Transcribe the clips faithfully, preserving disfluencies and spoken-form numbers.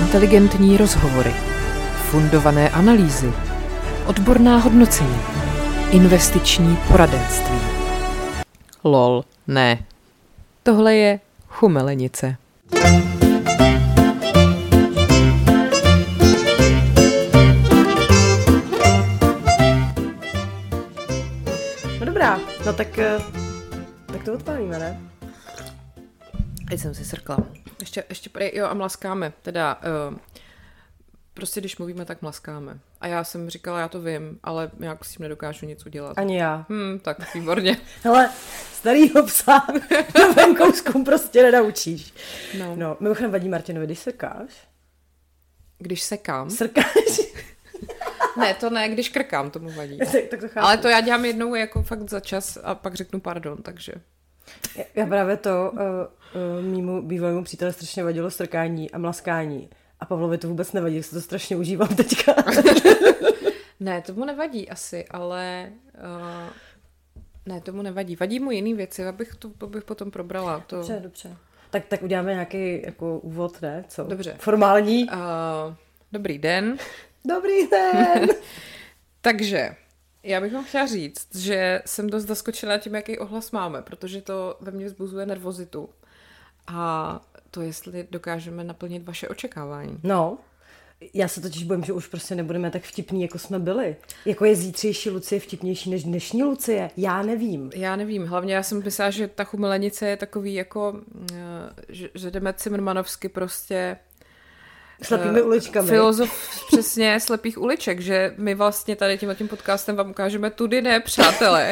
Inteligentní rozhovory, fundované analýzy, odborná hodnocení, investiční poradenství. Lol, ne. Tohle je chumelenice. No dobrá, no tak, tak to odpálíme, ne? Teď jsem si srkla. Ještě, ještě, jo a mlaskáme, teda, uh, prostě když mluvíme, tak mlaskáme. A já jsem říkala, já to vím, ale nějak s tím nedokážu nic udělat. Ani já. Hmm, tak výborně. Hele, starýho psa na venkousku prostě nenaučíš. No. No, mimochodem vadí Martinovi, když srkáš? Když sekám? Srkáš? Ne, to ne, když krkám, tomu vadí. tak, tak to chápu. Ale to já dělám jednou jako fakt za čas a pak řeknu pardon, takže... Já, já právě to uh, uh, mýmu bývalému příteli strašně vadilo strkání a mlaskání. A Pavlovi to vůbec nevadí, jak se to strašně užívám teďka. Ne, tomu nevadí asi, ale... Uh, ne, tomu nevadí. Vadí mu jiný věci, abych to, to bych potom probrala. To... Dobře, dobře. Tak, tak uděláme nějaký jako úvod, ne? Co? Dobře. Formální. Uh, dobrý den. Dobrý den. Takže... Já bych vám chtěla říct, že jsem dost zaskočená tím, jaký ohlas máme, protože to ve mně vzbuzuje nervozitu. A to, jestli dokážeme naplnit vaše očekávání. No, já se totiž bojím, že už prostě nebudeme tak vtipní, jako jsme byli. Jako je zítřejší Lucie vtipnější než dnešní Lucie? Já nevím. Já nevím. Hlavně já jsem myslela, že ta chumelenice je takový jako, že, že jdeme cimrmanovsky prostě... Slepými uličkami. Filozof přesně slepých uliček, že my vlastně tady tímhle tím podcastem vám ukážeme tudy ne, přátelé.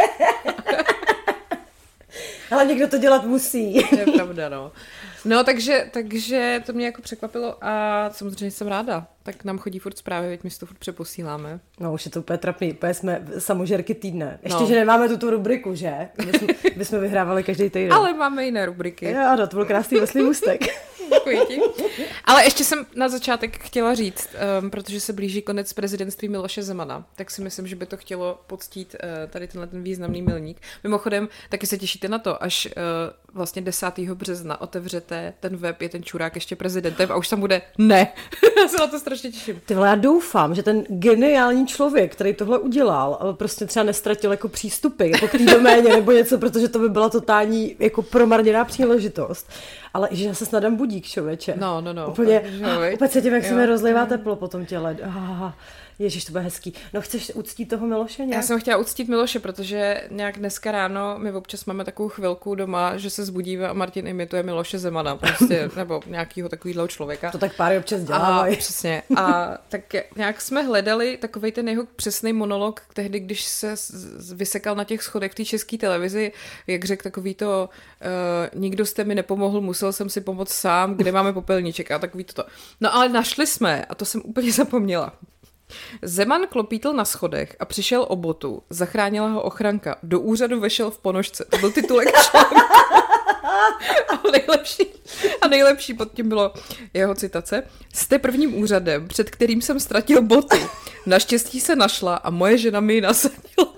Ale někdo to dělat musí. Je pravda, no. No, takže, takže to mě jako překvapilo a samozřejmě jsem ráda. Tak nám chodí furt zprávy, veď my si to furt přeposíláme. No, už je to úplně trapný, úplně jsme samožerky týdne. Ještě, no. že nemáme tuto rubriku, že? Bychom, bychom vyhrávali každý týden. Ale máme jiné rubriky. Jo, no, to byl krásný veslý můstek. Děkuji ti. Ale ještě jsem na začátek chtěla říct, um, protože se blíží konec prezidentství Miloše Zemana, tak si myslím, že by to chtělo poctít uh, tady tenhle ten významný milník. Mimochodem, taky se těšíte na to, až uh, vlastně desátého března otevřete ten web, je ten čurák ještě prezidentem a už tam bude ne. Já se na to strašně těším. Ty vole, já doufám, že ten geniální člověk, který tohle udělal, prostě třeba nestratil jako přístupy, jako k té doméně nebo něco, protože to by byla totální jako promarněná příležitost. Ale že já se snadám budík, člověče. No, no, no. Úplně, úplně se tím, jak jo. se mi rozlivá teplo po tom těle. Ah, ježiš, to bude hezký. No, chceš uctít toho Miloše nějak? Já jsem chtěla uctít Miloše, protože nějak dneska ráno my občas máme takovou chvilku doma, že se zbudíme a Martin imituje Miloše Zemana, prostě, nebo nějakýho takovýhleho člověka. To tak pár občas dělávají. Přesně. A tak nějak jsme hledali takovej ten jeho přesný monolog tehdy, když se vysekal na těch schodech v té české televizi, jak řekl takový to, uh, nikdo jste mi nepomohl, musel jsem si pomoct sám, kde máme popelníček a takový to. No ale našli jsme, a to jsem úplně zapomněla. Zeman klopítl na schodech a přišel o botu, zachránila ho ochranka, do úřadu vešel v ponožce. To byl titulek článku. A nejlepší, a nejlepší pod tím bylo jeho citace. Jste prvním úřadem, před kterým jsem ztratil boty. Naštěstí se našla a moje žena mi ji nasadila.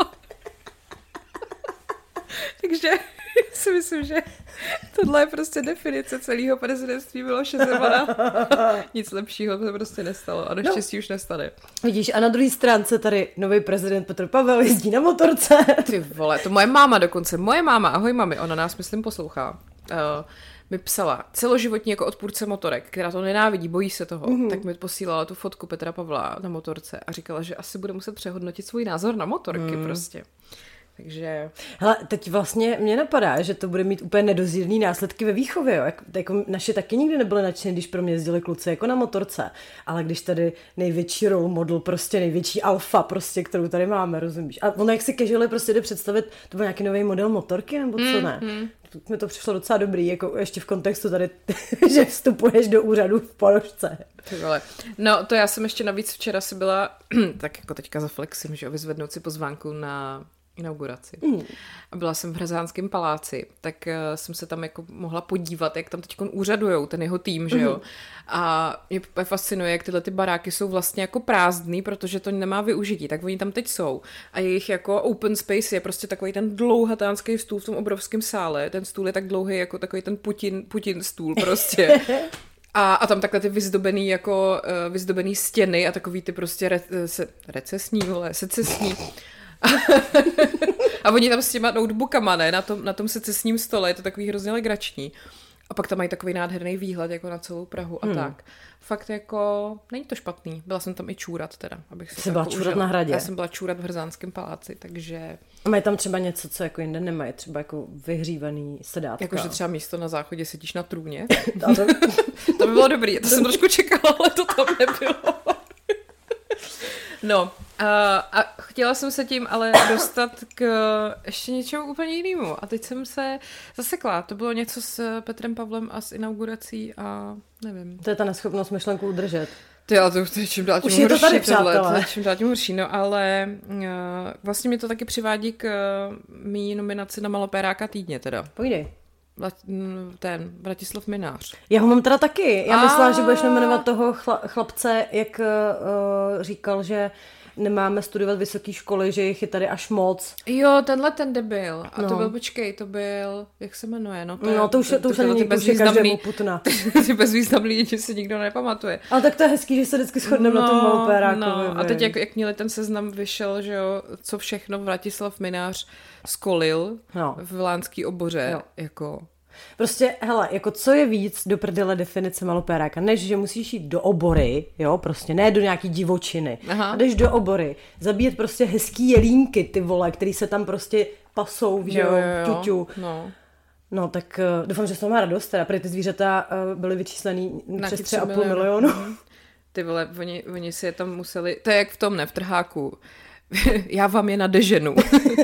Takže si myslím, že tohle je prostě definice celého prezidentství Miloše Zemana. Nic lepšího se prostě nestalo a naštěstí no. už nestane. Vidíš, a na druhé stránce tady nový prezident Petr Pavel jezdí na motorce. Ty vole, to moje máma dokonce, moje máma, ahoj mami, ona nás myslím poslouchá, uh, mi psala celoživotní jako odpůrce motorek, která to nenávidí, bojí se toho, mm-hmm. tak mi posílala tu fotku Petra Pavla na motorce a říkala, že asi bude muset přehodnotit svůj názor na motorky mm. prostě. Takže... Hele, teď vlastně mě napadá, že to bude mít úplně nedozírný následky ve výchově. Jo. Jak, jako naši taky nikdy nebyli nadšení, když pro mě jezdili kluci jako na motorce. Ale když tady největší role model, prostě největší alfa, prostě, kterou tady máme, rozumíš? A ono jak si casually prostě jde představit, to byl nějaký nový model motorky, nebo co ne? Mm, mm. Mi to přišlo docela dobrý, jako ještě v kontextu tady, že vstupuješ do úřadu v ponožce. No, to já jsem ještě navíc včera si byla, tak jako teďka zaflexím, že vyzvednout si pozvánku na inauguraci. Mm. A byla jsem v Hrazánském paláci, tak uh, jsem se tam jako mohla podívat, jak tam teď úřadujou, ten jeho tým, že jo. Mm. A mě fascinuje, jak tyhle ty baráky jsou vlastně jako prázdný, protože to nemá využití, tak oni tam teď jsou. A jejich jako open space je prostě takový ten dlouhatánský stůl v tom obrovském sále. Ten stůl je tak dlouhý jako takový ten Putin, Putin stůl prostě. A, a tam takhle ty vyzdobený jako uh, vyzdobený stěny a takový ty prostě re, se, recesní, vole, secesní. A oni tam s těma notebookama, ne, na tom, na tom secesním stole, je to takový hrozně legrační. A pak tam mají takový nádherný výhled jako na celou Prahu a hmm. tak. Fakt jako, není to špatný. Byla jsem tam i čůrat teda, abych si Jsi byla jako čůrat užila. na Hradě? Já jsem byla čůrat v Hrzánském paláci, takže... A mají tam třeba něco, co jako jinde nemají, třeba jako vyhřívaný sedátka. Jakože třeba místo na záchodě sedíš na trůně. to... to by bylo dobrý, to jsem trošku čekala, ale to tam nebylo. No, a, a chtěla jsem se tím ale dostat k ještě něčemu úplně jinému. A teď jsem se zasekla. To bylo něco s Petrem Pavlem a s inaugurací a nevím. To je ta neschopnost myšlenku udržet. Ty, ale to, to je čím dál tím Už horší. je to tady, tohle, přátelé. to je čím dál tím horší, no ale uh, vlastně mě to taky přivádí k uh, mý nominaci na Malopéráka týdně teda. Pojdej. Ten, Vratislav Mynář. Já ho mám teda taky. Já A... myslela, že budeš nominovat toho chla, chlapce, jak uh, říkal, že nemáme studovat vysoké školy, že jich je tady až moc. Jo, tenhle ten debil. A no. to byl, počkej, to byl, jak se jmenuje? No to, no, je, to už, to, to už ani už je každému putna. Ty bezvýznamný lidi si nikdo nepamatuje. Ale tak to je hezký, že se vždycky shodneme no, na tom Malopérákovi. No. A teď, jak, jak měli ten seznam vyšel, že jo, co všechno Vratislav Mynář skolil no. v Lánský oboře, jo. jako... Prostě, hele, jako co je víc do prdele definice Malopéráka, než že musíš jít do obory, jo, prostě ne do nějaký divočiny, Aha. a jdeš do obory, zabíjet prostě hezký jelínky, ty vole, který se tam prostě pasou, že jo, ťuťu. No. No, tak uh, doufám, že s toho má radost, teda, protože ty zvířata uh, byly vyčíslený na přes tři a půl milionu. Mm. Ty vole, oni, oni si je tam museli, to je jak v tom, ne, v Trháku. Já vám je nadeženu.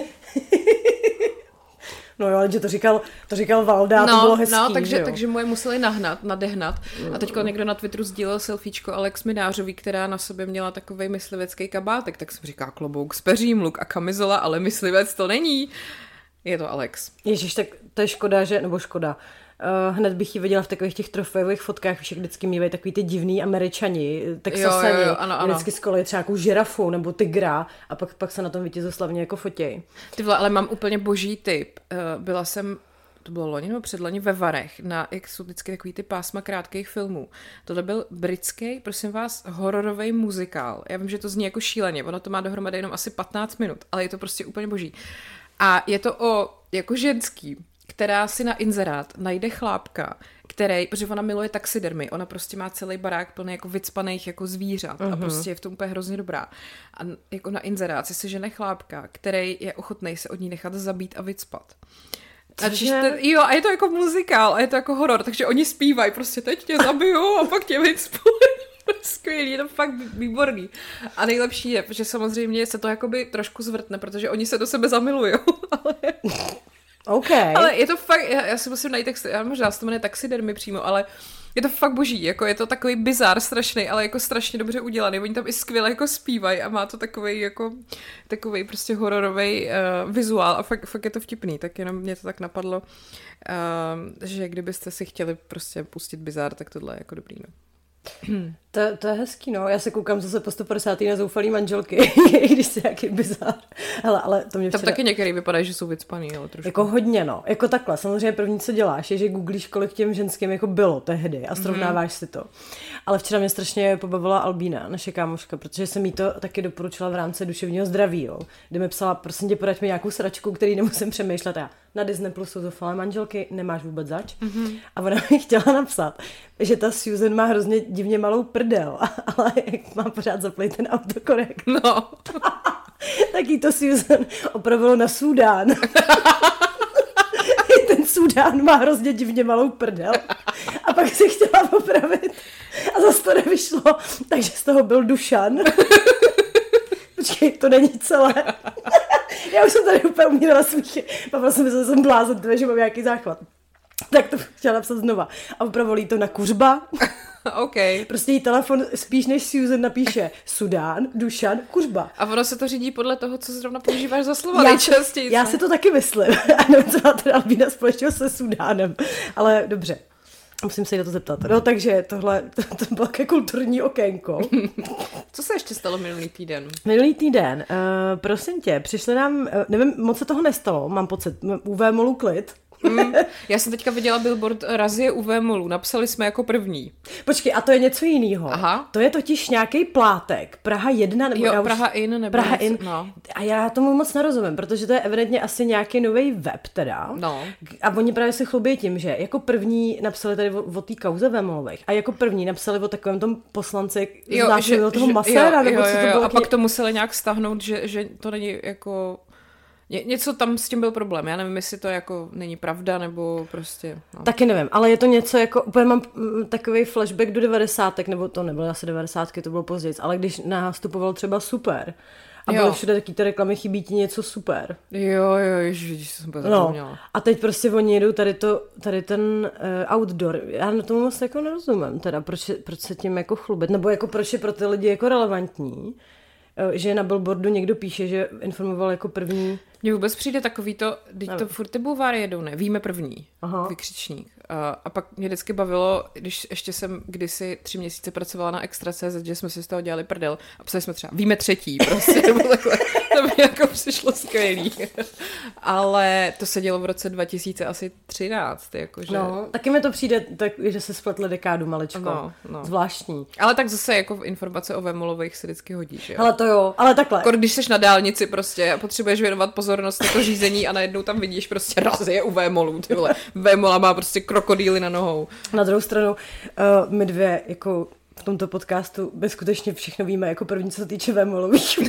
No jo, ale že to říkal, to říkal Valda, no, to bylo hezký, no, takže, jo? takže mu je museli nahnat, nadehnat. A teďko někdo na Twitteru sdílel selfiečko Alex Mynářový, která na sobě měla takovej myslivecký kabátek, tak jsem říkala klobouk s peřím, luk a kamizola, ale myslivec to není. Je to Alex. Ježiš, tak to je škoda, že, nebo škoda. Uh, hned bych ji viděla v takových těch trofejových fotkách, však vždycky mývají takový ty divný Američani, Texasani, jo, jo, jo, ano, ano. Vždycky z kola třeba jako žirafu nebo tygra a pak, pak se na tom vítězoslavně jako fotěj. Ty vole, ale mám úplně boží tip. Uh, byla jsem, to bylo loni nebo předloni ve Varech, na, jak jsou vždycky takový ty pásma krátkých filmů. Tohle byl britský, prosím vás, hororový muzikál. Já vím, že to zní jako šíleně, ono to má dohromady jenom asi patnáct minut, ale je to prostě úplně boží. A je to o jako ženský, která si na inzerát najde chlápka, který, protože ona miluje taxidermy, ona prostě má celý barák plný jako vycpaných jako zvířat uh-huh. a prostě je v tom úplně hrozně dobrá. A jako na inzerát si se žene chlápka, který je ochotnej se od ní nechat zabít a vycpat. A ten, jo, a je to jako muzikál a je to jako horor, takže oni zpívají, prostě teď tě zabiju a pak tě vycpu. Skvělý, je to fakt výborný. A nejlepší je, že samozřejmě se to jakoby trošku zvrtne, protože oni se do sebe zamilujou, ale... Okay. Ale je to fakt, já, já si musím najít, já možná se to jmenuje taxidermy přímo, ale je to fakt boží, jako je to takový bizár strašný, ale jako strašně dobře udělaný. Oni tam i skvěle jako zpívají a má to takovej jako takovej prostě hororovej uh, vizuál a fakt, fakt je to vtipný, tak jenom mě to tak napadlo, uh, že kdybyste si chtěli prostě pustit bizár, tak tohle je jako dobrý, no. To, to je hezký, no. Já se koukám zase po sto padesátý na zoufalý manželky, když se jaký bizár. Hele, ale to mě Tam včera... taky některý vypadají, že jsou vycpaný, ale trošku. Jako hodně, no. Jako takhle. Samozřejmě první, co děláš, je, že googlíš, kolik těm ženským jako bylo tehdy a srovnáváš mm-hmm. si to. Ale včera mě strašně pobavila Albína, naše kámoška, protože jsem jí to taky doporučila v rámci duševního zdraví, jo. Kdy mi psala, prosím tě, poraď mi nějakou sračku, který nemusím přemýšlet. A já, na Disney Plus jsou zoufalé manželky, nemáš vůbec zač. Mm-hmm. A ona mi chtěla napsat, že ta Susan má hrozně divně malou prdel, ale jak má pořád zaplej ten autokorekt. No. Tak jí to Susan opravilo na Súdán. Ten Súdán má hrozně divně malou prdel. A pak si chtěla opravit. A zase to nevyšlo. Takže z toho byl Dušan. Počkej, to není celé. Já už jsem tady úplně umírala smíchy. Pavla jsem myslela, že jsem blázen, že mám nějaký záchvat. Tak to chtěla napsat znova. A opravili to na Kuřba. Okay. Prostě jí telefon spíš než Susan napíše Sudán, Dušan, Kuřba. A ono se to řídí podle toho, co zrovna používáš za slova nejčastěji. Já si to taky myslím. A nevím, co má teda Albína společného se Sudánem. Ale dobře. Musím se jí na to zeptat. No takže tohle, to, to bylo také kulturní okénko. Co se ještě stalo minulý týden? Minulý týden, uh, prosím tě, přišli nám, uh, nevím, moc se toho nestalo, mám pocit, U V Molu klid. Mm, já jsem teďka viděla billboard Razie U V molu, napsali jsme jako první. Počkej, a to je něco jiného. Aha. To je totiž nějaký plátek. Praha jedna nebo... Jo, já už... Praha in nebo Praha něco, in. no. A já tomu moc nerozumím, protože to je evidentně asi nějaký nový web teda. No. A oni právě se chlubí tím, že jako první napsali tady o, o té kauze Vémolových a jako první napsali o takovém tom poslanci znásilnil toho Maséra, jo, nebo jo, co to jo, bylo. A pak to museli nějak stáhnout, že, že to není jako... Ně, něco tam s tím byl problém, já nevím, jestli to jako není pravda, nebo prostě... No. Taky nevím, ale je to něco jako, úplně mám takový flashback do devadesátek, nebo to nebylo asi devadesátky, to bylo později, ale když nastupoval třeba Super a byly všude taky ty reklamy, chybí ti něco super. Jo, jo, ježiš, jsem to zapomněla. No, a teď prostě oni jedou tady, to, tady ten uh, outdoor, já na tomu moc jako nerozumím, teda proč, proč se tím jako chlubit, nebo jako proč je pro ty lidi jako relevantní, že na billboardu někdo píše, že informoval jako první. Mně vůbec přijde takový to, když to furt ty bulváry jedou, ne, víme první, Aha. vykřičník. A, a pak mě vždycky bavilo, když ještě jsem kdysi tři měsíce pracovala na Extra tečka cé zet, že jsme si z toho dělali prdel a psali jsme třeba, víme třetí, prostě, nebo takhle. To mi jako přišlo skvělý. Ale to se dělo v roce dva tisíce třináct, jakože. No, taky mi to přijde, tak, že se spletli dekádu maličko. No, no. Zvláštní. Ale tak zase jako informace o Vémolových se vždycky hodí, že jo? Ale to jo, ale takhle. Skoro když jsi na dálnici prostě a potřebuješ věnovat pozornost na to řízení a najednou tam vidíš prostě Razie U Vémolů, ty vole. Vémola má prostě krokodýly na nohou. Na druhou stranu, uh, my dvě jako v tomto podcastu my skutečně všechno víme jako první, co se týče Vémolových.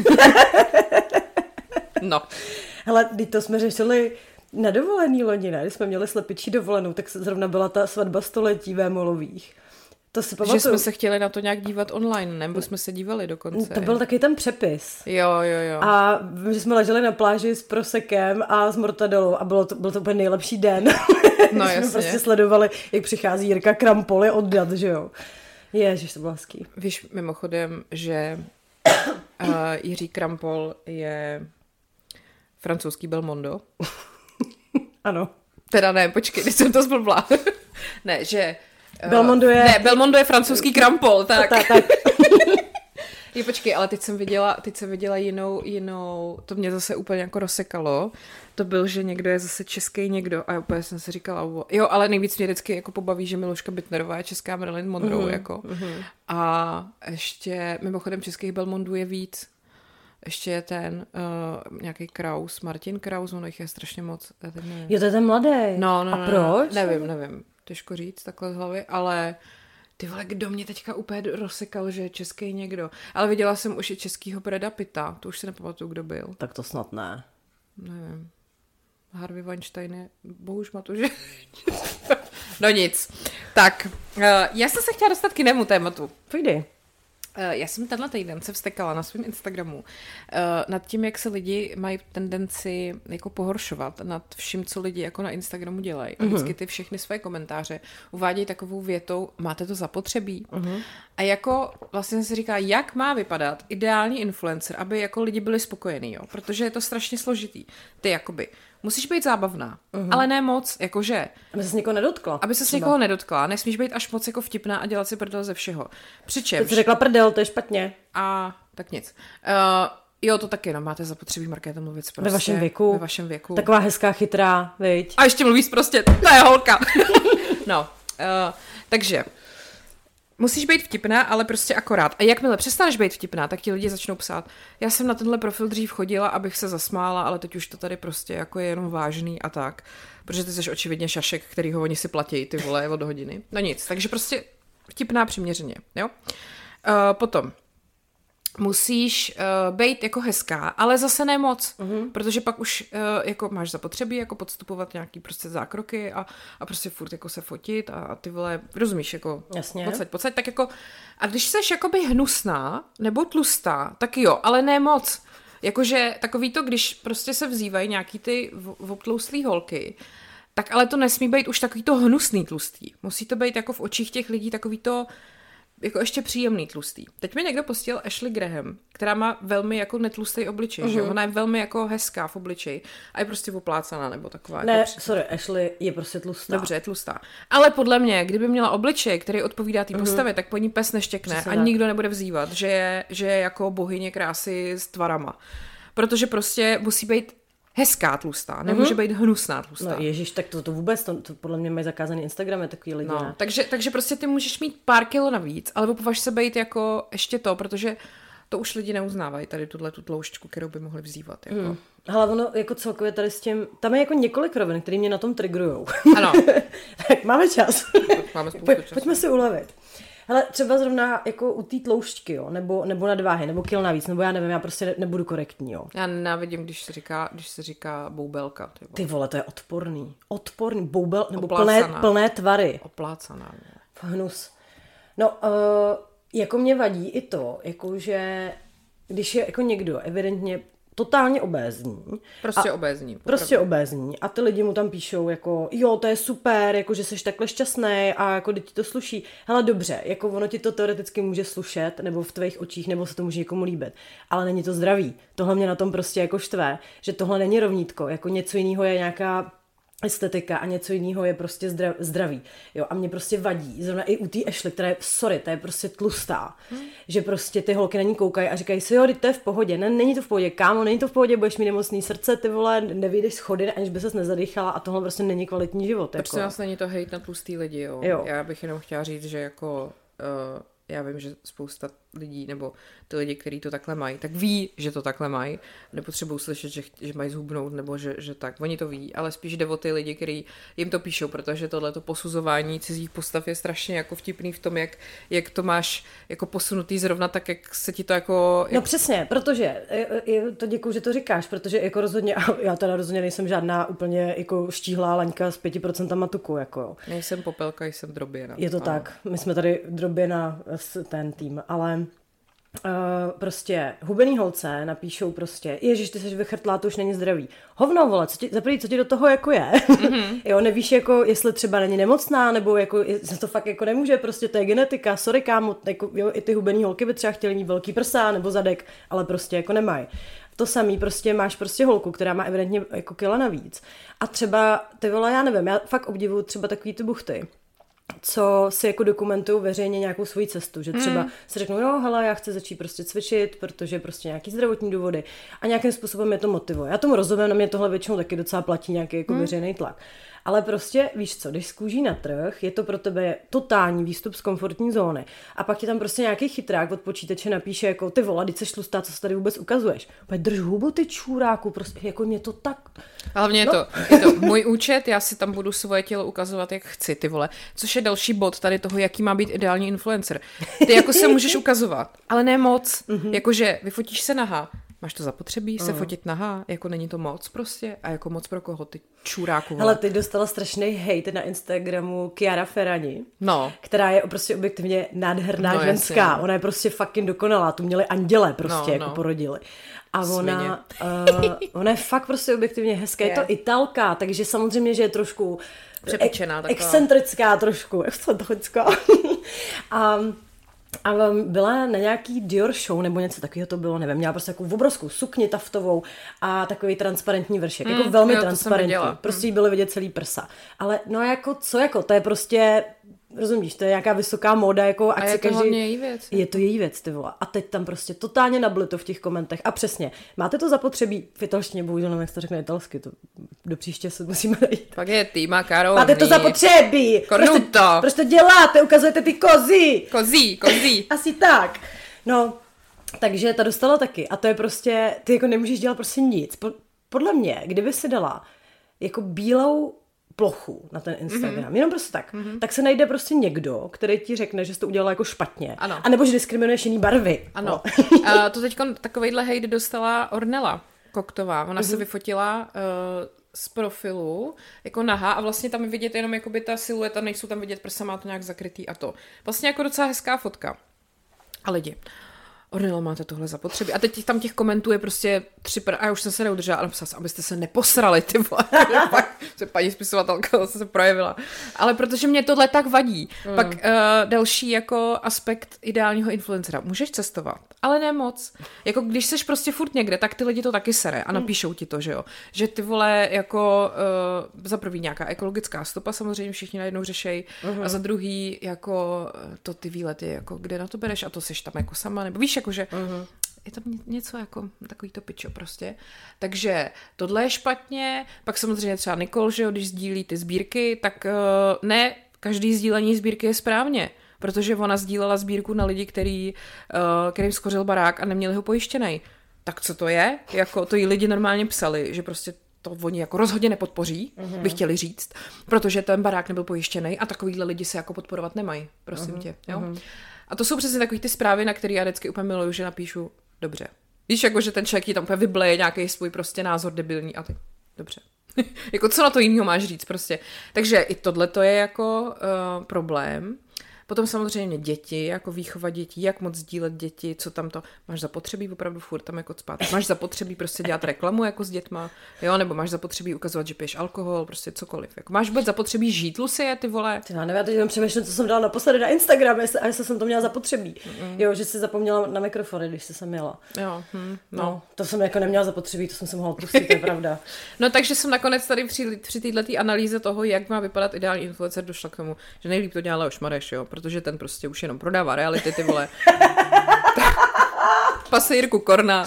No. Hele, teď to jsme řešili na dovolený loni, ne? Když jsme měli slepičí dovolenou, tak zrovna byla ta svatba století Vémolových. To si pamatuju. Že jsme se chtěli na to nějak dívat online, nebo jsme se dívali dokonce. To byl taky ten přepis. Jo, jo, jo. A že jsme leželi na pláži s prosekem a s mortadelou a bylo to, byl to úplně nejlepší den. No jasně. Jsme prostě sledovali, jak přichází Jirka Krampol oddat, že jo. Ježiš, to bylo hezký. Víš mimochodem, že uh, Jiří Krampol je francouzský Belmondo. Ano. Teda ne, počkej, když jsem to zblbla. Ne, že... Uh, Belmondo je... Ne, Belmondo je francouzský Krampol, tak. tak, tak. Je, počkej, ale teď jsem viděla, teď jsem viděla jinou, jinou, to mě zase úplně jako rozsekalo. To byl, že někdo je zase český někdo a úplně jsem si říkala, jo, ale nejvíc mě vždycky jako pobaví, že Miluška Bittnerová je česká Marilyn Monroe, mm-hmm, jako. Mm-hmm. A ještě, mimochodem českých Belmondů je víc. Ještě je ten uh, nějaký Kraus, Martin Kraus, ono jich je strašně moc. Jo, to je ten mladý. No, no, a no, proč? Nevím, nevím. Těžko říct takhle z hlavy, ale ty vole, kdo mě teďka úplně rozsekal, že je český někdo. Ale viděla jsem už i českýho Brada Pitta, to už si nepamatuju, kdo byl. Tak to snad ne. Nevím. Harvey Weinstein je, bohuž má to, že... No nic. Tak, uh, já jsem se chtěla dostat k jinému tématu. Půjdi. Já jsem tenhle týden se vztekala na svém Instagramu uh, nad tím, jak se lidi mají tendenci jako pohoršovat nad vším, co lidi jako na Instagramu dělají. A vždycky ty všechny své komentáře uvádějí takovou větou, máte to zapotřebí. Uh-huh. A jako vlastně se říká, jak má vypadat ideální influencer, aby jako lidi byli spokojení, jo? Protože je to strašně složitý. Ty jakoby musíš být zábavná, uh-huh. ale ne moc, jakože... Aby se někoho nedotkla. Aby se někoho nedotkla, nesmíš být až moc jako vtipná a dělat si prdel ze všeho. Přičemž... Teď jsi řekla prdel, to je špatně. A tak nic. Uh, jo, to taky, no, máte zapotřebí, Markéta, mluvit prostě. Ve vašem věku. Ve vašem věku. Taková hezká, chytrá, viď? A ještě mluvíš prostě, to je holka. No, uh, takže... Musíš být vtipná, ale prostě akorát. A jakmile přestaneš být vtipná, tak ti lidi začnou psát. Já jsem na tenhle profil dřív chodila, abych se zasmála, ale teď už to tady prostě jako je jenom vážný a tak. Protože ty jsi očividně šašek, kterýho oni si platí, ty vole, od hodiny. No nic, takže prostě vtipná přiměřeně, jo. Uh, potom musíš uh, být jako hezká, ale zase ne moc, uh-huh. protože pak už uh, jako máš zapotřebí jako podstupovat nějaký prostě zákroky a, a prostě furt jako se fotit a, a ty vole, rozumíš, jako Jasně. pocať, pocať, tak jako a když seš jakoby hnusná nebo tlustá, tak jo, ale ne moc. Jakože takový to, když prostě se vzývají nějaký ty obtloustlý holky, tak ale to nesmí být už takový to hnusný tlustý. Musí to být jako v očích těch lidí takový to jako ještě příjemný tlustý. Teď mi někdo postil Ashley Graham, která má velmi jako netlustý obličej, uh-huh. že ona je velmi jako hezká v obličeji a je prostě oplácaná nebo taková. Ne, jako sorry, Ashley je prostě tlustá. Dobře, je tlustá. Ale podle mě, kdyby měla obličej, který odpovídá té postavě, uh-huh. tak po ní pes neštěkne Přesně a tak. Nikdo nebude vzývat, že je, že je jako bohyně krásy s tvarama. Protože prostě musí být hezká tlustá, nemůže mm-hmm. být hnusná tlustá. No ježiš, tak to, to vůbec, to, to podle mě mají zakázaný Instagram, je takový lidi, no, ne? takže, takže prostě ty můžeš mít pár kilo navíc, ale opovaž se být jako ještě to, protože to už lidi neuznávají, tady tuhle tu tloušťku, kterou by mohli vzývat. Jako. Hmm. Ale ono jako celkově tady s tím, tam je jako několik rovin, který mě na tom trigrujou. Ano. Tak máme čas. Máme spoustu Pojď, času. Pojďme si ulevit. Hele, třeba zrovna jako u té tloušťky, jo, nebo, nebo nadváhy, nebo kil navíc, nebo já nevím, já prostě ne, nebudu korektní, jo. Já nenávidím, když se říká, když se říká boubelka. Ty vole, ty vole to je odporný. Odporný, boubel, nebo plné, plné tvary. Oplácaná. Hnus. No, uh, jako mě vadí i to, jakože když je jako někdo evidentně totálně obézní. Prostě obézní. Prostě obézní. A ty lidi mu tam píšou jako, jo, to je super, jako, že jsi takhle šťastný a jako, teď ti to sluší. Hele, dobře, jako ono ti to teoreticky může slušet, nebo v tvých očích, nebo se to může někomu líbit. Ale není to zdravý. Tohle mě na tom prostě jako štve, že tohle není rovnítko. Jako něco jiného je nějaká estetika a něco jiného je prostě zdrav, zdraví. Jo, a mě prostě vadí, zrovna i u té Ashley, která je, sorry, ta je prostě tlustá, hmm. že prostě ty holky na ní koukají a říkají si, jo, to je v pohodě, ne, není to v pohodě, kámo, není to v pohodě, budeš mít nemocný srdce, ty vole, nevyjdeš schody, aniž by ses nezadýchala a tohle prostě není kvalitní život. Prostě jako. nás není to hejt na tlustý lidi, jo. jo. Já bych jenom chtěla říct, že jako, uh, já vím, že spousta lidí, nebo ty lidi, kteří to takhle mají, tak ví, že to takhle mají. Nepotřebují slyšet, že, že mají zhubnout, nebo že, že tak. Oni to ví, ale spíš jde o ty lidi, kteří jim to píšou, protože tohleto posuzování cizích postav je strašně jako vtipný v tom, jak, jak to máš jako posunutý zrovna tak, jak se ti to jako... Jak... No přesně, protože, to děkuju, že to říkáš, protože jako rozhodně, já teda rozhodně nejsem žádná úplně jako štíhlá laňka s pěti procentama tuku, jako. Nejsem popelka, jsem droběna. Je to ano. Tak, my jsme tady droběna ten tým, ale Uh, prostě hubený holce napíšou prostě, ježiš, ty jsi vychrtlá, to už není zdravý. Hovno, vole, co ti, zaprvé, co ti do toho jako je? Mm-hmm. Jo, nevíš, jako, jestli třeba není nemocná, nebo jako, to fakt jako nemůže, prostě to je genetika, sorry kámo, jako, jo, i ty hubený holky by třeba chtěly mít velký prsa nebo zadek, ale prostě jako nemají. To samý, prostě máš prostě holku, která má evidentně jako kila navíc. A třeba, ty vole, já nevím, já fakt obdivuju třeba takový ty buchty, co si jako dokumentují veřejně nějakou svoji cestu, že třeba mm. si řeknou, no hele, já chci začít prostě cvičit, protože prostě nějaký zdravotní důvody a nějakým způsobem je to motivuje. Já tomu rozumím, na mě tohle většinou taky docela platí nějaký jako mm. veřejný tlak. Ale prostě víš co, když skůží na trh, je to pro tebe totální výstup z komfortní zóny. A pak je tam prostě nějaký chytrák od počítače napíše jako ty vole, teď seš tlustá, co se tady vůbec ukazuješ. Pojď drž hubu ty čůráku, prostě jako mě to tak... Hlavně no. je, to, je to můj účet, já si tam budu svoje tělo ukazovat, jak chci, ty vole. Což je další bod tady toho, jaký má být ideální influencer. Ty jako se můžeš ukazovat, ale ne moc. Mm-hmm. Jakože vyfotíš se nahá. Máš to zapotřebí se uh. fotit nahá? Jako není to moc prostě? A jako moc pro koho? Ty čuráku. Hele, ty dostala strašný hate na Instagramu Chiara Ferragni, no. která je prostě objektivně nádherná no, ženská. Jasně. Ona je prostě fucking dokonalá. Tu měli anděle prostě, no, jako no. porodili. A ona, uh, ona je fakt prostě objektivně hezká. Je, je to Italka, takže samozřejmě, že je trošku přepečená, ek- excentrická trošku. Excentrická. A A byla na nějaký Dior show nebo něco takového to bylo, nevím, měla prostě takovou obrovskou sukni taftovou a takový transparentní vršek, mm, jako velmi jo, transparentní, prostě jí byly vidět celý prsa. Ale no jako, co jako, to je prostě, rozumíš, to je nějaká vysoká móda, jako ať a je si to každý... její věc. Je to její věc, ty vole. A teď tam prostě totálně nablito v těch komentech. A přesně, máte to zapotřebí, v italštině, bohužel nevím, jak se to řekne italsky, to do příště se musíme najít. Pak je týma Karol. Máte to zapotřebí! Cornuto! Proč, proč to děláte? Ukazujete ty kozy! Kozí, kozí. Asi tak. No, takže ta dostala taky. A to je prostě, ty jako nemůžeš dělat prostě nic. Podle mě, kdyby si dala jako bílou plochu na ten Instagram, mm-hmm. jenom prostě tak, mm-hmm. tak se najde prostě někdo, který ti řekne, že jsi to udělala jako špatně. Ano. A nebo že diskriminuješ jiný barvy. Ano. A to teď takovejhle hejt dostala Ornella Koktová. Ona mm-hmm. se vyfotila uh, z profilu jako nahá a vlastně tam je vidět jenom jakoby ta silueta, nejsou tam vidět prsa, má to nějak zakrytý a to. Vlastně jako docela hezká fotka. A lidi, Ornella, máte tohle zapotřebí. A teď tam těch komentů je prostě tři pr... A já už jsem se neudržela, ale napsala, abyste se neposrali, ty vole. Pak se paní spisovatelka zase se projevila. Ale protože mě tohle tak vadí. Mm. Pak uh, další jako aspekt ideálního influencera. Můžeš cestovat, ale ne moc. Jako když seš prostě furt někde, tak ty lidi to taky sere a napíšou ti to, že jo. Že ty vole jako uh, za prvý nějaká ekologická stopa, samozřejmě všichni najednou řešej. Mm. A za druhý jako to ty výlety, jako kde na to bereš a to seš tam jako sama, nebo víš, jakože uh-huh. je tam něco jako takový to pičo prostě. Takže tohle je špatně, pak samozřejmě třeba Nikol, že jo, když sdílí ty sbírky, tak uh, ne, každý sdílení sbírky je správně, protože ona sdílela sbírku na lidi, který, uh, kterým skořil barák a neměli ho pojištěnej. Tak co to je? Jako to jí lidi normálně psali, že prostě to oni jako rozhodně nepodpoří, uh-huh. by chtěli říct, protože ten barák nebyl pojištěnej a takovýhle lidi se jako podporovat nemají, prosím uh-huh. tě. Jo? Uh-huh. A to jsou přesně takový ty zprávy, na které já vždycky úplně miluju, že napíšu dobře. Víš, jako, že ten člověk jí tam úplně vybleje nějaký svůj prostě názor debilní a ty, dobře. Jako co na to jinýho máš říct prostě. Takže i tohle to je jako uh, problém. Potom samozřejmě děti, jako výchova dětí, jak moc sdílet děti, co tam to, máš zapotřebí opravdu furt tam jako cpát. Máš zapotřebí prostě dělat reklamu jako s dětma, jo, nebo máš zapotřebí ukazovat, že piješ alkohol, prostě cokoliv. Jako máš vůbec zapotřebí žít, Lucie, ty vole. Já nevím, já teď jenom přemýšlím, co jsem dala naposledy na Instagram, jestli, a jestli jsem to měla zapotřebí. Mm. Jo, že jsi zapomněla na mikrofony, když jsi sem jela. Jo, hm, no. no. To jsem jako neměla zapotřebí, to jsem se mohla pustit, to je pravda. No takže jsem nakonec tady při, při této analýze toho, jak má vypadat ideální influencer, došla k tomu, že nejlíp to dělala už Mareš, jo, protože ten prostě už jenom prodává reality, ty vole. Pase Jirku Korna.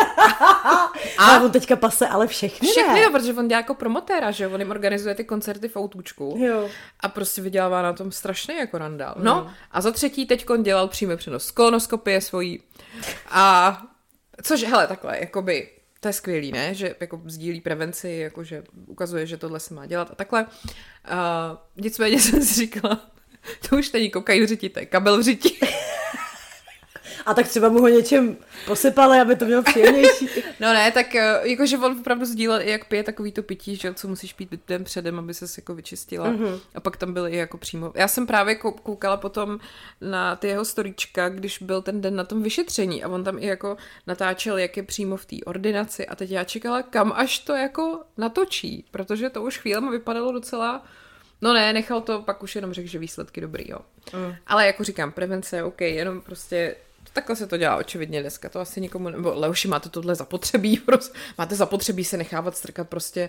A, a on teďka pase ale všechny, Všechny, no, protože on dělá jako promotéra, že on jim organizuje ty koncerty v autůčku. Jo. A prostě vydělává na tom strašně jako randál. No mm. a za třetí teďkon dělal přímý přenos z kolonoskopie svojí. A což, hele, takhle, jakoby, to je skvělý, ne? Že jako sdílí prevenci, jakože ukazuje, že tohle se má dělat a takhle. A nicméně jsem si říkala, to už není kokain v řiti, to je kabel v řiti. A tak třeba mu ho něčem posypali, aby to mělo příjemnější. No ne, tak jakože on opravdu sdílel, jak pije takový to pití, že co musíš pít den předem, aby ses jako vyčistila. Mm-hmm. A pak tam byly i jako přímo. Já jsem právě koukala potom na ty jeho storíčka, když byl ten den na tom vyšetření a on tam i jako natáčel, jak je přímo v té ordinaci a teď já čekala, kam až to jako natočí, protože to už chvílema vypadalo docela. No ne, nechal to, pak už jenom řekl, že výsledky dobrý, jo. Mm. Ale jako říkám, prevence je OK, jenom prostě takhle se to dělá očividně dneska, to asi nikomu, nebo Leoši, máte tohle zapotřebí, prostě, máte zapotřebí se nechávat strkat prostě,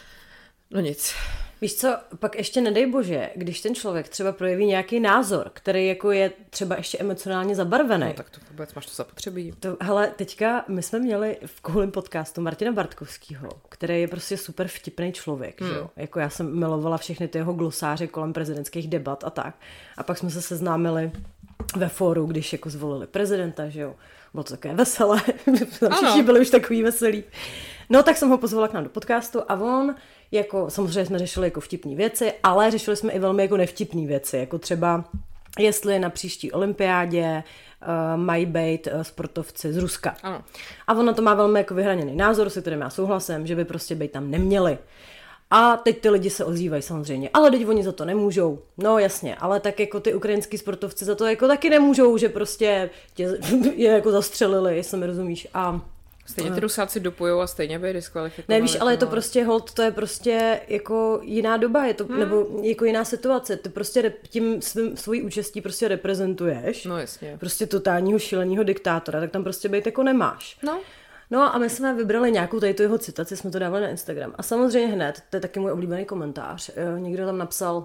no nic. Víš co, pak ještě nedej bože, když ten člověk třeba projeví nějaký názor, který jako je třeba ještě emocionálně zabarvený. No tak to vůbec máš to zapotřebí. To, hele, teďka my jsme měli v Koulím podcastu Martina Bartkovskýho, který je prostě super vtipný člověk, hmm. že jo? Jako já jsem milovala všechny ty jeho glosáře kolem prezidentských debat a tak. A pak jsme se seznámili ve fóru, když jako zvolili prezidenta, že jo. Bylo to takové veselé, všichni byli už takový veselí. No tak jsem ho pozvala k nám do podcastu a on, jako samozřejmě jsme řešili jako vtipní věci, ale řešili jsme i velmi jako nevtipní věci, jako třeba jestli na příští olympiádě uh, mají být uh, sportovci z Ruska. Ano. A on na to má velmi jako vyhraněný názor, se kterým já souhlasím, že by prostě být tam neměli. A teď ty lidi se ozývají samozřejmě, ale teď oni za to nemůžou. No jasně, ale tak jako ty ukrajinský sportovci za to jako taky nemůžou, že prostě tě, je jako zastřelili, jestli mi rozumíš. A stejně ty Rusáci dopujou a stejně by diskvalifikovali. Nevíš, ale je to prostě hold, to je prostě jako jiná doba, je to, hmm. nebo jako jiná situace. Ty prostě tím svým, svojí účastí prostě reprezentuješ. No jasně. Prostě totálního šíleného diktátora, tak tam prostě být jako nemáš. No. No a my jsme vybrali nějakou tady tu jeho citaci, jsme to dávali na Instagram. A samozřejmě hned, to je taky můj oblíbený komentář, někdo tam napsal,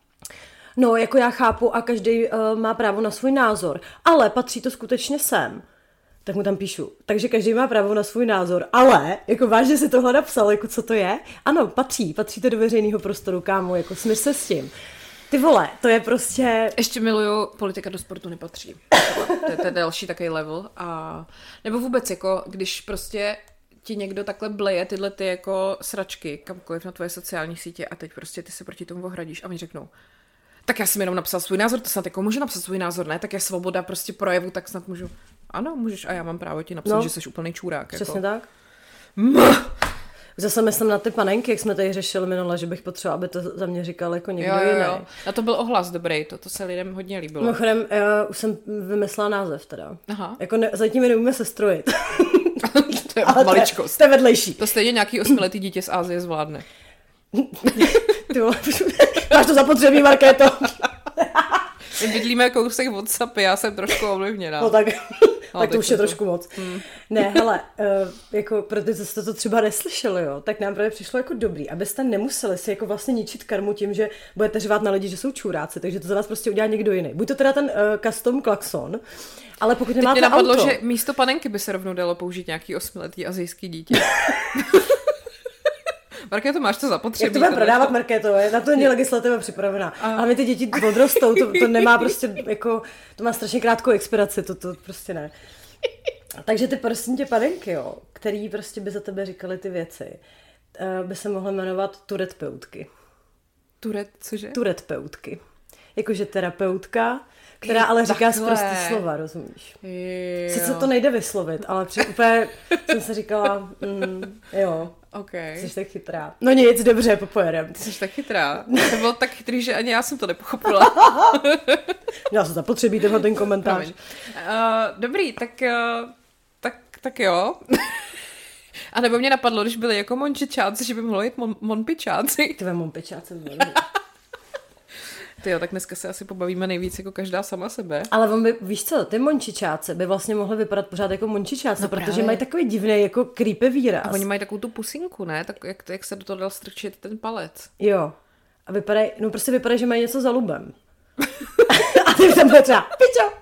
no jako já chápu a každý uh, má právo na svůj názor, ale patří to skutečně sem. Tak mu tam píšu, takže každý má právo na svůj názor, ale, jako vážně si tohle napsal, jako co to je? Ano, patří, patří to do veřejného prostoru, kámo, jako smíř se s tím. Ty vole, to je prostě... Ještě miluju, politika do sportu nepatří. To je, to je další takový level. A... Nebo vůbec, jako, když prostě ti někdo takhle bleje tyhle ty jako sračky kamkoliv na tvoje sociální sítě a teď prostě ty se proti tomu ohradíš a oni řeknou, tak já jsem jenom napsal svůj názor, to snad jako můžu napsat svůj názor, ne? Tak je svoboda prostě projevu, tak snad můžu. Ano, můžeš a já mám právo ti napsat, no, že jsi úplný čurák. Přesně jako. tak. Zase myslím na ty panenky, jak jsme tady řešili minule, že bych potřebovala, aby to za mě říkal jako někdo jo, jo, jiný. Jo. A to byl ohlas dobrý, to, to se lidem hodně líbilo. Mimochodem, já už jsem vymyslela název teda. Aha. Jako ne, zatím je neumíme se strojit. To je maličkost. To je vedlejší. To stejně nějaký osmiletý dítě z Asie zvládne. Ty vole, máš to zapotřebí, Markéto. My bydlíme kousek WhatsAppy, já jsem trošku ovlivněná. No tak, No, tak to už je to. trošku moc. Hmm. Ne, hele, uh, jako, protože jste to třeba neslyšeli, jo, tak nám právě přišlo jako dobrý, abyste nemuseli si jako vlastně ničit karmu tím, že budete řvát na lidi, že jsou čuráci, takže to za vás prostě udělá někdo jiný. Buď to teda ten uh, custom klakson, ale pokud nemáte auto... Teď mě napadlo, auto... že místo panenky by se rovnou dalo použít nějaký osmiletý azijský dítě. Markéto, máš to zapotřebí. Jak to budeme prodávat, Markéto, je na to není legislativa připravená. A... Ale my ty děti odrostou, to, to nemá prostě jako, to má strašně krátkou expiraci, to, to prostě ne. Takže ty prosím tě panenky, jo, který prostě by za tebe říkali ty věci, by se mohly jmenovat turetpeutky. Turet, cože? Turetpeutky. Jakože terapeutka, která ale říká zprostý slova, rozumíš? Jo. Sice to nejde vyslovit, ale při úplně jsem se říkala, mm, jo, okay. Jsi tak chytrá. No nic, dobře, popojedem. Ty jsi tak chytrá. To bylo tak chytrý, že ani já jsem to nepochopila. Já se zapotřebí tenhle ten komentář. Uh, dobrý, tak, uh, tak, tak jo. A nebo mě napadlo, když byli jako mončičáci, že by mohlo jít mon, monpičáci. Tvé monpičáci byly. Ty jo, tak dneska se asi pobavíme nejvíc jako každá sama sebe. Ale on by, víš co, ty mončičáce by vlastně mohly vypadat pořád jako mončičáce, no protože právě. Mají takový divný jako creepy výraz. A oni mají takovou tu pusinku, ne? Tak jak, jak se do toho dal strčit ten palec. Jo. A vypadají, no prostě vypadá, že mají něco za lubem. A ty tam bude třeba, pičo!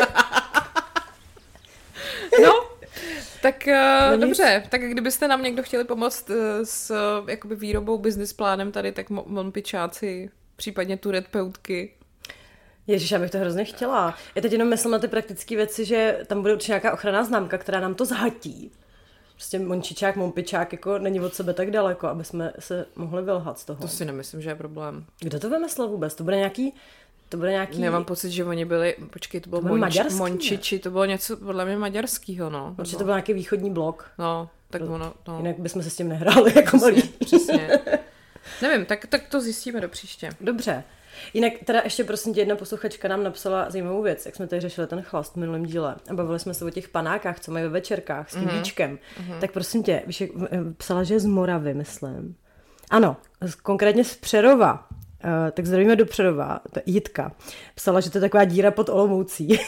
No, tak uh, no dobře, tak kdybyste nám někdo chtěli pomoct uh, s uh, jakoby výrobou, business plánem tady, tak mo- monpičáci, případně turetpeutky. Ježiš, já bych to hrozně chtěla. Já teď jenom myslím na ty praktické věci, že tam bude určitě nějaká ochranná známka, která nám to zhatí. Prostě mončičák, monpičák, jako není od sebe tak daleko, aby jsme se mohli vylhat z toho. To si nemyslím, že je problém. Kdo to vymyslel vůbec? To bude nějaký... To bude nějaký... Já mám pocit, že oni byli... Počkej, to bylo, to bylo monč, mončiči, to bylo něco podle mě maďarskýho, no. Určitě to byl nějaký východní blok. No, tak ono... No. Jinak bychom se s tím nehráli jako malí. Přesně. Nevím, tak, tak to zjistíme do příště. Dobře. Jinak teda ještě prosím tě, jedna posluchačka nám napsala zajímavou věc, jak jsme tady řešili ten chlast v minulém díle a bavili jsme se o těch panákách, co mají ve večerkách s tím mm-hmm. víčkem. Mm-hmm. Tak prosím tě, víš, jak, psala, že je z Moravy, myslím. Ano, konkrétně z Přerova. Uh, tak zdravíme do Přerova, to Jitka. Psala, že to je taková díra pod Olomoucí.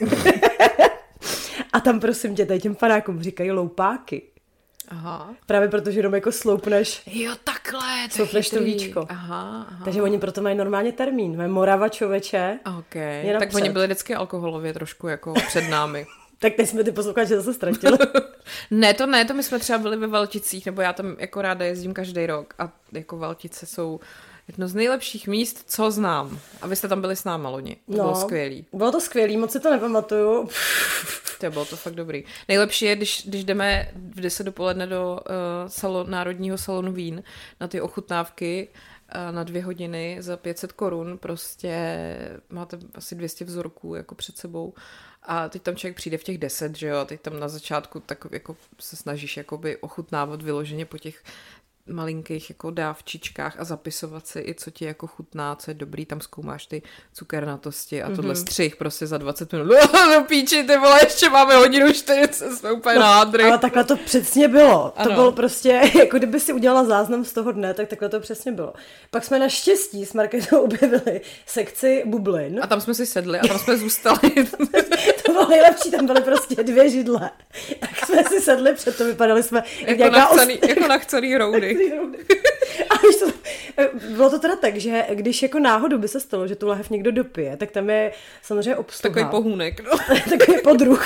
A tam prosím tě, tady těm panákům říkají loupáky. Aha. Právě protože jenom jako sloupneš. Jo, takhle, to sloupneš to víčko. Aha, aha. Takže oni proto mají normálně termín. Mají Morava, čověče. Okay. Tak oni byli vždycky alkoholově trošku jako před námi. Tak teď jsme ty posluchače zase ztratili. Ne, to ne, to my jsme třeba byli ve Valticích, nebo já tam jako ráda jezdím každý rok a jako Valtice jsou jedno z nejlepších míst, co znám. A vy jste tam byli s náma loni. To no, bylo skvělý. Bylo to skvělý, moc si to nepamatuju. To bylo to fakt dobrý. Nejlepší je, když, když jdeme v deset dopoledne do uh, salon, Národního salonu vín na ty ochutnávky uh, na dvě hodiny za pět set korun. Prostě máte asi dvě stě vzorků jako před sebou. A teď tam člověk přijde v těch deset, že jo, a teď tam na začátku tak jako se snažíš jakoby ochutnávat vyloženě po těch malinkých jako dávčičkách a zapisovat si i co ti jako chutná, co je dobrý, tam zkoumáš ty cukernatosti a mm-hmm. tohle střih prostě za dvacet minut. No píči, ty vole, ještě máme hodinu čtyřicet, jsme úplně no, nádry. Ale takhle to přesně bylo. Ano. To bylo prostě, jako kdyby si udělala záznam z toho dne, tak takhle to přesně bylo. Pak jsme naštěstí s Markétou objevili sekci bublin. A tam jsme si sedli a tam jsme zůstali. To bylo nejlepší, tam byly prostě dvě židle. Tak jsme si sedli, před to vypadali jsme jako nachcený, ost... jako nachcený roudy. A víš to, bylo to teda tak, že když jako náhodou by se stalo, že tu lahev někdo dopije, tak tam je samozřejmě obsluha. Takový pohůnek, no. Takový podruh.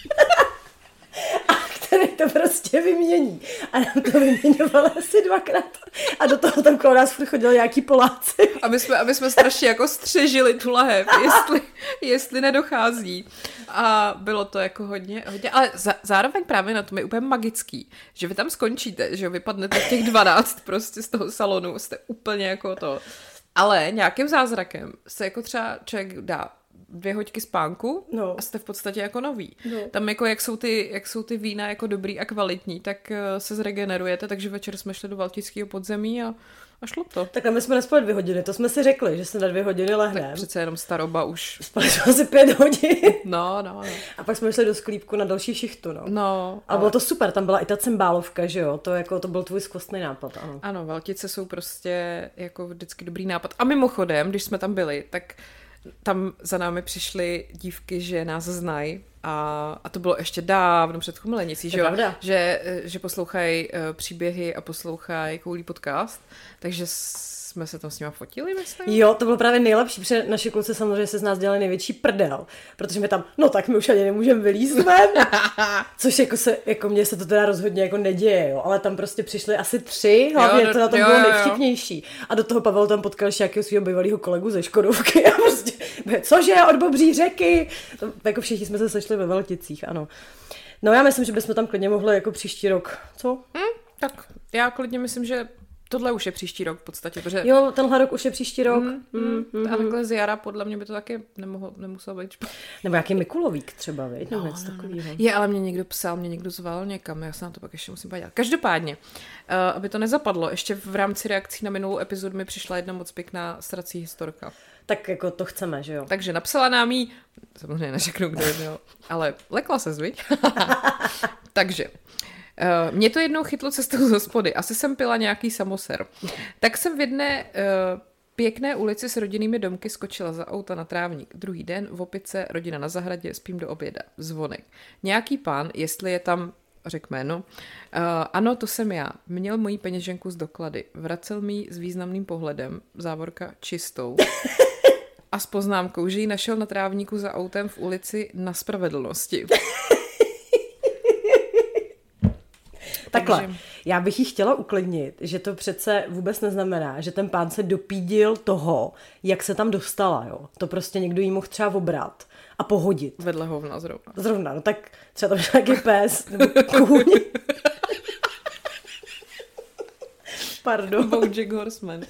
A který to prostě vymění. A nám to vyměňovali asi dvakrát. A do toho tam kolem nás chodili nějaký Poláci. A my jsme, a my jsme strašně jako střežili tu lahev, jestli, jestli nedochází. A bylo to jako hodně, hodně ale za, zároveň právě na tom je úplně magický, že vy tam skončíte, že vypadnete v těch dvanáct prostě z toho salonu, jste úplně jako to. Ale nějakým zázrakem se jako třeba člověk dá dvě hoďky spánku no. a jste v podstatě jako noví. No. Tam jako jak jsou, ty, jak jsou ty vína jako dobrý a kvalitní, tak se zregenerujete, takže večer jsme šli do Valtického podzemí a, a šlo to. Takhle my jsme nespali dvě hodiny, to jsme si řekli, že se na dvě hodiny lehneme. Tak přece jenom staroba už. Spali jsme asi pět hodin. No, no, no. A pak jsme šli do sklípku na další šichtu, no. No. A ale... bylo to super, tam byla i ta cymbálovka, že jo, to, jako, to byl tvůj skvostný nápad, ano. Ano, Valtice jsou prostě jako vždycky dobrý nápad. A mimochodem, když jsme tam byli, tak tam za námi přišly dívky, že nás znají a, a to bylo ještě dávno před Chumelenicí, že, že, že poslouchají uh, příběhy a poslouchají Koulí podcast, takže jsme se tam s nima fotili, myslím. Jo, to bylo právě nejlepší, protože naši kluci samozřejmě se z nás dělali největší prdel, protože my tam, no tak my už ani nemůžeme vylízt ven, což jako se, jako mně se to teda rozhodně jako neděje, jo, ale tam prostě přišli asi tři, hlavně jo, to na tom jo, bylo nejvtipnější. A do toho Pavel tam potkal ještě nějakého svého bývalého kolegu ze Škodovky a prostě, cože, od Bobří řeky, to, jako všichni jsme se sešli ve Velticích, ano. No já myslím, že bychom tam klidně mohli jako příští rok, co? Hm, tak já klidně myslím, že tohle už je příští rok v podstatě, protože... Jo, tenhle rok už je příští rok. Mm, mm, mm, a takhle z jara podle mě by to taky nemohlo, nemuselo být špatně. Nebo jaký Mikulovík třeba, veď? No, něco takového. Je, ale mě někdo psal, mě někdo zval někam, já se na to pak ještě musím podívat. Každopádně, uh, aby to nezapadlo, ještě v rámci reakcí na minulou epizodu mi přišla jedna moc pěkná srací historka. Tak jako to chceme, že jo? Takže napsala nám jí, samozřejmě neřeknu, kdo je měl, ale lekla se, zviď? Takže... Uh, mě to jednou chytlo cestou z hospody. Asi jsem pila nějaký samoser. Tak jsem v jedné uh, pěkné ulici s rodinnými domky skočila za auta na trávník. Druhý den v opice, rodina na zahradě, spím do oběda. Zvonek. Nějaký pán, jestli je tam, řek jméno, uh, ano, to jsem já. Měl moji peněženku z doklady. Vracel mi s významným pohledem, závorka čistou. A s poznámkou, že ji našel na trávníku za autem v ulici Na Spravedlnosti. Takhle, Takže... já bych jí chtěla uklidnit, že to přece vůbec neznamená, že ten pán se dopídil toho, jak se tam dostala, jo. To prostě někdo jí mohl třeba obrat a pohodit. Vedle hovna zrovna. Zrovna, no tak třeba tam nějaký pes, nebo kůň. Pardon. Bojack Horseman.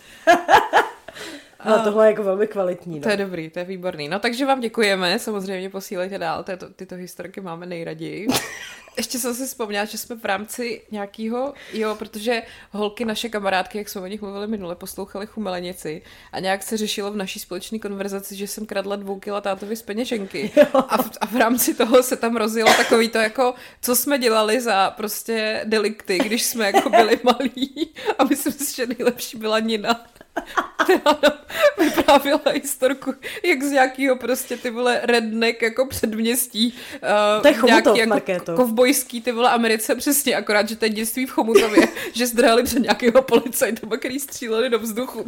Ale tohle je jako velmi kvalitní. No. To je dobrý, to je výborný. No takže vám děkujeme, samozřejmě posílejte dál, tyto, tyto historky máme nejraději. Ještě jsem si vzpomněla, že jsme v rámci nějakého, jo, protože holky, naše kamarádky, jak jsme o nich mluvili minule, poslouchali Chumelenici a nějak se řešilo v naší společné konverzaci, že jsem kradla dvou kila tátovi z peněženky. A v, a v rámci toho se tam rozjelo takový to jako, co jsme dělali za prostě delikty, když jsme jako byli malí. A myslím si, že nejlepší byla Nina. Která vyprávěla historku, jak z nějakého prostě ty vole redneck jako předměstí. Uh, to je Chomutov, jako Markéto. Kovbojský ty vole Americe, přesně, akorát, že to je dětství v Chomutově, že zdrhali před nějakého policajtama, který stříleli do vzduchu.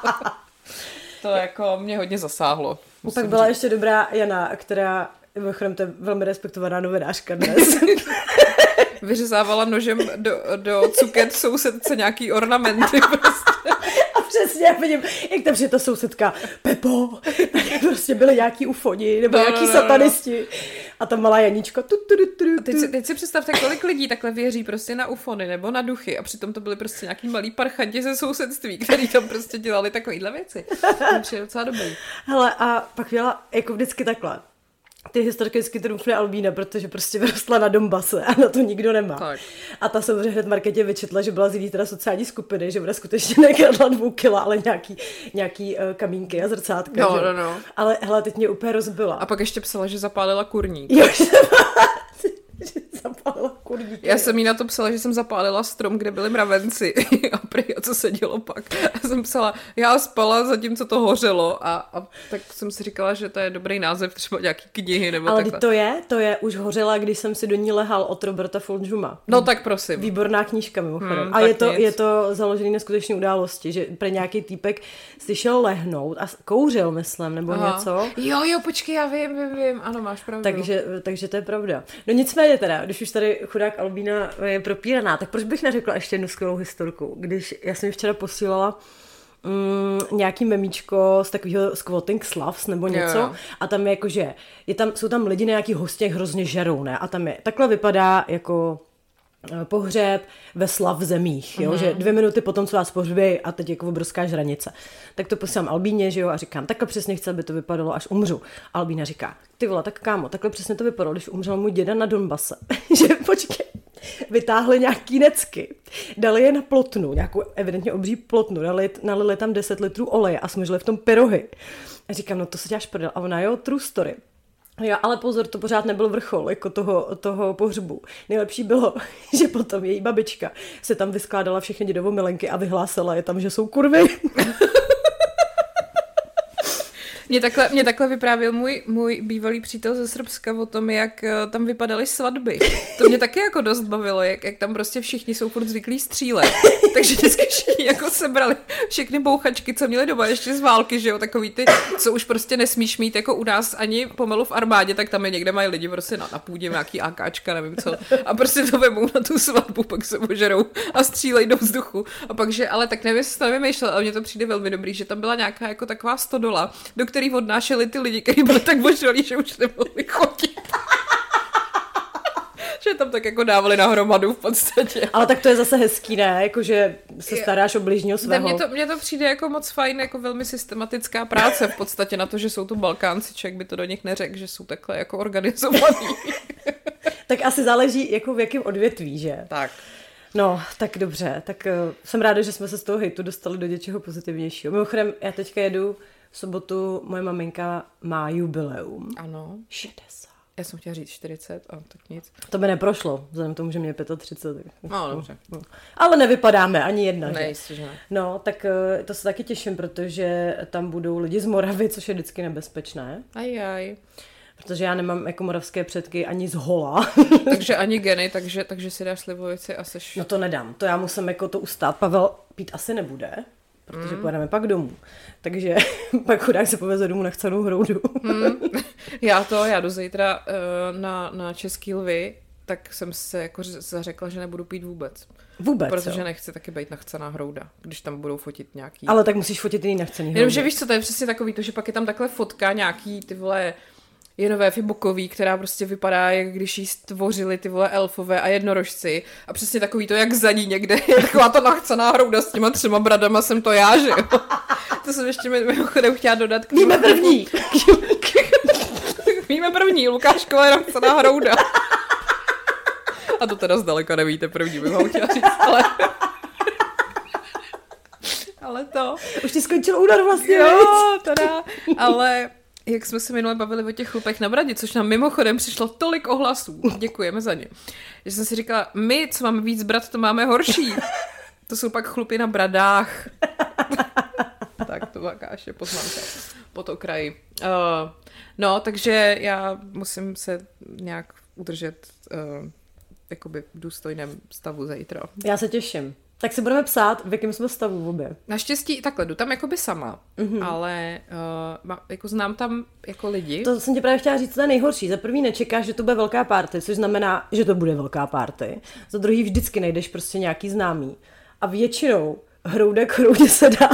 To jako mě hodně zasáhlo. Pak byla říct. Ještě dobrá Jana, která, mimochodem, to je velmi respektovaná novinářka dnes. Vyřezávala nožem do, do cuket sousedce nějaký ornamenty prostě. Přesně, já vidím, jak tam přijde ta sousedka, Pepo, tady prostě byly nějaký ufoni, nebo no, nějaký no, no, satanisti. No. A ta malá Janíčka. Tu, tu, tu, tu. Teď, si, teď si představte, kolik lidí takhle věří prostě na ufony nebo na duchy a přitom to byly prostě nějaký malý parchanti ze sousedství, který tam prostě dělali takovýhle věci. To je docela dobrý. Hele, a pak měla jako vždycky takhle. Ty historky vždycky trumfne Albína, protože prostě vyrostla na Donbase a na to nikdo nemá. Tak. A ta samozřejmě hned Markétě vyčetla, že byla z jiný teda sociální skupiny, že ona skutečně nekradla dvou kila, ale nějaký, nějaký uh, kamínky a zrcátka. No, že? no, no. Ale hele, teď mě úplně rozbila. A pak ještě psala, že zapálila kurník. Jo, že zapálila kurník. Já jsem jí na to psala, že jsem zapálila strom, kde byli mravenci. A prý, a co se dělo pak? Já jsem psala, já spala zatímco to hořelo. A, a tak jsem si říkala, že to je dobrý název třeba nějaký knihy nebo ale takhle. to je, to je už hořela, když jsem si do ní lehal od Roberta Fulgjuma. No tak prosím. Výborná knížka mimochodem. Hmm, a je to, je to založený na skutečné události, že pro nějaký týpek si šel lehnout a kouřil, myslím, nebo Aha. něco. Jo, jo, počkej, já vím, vím, vím. Ano, máš pravdu. Takže, takže to je pravda. No nicméně teda, když už tady chudák Albína je propíraná, tak proč bych neřekla ještě jednu skvělou historku, když já jsem včera posílala mm, nějaký memíčko z takového Squatting Slavs nebo něco yeah. a tam je jako, že je tam, jsou tam lidi na nějakých hostech hrozně žerou, ne? A tam je, takhle vypadá jako pohřeb ve slav zemích, jo? Mm-hmm. Že dvě minuty potom, co vás pohřbí a teď jako obrovská žranice. Tak to posílám Albíně, že jo, a říkám, takhle přesně chci, aby to vypadalo, až umřu. Albína říká, ty vole, tak kámo, takhle přesně to vypadalo, když umřel můj děda na Donbase. Že počkej, vytáhli nějaký necky, dali je na plotnu, nějakou evidentně obří plotnu, dali, nalili tam deset litrů oleje a smažili v tom pyrohy. A říkám, no to se děláš prdel. A ona, jo, true story. Jo, ale pozor, to pořád nebyl vrchol jako toho, toho pohřbu. Nejlepší bylo, že potom její babička se tam vyskládala všechny dědovo milenky a vyhlásila je tam, že jsou kurvy. Mě takhle, mě takhle vyprávěl můj, můj bývalý přítel ze Srbska o tom, jak tam vypadaly svatby. To mě taky jako dost bavilo, jak, jak tam prostě všichni jsou furt zvyklí střílet. Takže vždycky všichni jako sebrali všechny bouchačky, co měli doma ještě z války, že jo, takový ty, co už prostě nesmíš mít jako u nás ani pomalu v armádě, tak tam je někde mají lidi prostě na, na půdě, nějaký AKčka, nevím co. A prostě to vemou na tu svatbu, pak se ožerou a střílejí do vzduchu. A pak, že, ale tak nevím, jestli to nevymýšlel, ale mně to přijde velmi dobrý, že tam byla nějaká jako taková stodola, do který odnášeli ty lidi, kteří byli tak ožralí, že už nemohli chodit. Že tam tak jako dávali na hromadu v podstatě. Ale tak to je zase hezký, ne? Jakože se staráš o bližního svého. Mně to, mně to přijde jako moc fajn, jako velmi systematická práce v podstatě na to, že jsou to Balkánci, člověk by to do nich neřekl, že jsou takhle jako organizovaní. Tak asi záleží jako v jakém odvětví, že? Tak. No, tak dobře, tak uh, jsem ráda, že jsme se z toho hejtu dostali do něčeho pozitivnějšího. Mimochodem, já teďka jedu v sobotu, moje maminka má jubileum. Ano. šedesát. Já jsem chtěla říct čtyřicet, a tak nic. To by neprošlo, vzhledem k tomu, že mě je třicet pět. No, dobře. Ale nevypadáme, ani jedna. Ne, že? jistě, že ne. No, tak uh, to se taky těším, protože tam budou lidi z Moravy, což je vždycky nebezpečné. Ajaj. Protože já nemám jako moravské předky ani z hola. Takže ani geny, takže, takže si dáš slivovici a seš... No to nedám, to já musím jako to ustát. Pavel pít asi nebude, protože mm. pojedeme pak domů. Takže pak chudák se poveze domů na chcenou hroudu. mm. Já to, já jdu zítra uh, na, na Český lvy, tak jsem se jako zařekla, že nebudu pít vůbec. Vůbec, Protože jo. nechci taky být nachcená hrouda, když tam budou fotit nějaký... Ale tak musíš fotit jiný nachcený hroudy. Jenomže víš co, to je přesně takový to, že pak je tam takhle fotka nějaký ty vole Jenové Fibukový, která prostě vypadá, jak když jí stvořili ty vole elfové a jednorožci. A přesně takový to, jak za ní někde je taková ta nachcená hrouda s těma třema bradama, jsem to já, že jo. To jsem ještě mimochodem chtěla dodat. K Víme první! Víme první, Lukáškova je nachcená hrouda. A to teda zdaleka nevíte první, bych vám chtěla říct, ale... ale to... Už ti skončil údar vlastně, jo, teda, ale... Jak jsme se minule bavili o těch chlupech na bradě, což nám mimochodem přišlo tolik ohlasů, děkujeme za ně, že jsem si říkala, my, co máme víc brat, to máme horší. To jsou pak chlupy na bradách. Tak to Lukáš je poznámka pod okraji. Uh, no, takže já musím se nějak udržet uh, jakoby v důstojném stavu zítra. Já se těším. Tak se budeme psát, v jakém jsme stavu v obě. Naštěstí takhle, jdu tam jakoby sama, mm-hmm. ale uh, jako znám tam jako lidi. To jsem ti právě chtěla říct, to je nejhorší. Za první nečekáš, že to bude velká party, což znamená, že to bude velká party. Za druhý vždycky najdeš prostě nějaký známý. A většinou hrouda k hroudě se dá.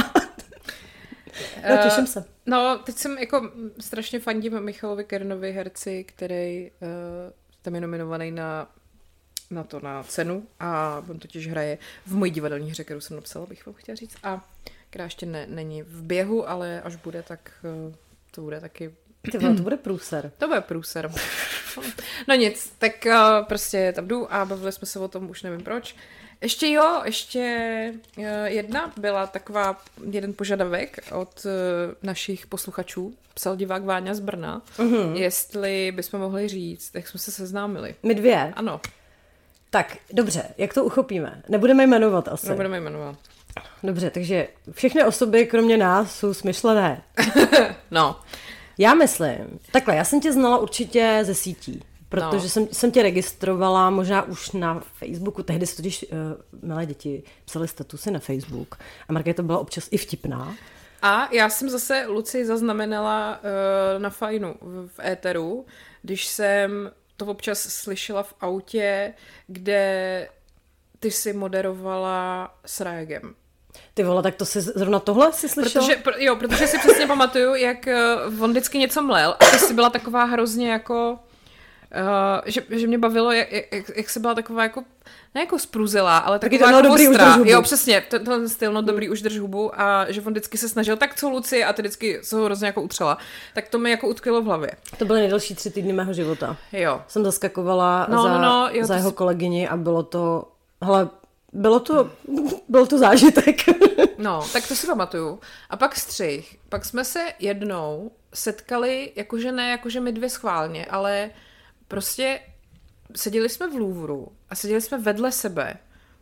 No, těším se. Uh, no, teď jsem jako strašně fandím Michalovi Kernovi, herci, který uh, tam je nominovaný na na to, na cenu a on totiž hraje v mojí divadelní hře, kterou jsem napsala, bych vám chtěla říct, a která ještě ne, není v běhu, ale až bude, tak uh, to bude taky... Ty vole, to bude průser. To bude průser. No nic, tak uh, prostě tam jdu a bavili jsme se o tom, už nevím proč. Ještě jo, ještě uh, jedna byla taková, jeden požadavek od uh, našich posluchačů, psal divák Váňa z Brna, uh-huh. jestli bychom mohli říct, jak jsme se seznámili. My dvě? Ano. Tak, dobře, jak to uchopíme? Nebudeme jmenovat asi. Nebudeme jmenovat. Dobře, takže všechny osoby, kromě nás, jsou smyšlené. No. Já myslím, takhle, já jsem tě znala určitě ze sítí, protože no. jsem, jsem tě registrovala možná už na Facebooku, tehdy se totiž uh, milé děti psaly statusy na Facebook a Markéta byla občas i vtipná. A já jsem zase Luci zaznamenala uh, na Fajnu v, v éteru, když jsem to občas slyšela v autě, kde ty si moderovala s Rajegem. Ty vole, tak to si zrovna tohle si slyšela? Protože, pr- jo, protože si přesně pamatuju, jak uh, on vždycky něco mlel a ty jsi byla taková hrozně jako... Uh, že, že mě bavilo, jak, jak, jak se byla taková jako, ne jako sprůzelá, ale taky taková to, jako dobrý, ostrá. Už jo, přesně, ten, ten styl, no dobrý, už drž hubu a že on vždycky se snažil, tak co Luci, a ty vždycky se ho hrozně jako utřela. Tak to mi jako utkvělo v hlavě. To byly nejdelší tři týdny mého života. Jo. Jsem zaskakovala no, za, no, no, jo, za jeho jsi... kolegyni a bylo to, hele, bylo to, byl to zážitek. No, tak to si pamatuju. A pak střih. Pak jsme se jednou setkali, jakože ne, jakože my dvě schválně, ale prostě seděli jsme v Louvru a seděli jsme vedle sebe a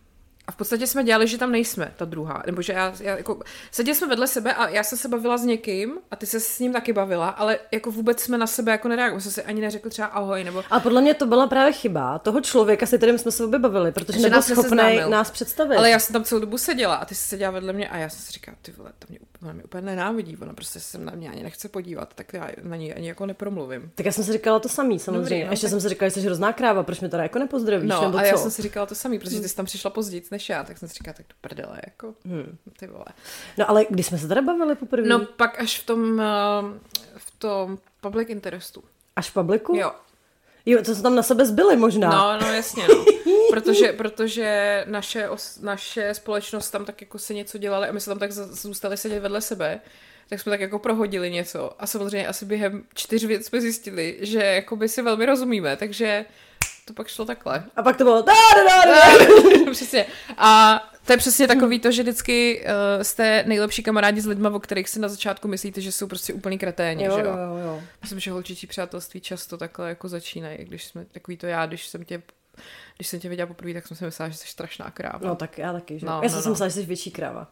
A v podstatě jsme dělali, že tam nejsme, ta druhá. Nebo že já, já jako, seděli jsme vedle sebe a já jsem se bavila s někým a ty se s ním taky bavila, ale jako vůbec jsme na sebe jako nereagovali. Jsme si ani neřekli třeba ahoj, nebo... A podle mě to byla právě chyba toho člověka, se kterým jsme se obě bavili, protože že nebyl schopný nás představit. Ale já jsem tam celou dobu seděla a ty jsi seděla vedle mě a já jsem si říkala, ty vole, to mě, ona mě úplně nenávidí, ona prostě se na mě ani nechce podívat, tak já na ní ani jako nepromluvím. Tak já jsem si říkala to samý, samozřejmě. Dobrý, no, ještě tak... jsem si říkala, že jsi hrozná kráva, proč mě teda jako nepozdravíš, no, nebo a co? já jsem si říkala to samý, protože ty jsi tam přišla později než já, tak jsem si říkala, tak do prdele, jako, hmm. ty vole. No ale když jsme se teda bavili poprvé? No pak až v tom, v tom public interestu. Až v publiku? Jo. Jo, to jsme tam na sebe zbyli možná. No, no jasně, no. Protože, protože naše, os, naše společnost tam tak jako si něco dělali a my se tam tak zůstali sedět vedle sebe, tak jsme tak jako prohodili něco. A samozřejmě asi během čtyř věc jsme zjistili, že jakoby si velmi rozumíme, takže to pak šlo takhle. A pak to bylo da, da, da, da. Přesně. A to je přesně takový to, že vždycky uh, jste nejlepší kamarádi s lidma, o kterých si na začátku myslíte, že jsou prostě úplný kreténi, jo, že jo? jo, jo. Myslím, že holčičí přátelství často takhle jako začínají, když jsme takový to já, když jsem tě Když jsem tě viděla poprvé, tak jsem si myslela, že jsi strašná kráva. No tak já taky, že? No, já jsem no, si no. myslela, že jsi větší kráva.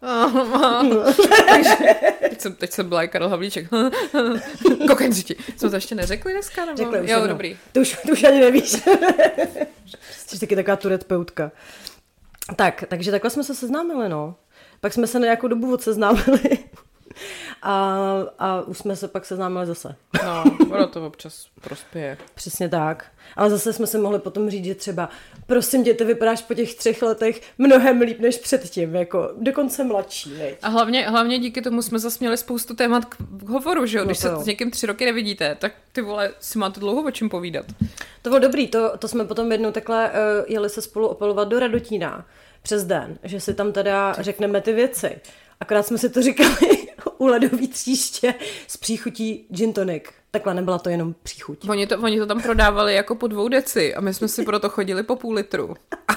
Takže, teď, jsem, teď jsem byla i Karel Havlíček. Kokenřiti. Jsme to ještě neřekli dneska? Nebo? Řekli už jo, jednou. Dobrý. To už, to už ani nevíš. Jsi taky taková turetpeutka. Tak, takže takhle jsme se seznámili, no. Pak jsme se na nějakou dobu odseznámili. A, a už jsme se pak seznámili zase. No, ono to občas prospěje. Přesně tak. Ale zase jsme se mohli potom říct, že třeba prosím tě, ty vypadáš po těch třech letech mnohem líp než předtím, jako dokonce mladší, veď. A hlavně, hlavně díky tomu jsme zase měli spoustu témat k hovoru, že jo? Když no se s někým tři roky nevidíte, tak ty vole, si máte dlouho o čem povídat. To bylo dobrý, to, to jsme potom jednou takhle uh, jeli se spolu opalovat do Radotína přes den, že si tam teda řekneme ty věci. Akorát jsme si to říkali u ledový tříště s příchutí gin tonic. Takhle nebyla to jenom příchuť. Oni to, oni to tam prodávali jako po dvou deci a my jsme si proto chodili po půl litru.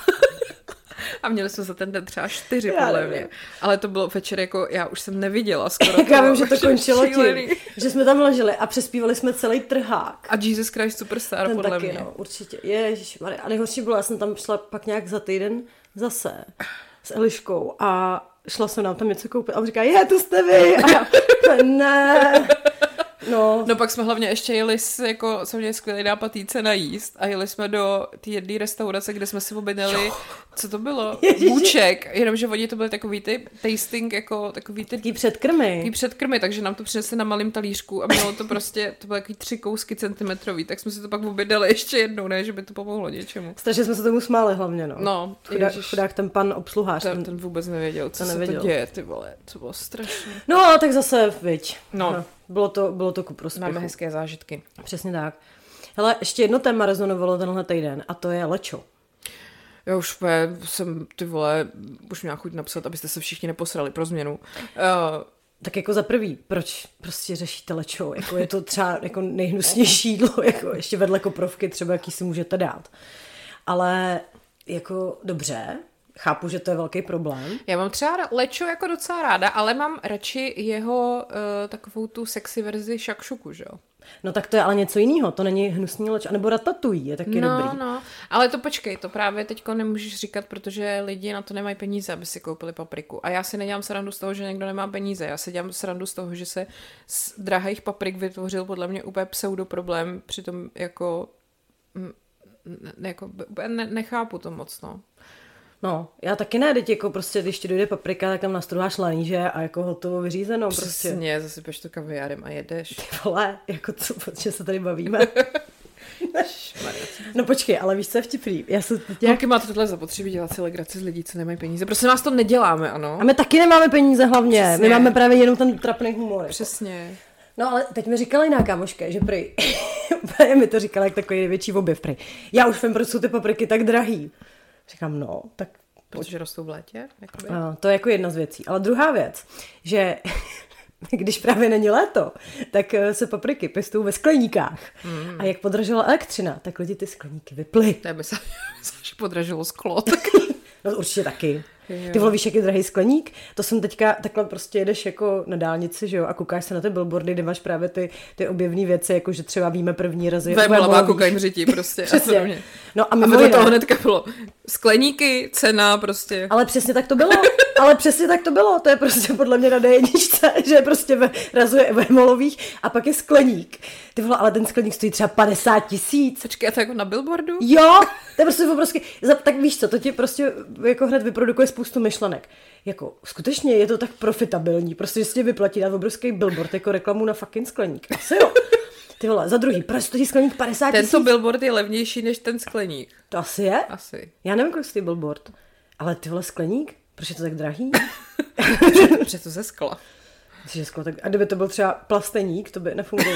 A měli jsme za ten den třeba čtyři, podle mě. Ale to bylo večer, jako já už jsem neviděla skoro. Já vím, že to končilo tím, že jsme tam leželi a přespívali jsme celý trhák. A Jesus Christ Superstar, ten podle taky, mě. No, určitě. Ježišmarja. A nejhorší bylo, já jsem tam šla pak nějak za týden zase s Eliškou a šla jsem nám tam něco koupit a on říká, je, to jste vy. A já, ne. No. no pak jsme hlavně ještě jeli, s, jako jsme měli skvělý nápad jít se najíst a jeli jsme do té jedné restaurace, kde jsme si objednali, jo. Co to bylo? Bůček, jenomže oni to byly takový ty tasting, jako takový ty... Taký předkrmy. Taký předkrmy, takže nám to přinesli na malým talířku a mělo to prostě, to byly takový tři kousky centimetrový, tak jsme si to pak objednali ještě jednou, ne, že by to pomohlo něčemu. Strašně jsme se tomu smáli hlavně, no. No. Chudák, chudák ten pan obsluhář. Ten, ten vůbec nevěděl, co se to děje, ty vole, to bylo strašné. No, tak zase, viď. No. no. Bylo to, bylo to ku prospěchu. Máme hezké zážitky. Přesně tak. Hele, ještě jedno téma rezonovalo tenhle týden a to je lečo. Já už jsem, ty vole, už měla chuť napsat, abyste se všichni neposrali pro změnu. Uh, tak jako za prvý, proč prostě řešíte lečo? Jako je to třeba jako nejhnusnější jídlo, jako ještě vedle koprovky třeba, jaký si můžete dát. Ale jako dobře, chápu, že to je velký problém. Já mám třeba lečo jako docela ráda, ale mám radši jeho uh, takovou tu sexy verzi šakšuku, že jo? No tak to je ale něco jiného, to není hnusný lečo, anebo ratatouille je taky no, dobrý. No, ale to počkej, to právě teďko nemůžeš říkat, protože lidi na to nemají peníze, aby si koupili papriku. A já si nedělám srandu z toho, že někdo nemá peníze, já si dělám srandu z toho, že se z drahých paprik vytvořil podle mě úplně pseudo problém, přitom jako, ne, jako ne, nechápu to moc, no. No, já taky ne, teď jako prostě, když ti dojde paprika, tak tam nastruháš laníže a jako hotovo vyřízeno. Přesně, prostě. Zasypeš to kaviárem a jedeš. Ty vole, jako co, protože se tady bavíme. No počkej, ale víš, co je vtipný? Já jsem teď nějak... Holky, máte tohle zapotřebí dělat si legraci z lidí, co nemají peníze. Prostě nás to neděláme, ano. A my taky nemáme peníze hlavně. Přesně. My máme právě jenom ten trapný humor. Přesně. No ale teď mi říkala jiná kámoška, že prej, úplně mi to říkala jak takový největší objev, prej. Já už vím, proč jsou ty papriky tak drahý. Říkám, no, tak... Protože rostou v létě? No, to je jako jedna z věcí. Ale druhá věc, že když právě není léto, tak se papriky pěstují ve skleníkách. Mm. A jak podražila elektřina, tak lidi ty skleníky vyply. To je by se, že podražilo sklo. Tak... No určitě taky. Ty vole, víš, jak je drahý skleník? To jsem teďka, takhle prostě jedeš jako na dálnici, že jo, a koukáš se na ty billboardy, kde máš právě ty, ty objevné věci, jako že třeba víme první razy. Vémolová kokain v řití prostě. Přesně. No a mimo a jiné, toho hnedka bylo skleníky, cena prostě. Ale přesně tak to bylo. Ale přesně tak to bylo. To je prostě podle mě na D jedničce, že je prostě ve, razuje vémolových a pak je skleník. Ty vole, ale ten skleník stojí třeba padesát tisíc. Počkej, a to jako na billboardu? Jo, to je prostě obrovský. Tak víš co, to ti prostě jako hned vyprodukuje spoustu myšlenek. Jako skutečně je to tak profitabilní, prostě že si tě vyplatí dát obrovský billboard jako reklamu na fucking skleník. Asi jo. Ty vole, za druhý, proč stojí skleník padesát tisíc? Tento billboard je levnější než ten skleník. To asi je? Asi. Já nevím, kolik stojí billboard. Ale ty vole, skleník? Proč je to tak drahý? Protože to ze skla. Že sklo, tak... A kdyby to byl třeba plasteník, to by nefungovalo.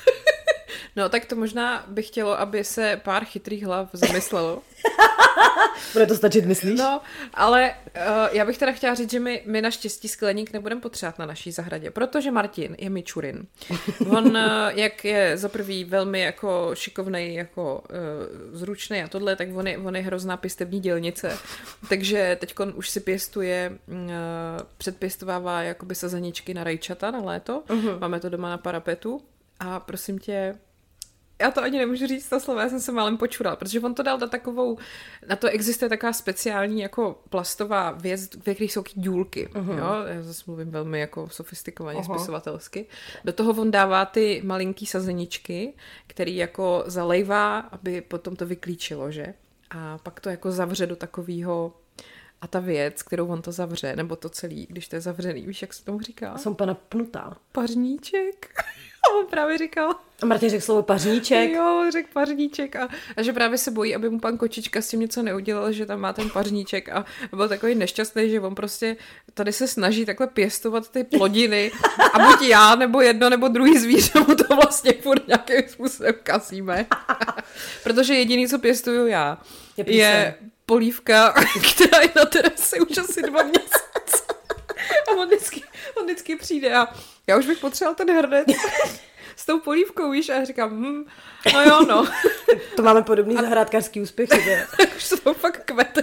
No, tak to možná by chtělo, aby se pár chytrých hlav zamyslelo. Bude to stačit, myslíš? No, ale uh, já bych teda chtěla říct, že my, my naštěstí skleník nebudeme potřebovat na naší zahradě, protože Martin je mičurin. On, uh, jak je za prvý velmi jako šikovnej, jako uh, zručnej a tohle, tak on je, on je hrozná pěstební dělnice. Takže teďkon už si pěstuje, uh, předpěstovává jakoby sazeničky na rajčata na léto. Uh-huh. Máme to doma na parapetu. A prosím tě, já to ani nemůžu říct to slovo, já jsem se málem počurala, protože on to dal na takovou, na to existuje taková speciální jako plastová věc, ve kterých jsou důlky, uh-huh. jo, já zase mluvím velmi jako sofistikovaně, uh-huh. spisovatelsky. Do toho on dává ty malinký sazeničky, který jako zalejvá, aby potom to vyklíčilo, že? A pak to jako zavře do takového. A ta věc, kterou on to zavře, nebo to celý, když to je zavřený, víš, jak se tomu říká? Jsem pana pnutá. Pařníček. A on právě říkal. A Martin řekl slovo pařníček. Jo, řekl pařníček a, a že právě se bojí, aby mu pan Kočička s tím něco neudělal, že tam má ten pařníček a byl takový nešťastný, že on prostě tady se snaží takhle pěstovat ty plodiny a buď já, nebo jedno, nebo druhý zvíře mu to vlastně furt nějakým způsobem kasíme. Protože jediný, co pěstuju já, je, je polívka, která je na terase už asi dva měsíce. A on vždycky, on vždycky přijde a já už bych potřeboval ten hrnec s tou polívkou, víš, a já říkám, hm, no jo, no. To máme podobný a... zahrádkářský úspěch. Už to fakt kvete.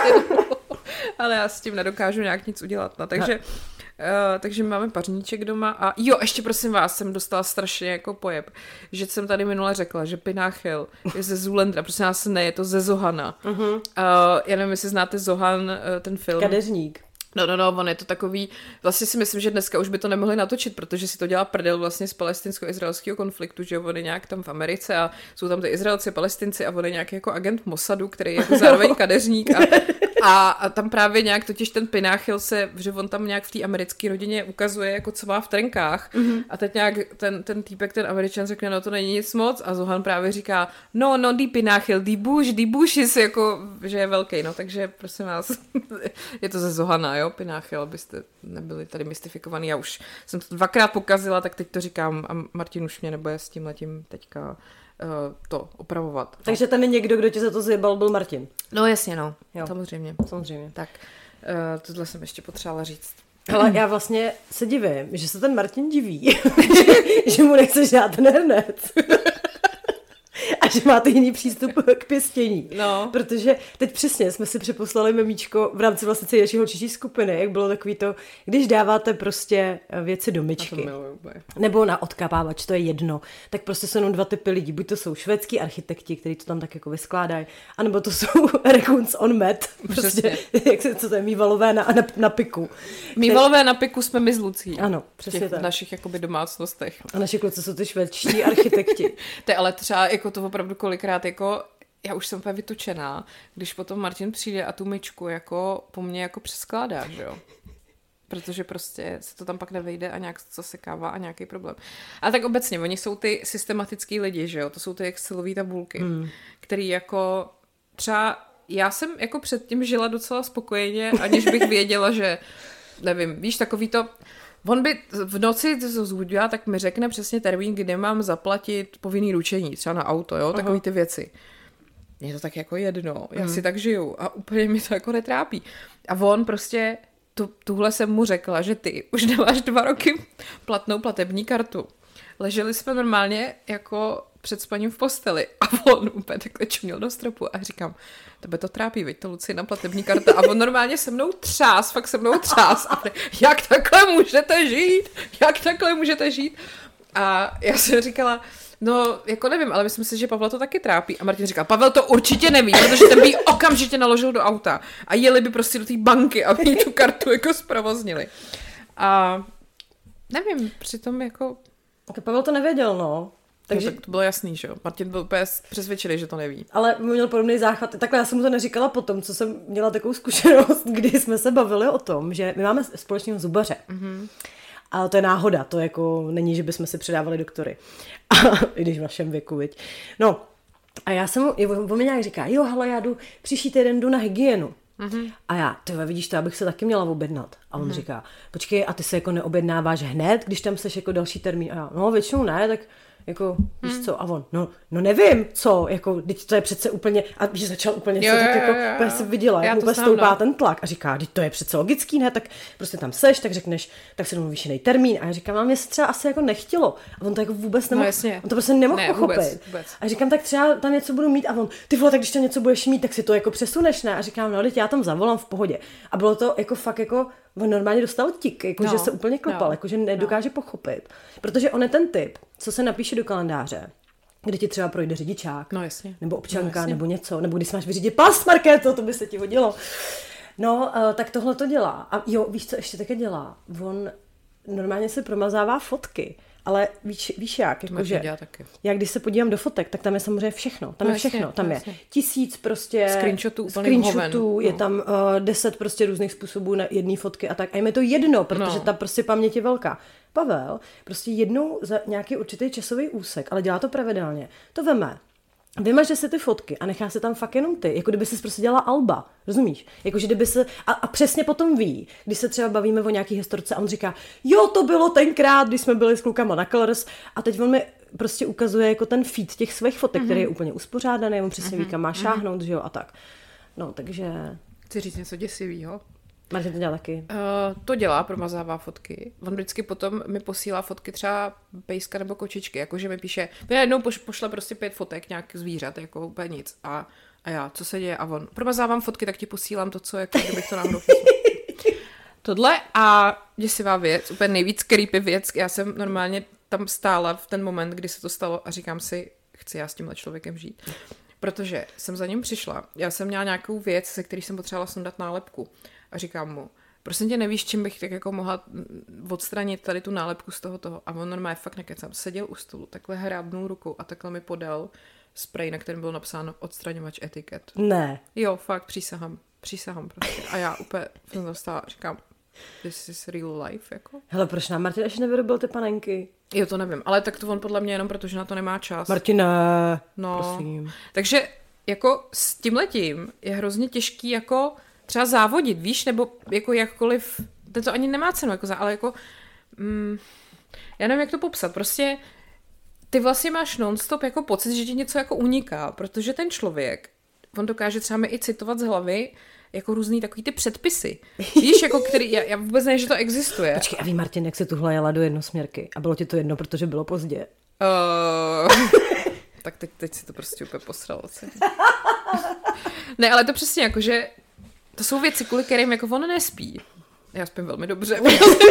Ale já s tím nedokážu nějak nic udělat, no, takže... Uh, takže máme pařníček doma a jo, ještě prosím vás, jsem dostala strašně jako pojeb, že jsem tady minule řekla, že Pináchel je ze Zoolendra, prosím vás, ne, je to ze Zohana. Uh-huh. Uh, já nevím, jestli znáte Zohan, uh, ten film. Kadeřník. No, no, no, on je to takový, vlastně si myslím, že dneska už by to nemohli natočit, protože si to dělá prdel vlastně z palestinsko-izraelského konfliktu, že on je nějak tam v Americe a jsou tam ty Izraelci, Palestinci a on je nějaký jako agent Mossadu, který je jako zároveň kadeřník a, a, a tam právě nějak totiž ten Pináchel se, že on tam nějak v té americké rodině ukazuje, jako co má v trenkách mm-hmm. a teď nějak ten, ten týpek, ten Američan řekne, no to není nic moc a Zohan právě říká, no, no, die Pináchel, die Bush, die Bushes, jako, že je velký, no, takže prosím vás, je to ze Zohana, jo, Pináchel, abyste nebyli tady mystifikovaný. Já už jsem to dvakrát pokazila, tak teď to říkám a Martin už mě nebude s tímhletím teďka uh, to opravovat. Takže ten někdo, kdo ti za to zjebal, byl Martin. No jasně, no. Jo. Samozřejmě. Samozřejmě. Tak, uh, tohle jsem ještě potřebovala říct. Ale já vlastně se divím, že se ten Martin diví, že mu nechceš dát ten hrnec. A že máte jiný přístup k pěstění. No. Protože teď přesně jsme si přeposlali memíčko v rámci vlastně celé naší holčičí skupiny, jak bylo takový to, když dáváte prostě věci do myčky. Nebo na odkapávač, to je jedno. Tak prostě jsou jenom dva typy lidí. Buď to jsou švédský architekti, kteří to tam tak jako vyskládají, anebo to jsou raccoons on mat. Prostě, jak se, co to je, mývalové na, na, na piku. Mývalové na piku jsme my s Lucí. Ano, přesně v tak. V našich jakoby domácnostech. A naši kluci jsou ty švédští architekti. To je ale třeba jako to opravdu kolikrát jako, já už jsem úplně vytučená, když potom Martin přijde a tu myčku jako po mně jako přeskládá, že jo. Protože prostě se to tam pak nevejde a nějak se sekává a nějaký problém. A tak obecně, oni jsou ty systematický lidi, že jo, to jsou ty excelové tabulky, hmm. který jako třeba, já jsem jako předtím žila docela spokojeně, aniž bych věděla, že, nevím, víš, takový to, on by v noci, co se udělá, tak mi řekne přesně termín, kdy mám zaplatit povinný ručení, třeba na auto, jo, takový Aha. ty věci. Je to tak jako jedno, já hmm. si tak žiju a úplně mi to jako netrápí. A on prostě, tu, tuhle jsem mu řekla, že ty už nemáš dva roky platnou platební kartu. leželi jsme normálně jako před spaním v posteli a on úplně takhle čuměl do stropu a říkám, tebe to trápí, veď to Lucie na platební karta a on normálně se mnou třás, fakt se mnou třás a jak takhle můžete žít, jak takhle můžete žít a já jsem říkala, no, jako nevím, ale myslím si, že Pavla to taky trápí. A Martin říkal, Pavel to určitě neví, protože ten by ji okamžitě naložil do auta a jeli by prostě do té banky, aby jí tu kartu jako zprovoznili. A nevím, přitom jako... Tak Pavel to nevěděl, no. Takže to bylo jasný, že jo. Martin byl úplně přesvědčený, že to neví. Ale měl podobný záchvat. Takhle já jsem mu to neříkala potom, co jsem měla takovou zkušenost, kdy jsme se bavili o tom, že my máme společného zubaře. Mm-hmm. Ale to je náhoda, to jako není, že bychom si předávali doktory. I když v našem věku, viď. No, a já jsem mu, on mi nějak říká, jo, hele, já jdu, příští týden jdu na hygienu. Mm-hmm. A já, tyhle, vidíš to, abych se taky měla objednat. A on mm-hmm. říká, počkej, a ty se jako neobjednáváš hned, když tam seš jako další termín? A já, no, většinou ne, tak jako, víš hmm. co, a on, no, no nevím, co, jako, teď to je přece úplně, a víš, začal úplně jo, se tak jo, jako, jo, úplně jo. si viděla, jak mu úplně stoupá ten tlak a říká, teď to je přece logický, ne, tak prostě tam seš, tak řekneš, tak se domluvíš jiný termín a já říkám, vám mě se třeba asi jako nechtělo a on to jako vůbec nemohl, no, on to prostě nemohl ne, pochopit. Vůbec, vůbec. A říkám, tak třeba tam něco budu mít a on, ty vole, tak když tam něco budeš mít, tak si to jako přesuneš, ne, a říkám, no, teď já tam zavolám v pohodě. A bylo to jako fakt jako, on normálně dostal tik, jako, no, že se úplně klopal, no, jako, že nedokáže no. pochopit, protože on je ten typ, co se napíše do kalendáře, kde ti třeba projde řidičák, no, jasně. nebo občanka, no, nebo něco, nebo když máš vyřídit pas, Markéto, to by se ti hodilo. No, uh, tak tohle to dělá. A jo, víš, co ještě také dělá? On normálně se promazává fotky, ale víš, víš jak, jakože, já když se podívám do fotek, tak tam je samozřejmě všechno, tam no, je všechno, jasně, tam jasně. je tisíc prostě screenshotů, screenshotů je no. tam uh, deset prostě různých způsobů na jedné fotky a tak, a jim je to jedno, protože no. ta prostě paměť je velká. Pavel prostě jednou za nějaký určitý časový úsek, ale dělá to pravidelně, to veme, vymaže si ty fotky a nechá se tam fakt jenom ty, jako kdyby si prostě dělala alba, rozumíš? Jakože kdyby se, a, a přesně potom ví, když se třeba bavíme o nějaký historce a on říká, jo, to bylo tenkrát, když jsme byli s klukama na Colors a teď on mi prostě ukazuje jako ten feed těch svých fotek, mm-hmm. který je úplně uspořádaný, on přesně mm-hmm. ví, kam má šáhnout, mm-hmm. že jo, a tak. No, takže... Chci říct něco děsivýho. Martin to dělá taky. Uh, to dělá, promazává fotky. On vždycky potom mi posílá fotky třeba pejska nebo kočičky, jakože mi píše, najednou poš, pošle prostě pět fotek nějak zvířat, jako úplně nic. A, a já, co se děje? A on, promazávám fotky, tak ti posílám to, co, jako kdybych to náhodou Tohle a děsivá věc, úplně nejvíc creepy věc, já jsem normálně tam stála v ten moment, kdy se to stalo a říkám si, chci já s tímhle člověkem žít. Protože jsem za ním přišla, já jsem měla nějakou věc, se který jsem potřebovala sundat nálepku. A říkám mu, prosím tě, nevíš, čím bych tak jako mohla odstranit tady tu nálepku z toho toho. A on normálně fakt nekecám. Seděl u stolu, takhle hrábnul rukou a takhle mi podal spray, na kterém bylo napsáno odstraňovač etiket. Ne. Jo, fakt, přísahám. Přísahám prostě. A já úplně jsem dostala, říkám, this is real life, jako. Hele, proč nám Martin ještě nevyrobil ty panenky? Jo, to nevím, ale tak to on podle mě jenom protože na to nemá čas. Martine, no, prosím. Takže jako s tímhletím je hrozně těžký jako třeba závodit, víš, nebo jako jakkoliv, to, to ani nemá cenu, jako za, ale jako, mm, já nevím, jak to popsat, prostě ty vlastně máš non-stop jako pocit, že ti něco jako uniká, protože ten člověk, on dokáže třeba mi i citovat z hlavy jako různý takový ty předpisy, víš, jako který, já, já vůbec nevím, že to existuje. Počkej, a ví Martin, jak se tuhle jela do jednosměrky a bylo ti to jedno, protože bylo pozdě? Uh, tak teď, teď si to prostě úplně posralo. Ne, ale to přesně jako, že to jsou věci, kvůli kterým jako on nespí. Já spím velmi dobře.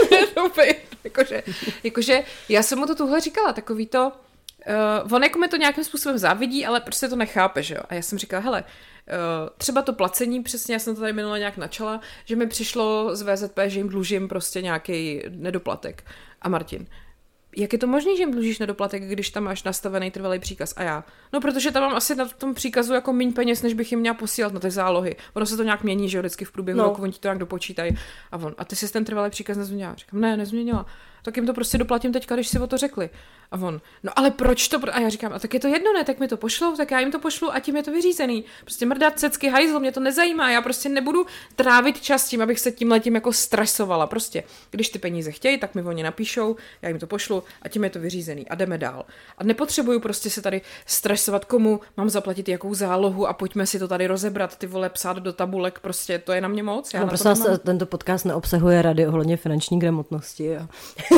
jakože, jakože já jsem mu to tuhle říkala, takový to, uh, on jako mi to nějakým způsobem závidí, ale prostě to nechápe, že jo. A já jsem říkala, hele, uh, třeba to placení, přesně, já jsem to tady minule nějak načala, že mi přišlo z V Z P, že jim dlužím prostě nějaký nedoplatek. A Martin, jak je to možné, že jim dlužíš nedoplatek, když tam máš nastavený trvalý příkaz? A já, no protože tam mám asi na tom příkazu jako méně peněz, než bych jim měla posílat na ty zálohy. Ono se to nějak mění, že jo, vždycky v průběhu no. roku, oni to nějak dopočítají. A on, a ty jsi ten trvalý příkaz nezměnila? Říkám, ne, nezměnila. Tak jim to prostě doplatím teďka, když si o to řekli. A on, no ale proč to? A já říkám, a tak je to jedno, ne, tak mi to pošlou, tak já jim to pošlu a tím je to vyřízený. Prostě mrdat cecky, hajzl, mě to nezajímá, já prostě nebudu trávit čas tím, abych se tímhletím jako stresovala. Prostě, když ty peníze chtějí, tak mi oni napíšou, já jim to pošlu a tím je to vyřízený a jdeme dál. A nepotřebuju prostě se tady stresovat, komu mám zaplatit jakou zálohu a pojďme si to tady rozebrat, ty vole, psát do tabulek, prostě to je na mě moc. Já no, na prosím vás, tento podcast neobsahuje rady ohledně finanční gramotnosti. Jo.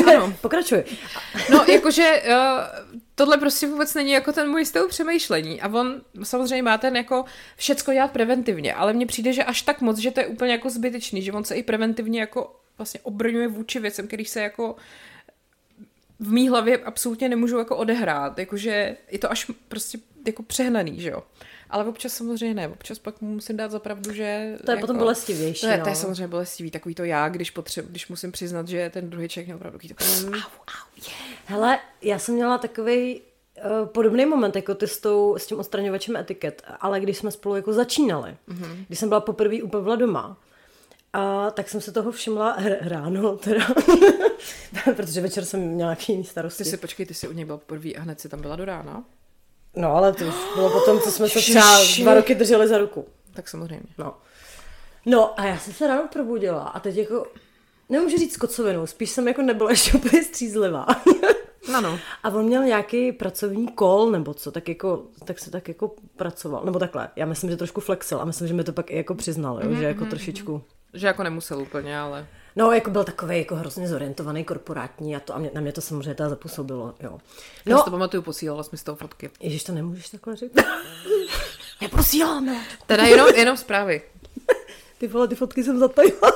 ano. Pokračuj. No, jakože uh, tohle prostě vůbec není jako ten můj styl přemýšlení. A on samozřejmě má ten jako všecko dělat preventivně, ale mně přijde, že až tak moc, že to je úplně jako zbytečný, že on se i preventivně jako vlastně obrňuje vůči věcem, který se jako v mý hlavě absolutně nemůžu jako odehrát. Jakože je to až prostě jako přehnaný, že jo. Ale občas samozřejmě ne. Občas pak mu musím dát za pravdu, že... To je jako, potom bolestivější, to je, no. To je samozřejmě bolestivý. Takový to já, když potřebu, když musím přiznat, že ten druhý člověk mě opravdu takový... Au, au, yeah. Hele, já jsem měla takovej uh, podobný moment, jako ty s, tou, s tím odstraňovačem etiket, ale když jsme spolu jako začínali, mm-hmm. když jsem byla poprvé u Pavla doma, a tak jsem se toho všimla hr- ráno, teda, protože večer jsem měla nějaký jiný starosti. Ty si, počkej, ty jsi u něj byla poprvé a hned si tam byla do rána? No, ale to už bylo potom, co jsme se třeba dva roky drželi za ruku. Tak samozřejmě. No. No a já jsem se ráno probudila a teď jako, nemůžu říct s kocovinou, spíš jsem jako nebyla ještě úplně střízlivá. No, no. A on měl nějaký pracovní kol nebo co, tak jako, tak se tak jako pracoval, nebo takhle. Já myslím, že trošku flexil a myslím, že mi to pak i jako přiznal, jo, mm-hmm. že jako trošičku. Že jako nemusel úplně, ale... No, jako byl takový jako hrozně zorientovaný, korporátní a to a mě, na mě to samozřejmě teda zapůsobilo, jo. No, já si to pamatuju, posílala jsi mi z toho fotky. Ježiš, to nemůžeš takhle říct. Neposílám, no. Teda jenom, jenom zprávy. Ty vole, ty fotky jsem zatajila.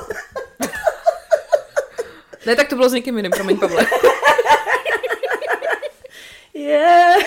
Ne, tak to bylo s někým jiným, promiň, Pavle. Yeah.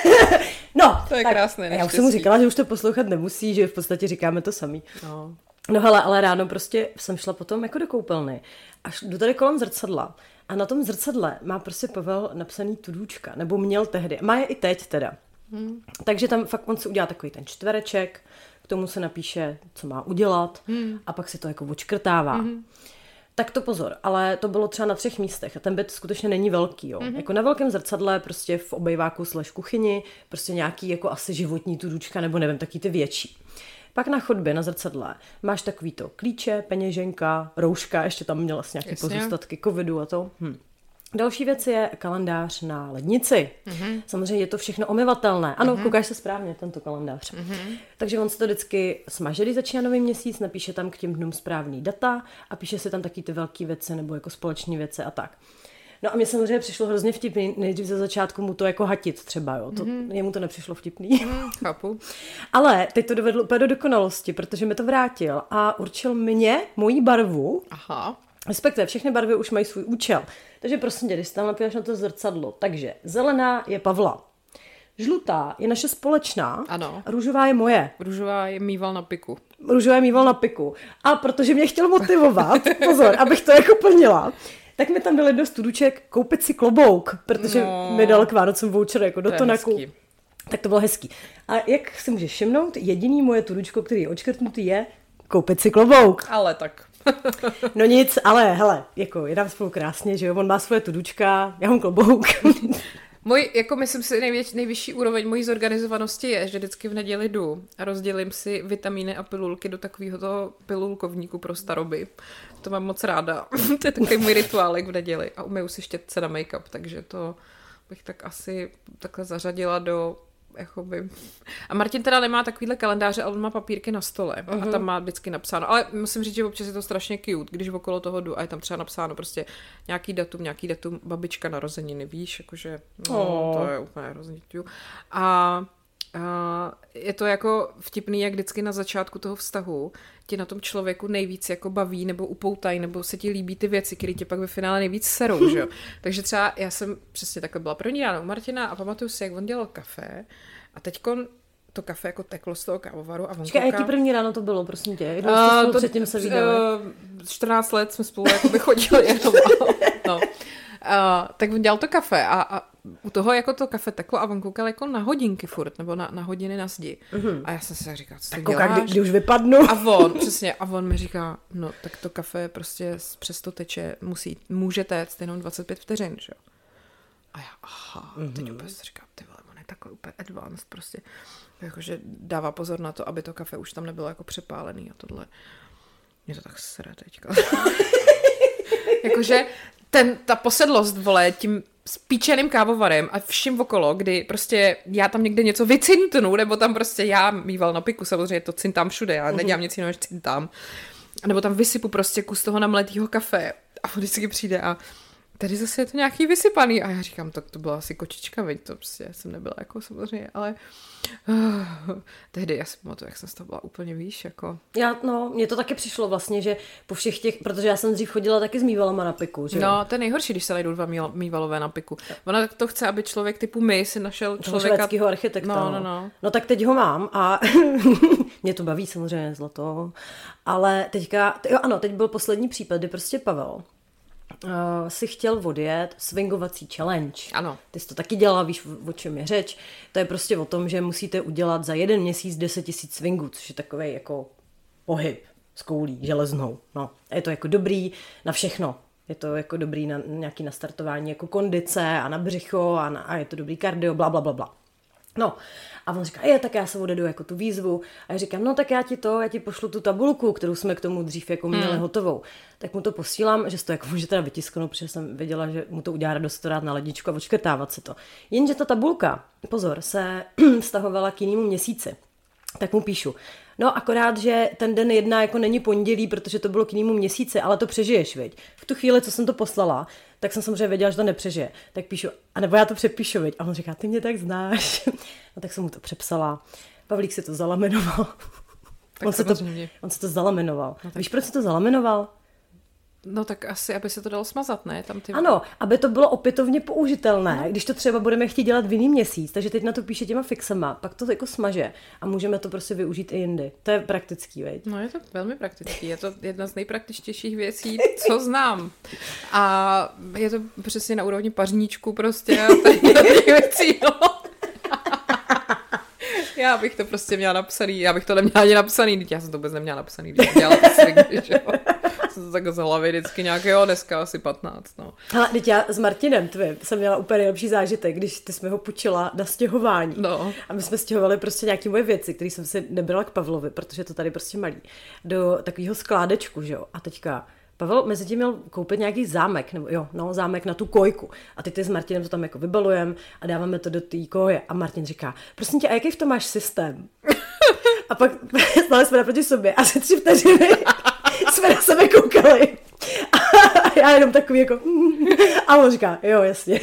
No, to je tak, krásné. Já už jsem mu říkala, že už to poslouchat nemusí, že v podstatě říkáme to samý. No. No hele, ale ráno prostě jsem šla potom jako do koupelny a jdu tady kolem zrcadla a na tom zrcadle má prostě Pavel napsaný tudůčka, nebo měl tehdy, má je i teď teda. Hmm. Takže tam fakt on si udělá takový ten čtvereček, k tomu se napíše, co má udělat hmm. a pak si to jako odškrtává. Hmm. Tak to pozor, ale to bylo třeba na třech místech a ten byt skutečně není velký, jo. Mm-hmm. Jako na velkém zrcadle, prostě v obejváku slash kuchyni, prostě nějaký jako asi životní tudůčka, nebo nevím, taky ty větší. Pak na chodbě, na zrcadle, máš takový to klíče, peněženka, rouška, ještě tam měla nějaké pozůstatky covidu a to. Hm. Další věc je kalendář na lednici. Mm-hmm. Samozřejmě je to všechno omyvatelné. Ano, mm-hmm. koukáš se správně, tento kalendář. Mm-hmm. Takže on se to vždycky smaže, když začíná nový měsíc, napíše tam k těm dnům správný data a píše si tam taky ty velké věci nebo jako společní věci a tak. No a mně samozřejmě přišlo hrozně vtipný, nejdřív ze začátku mu to jako hatit třeba, jo. To, mm-hmm. Jemu to nepřišlo vtipný. Mm, chápu. Ale teď to dovedl úplně do dokonalosti, protože mi to vrátil a určil mě, moji barvu. Aha. Respektive všechny barvy už mají svůj účel. Takže prosím tě, když tam napíváš na to zrcadlo, takže zelená je Pavla, žlutá je naše společná, ano. A růžová je moje. Růžová je mýval na piku. Růžová je mýval na piku. A protože mě chtěl motivovat, pozor, abych to jako plnila, tak mi tam dali do studuček koupit si klobouk, protože no. mi dal k Vánocům voucher jako do to tonaku. Tak to bylo hezký. A jak si můžeš všimnout, jediný moje tudučko, který je odškrtnutý, je koupit si klobouk. Ale tak. No nic, ale hele, jako je tam spolu krásně, že jo, on má svoje tudučka, já mám klobouk. Můj, jako myslím si, největší, nejvyšší úroveň mojí zorganizovanosti je, že vždycky v neděli jdu a rozdělím si vitamíny a pilulky do takového toho pilulkovníku pro staroby. To mám moc ráda. To je takový můj rituálek v neděli a umyju si štětce na make-up, takže to bych tak asi takhle zařadila do... Jakoby. A Martin teda nemá takovýhle kalendáře, ale on má papírky na stole uh-huh. a tam má vždycky napsáno. Ale musím říct, že občas je to strašně cute, když okolo toho jdu a je tam třeba napsáno prostě nějaký datum, nějaký datum, babička narozeniny, víš, jakože no, oh. to je úplně hrozně cute. A, a je to jako vtipný, jak vždycky na začátku toho vztahu tě na tom člověku nejvíc jako baví nebo upoutají, nebo se ti líbí ty věci, které tě pak ve finále nejvíc serou, že jo. Takže třeba já jsem přesně takhle byla první ráno u Martina a pamatuju si, jak on dělal kafe a teďkon to kafe jako teklo z toho kávovaru a on Čekaj, kouká... jaký první ráno to bylo, prosím tě? Jednou jste spolu to, předtím se viděli? Uh, čtrnáct let jsme spolu jakoby chodili jenom. No. Uh, tak on dělal to kafe a, a u toho jako to kafe teklo a on koukal jako na hodinky furt, nebo na, na hodiny na zdi. Mm-hmm. A já jsem si tak říkala, co ty kouká, děláš? Kdy, kdy už vypadnu. A on, přesně, a on mi říká, no tak to kafe prostě přes to teče, musí, může téct jenom dvacet pět vteřin, že jo. A já, aha, mm-hmm. teď úplně si říkám, ty vole, on je takhle úplně advanced prostě. Jakože dává pozor na to, aby to kafe už tam nebylo jako přepálený a tohle. Mě to tak sere teďka. Jakože ten, ta posedlost, vole, tím spíčeným kávovarem a vším okolo, kdy prostě já tam někde něco vycintnu, nebo tam prostě já mýval na piku, samozřejmě to cintám všude, já nedělám nic jiného, než cintám. Nebo tam vysypu prostě kus toho namletýho kafe a on vždycky přijde a tady zase je to nějaký vysypaný. A já říkám, tak to byla asi kočička, veď to prostě jsem nebyla jako samozřejmě, ale uh, tehdy já si pamatuju, jak jsem z toho byla úplně výš, jako. Já, no, mně to taky přišlo vlastně, že po všech těch, protože já jsem dřív chodila taky s mývalama na piku, že No, to je nejhorší, když se najdou dva mývalové na piku. Ona to chce, aby člověk typu my si našel člověka... švédského architekta. No, no, no. No tak teď ho mám a mě to baví samozřejmě zlato, ale teďka, jo ano, teď byl poslední případ, kdy prostě Pavel Uh, si chtěl odjet swingovací challenge. Ano. Ty jsi to taky dělala, víš, o čem je řeč. To je prostě o tom, že musíte udělat za jeden měsíc deset tisíc swingů, což je takovej jako pohyb s koulí železnou. No. A je to jako dobrý na všechno. Je to jako dobrý na nějaký nastartování jako kondice a na břicho a, na, a je to dobrý kardio, bla, bla, bla, bla. No a on říká, je, tak já se odjedu jako tu výzvu. A já říkám, no tak já ti to, já ti pošlu tu tabulku, kterou jsme k tomu dřív jako měli hmm. hotovou. Tak mu to posílám, že to jako může teda vytisknout, protože jsem věděla, že mu to udělá radost to dát na ledničku a odškrtávat se to. Jenže ta tabulka, pozor, se vztahovala k jinému měsíci. Tak mu píšu. No akorát, že ten den jedna jako není pondělí, protože to bylo k jinému měsíci, ale to přežiješ, viď. V tu chvíli, co jsem to poslala, tak jsem samozřejmě věděla, že to nepřežije. Tak píšu, a nebo já to přepíšu, viď. A on říká, ty mě tak znáš. No tak jsem mu to přepsala. Pavlík si to zalaminoval. On se to, on se to zalaminoval. No, víš, proč si to zalaminoval? No tak asi, aby se to dalo smazat, ne? Tam ty... Ano, aby to bylo opětovně použitelné, no. Když to třeba budeme chtít dělat v jiný měsíc, takže teď na to píše těma fixama, pak to jako smaže a můžeme to prostě využít i jindy. To je praktický, veď? No je to velmi praktický, je to jedna z nejpraktičtějších věcí, co znám. A je to přesně na úrovni pařníčku prostě a těch věcí, no. Já bych to prostě měla napsaný, já bych to neměla ani napsaný, když já jsem to vůbec neměla napsaný, když jsem dělala ty swingy, že jo. Jsem to tak z hlavy vždycky nějak, jo, dneska asi patnáct, no. Hele, teď já s Martinem tvým jsem měla úplně nejlepší zážitek, když ty jsme ho půjčila na stěhování. No. A my jsme stěhovali prostě nějaké moje věci, které jsem si nebrala k Pavlovi, protože to tady prostě malý, do takového skládečku, že jo. A teďka Pavel mezi tím měl koupit nějaký zámek, nebo jo, no, zámek na tu kojku. A teď ty s Martinem to tam jako vybalujeme a dáváme to do té koje. A Martin říká, prosím tě, a jaký v tom máš systém? A pak stále jsme naproti sobě a za tři vteřiny jsme na sebe koukali. A já jenom takový jako a on říká, jo, jasně.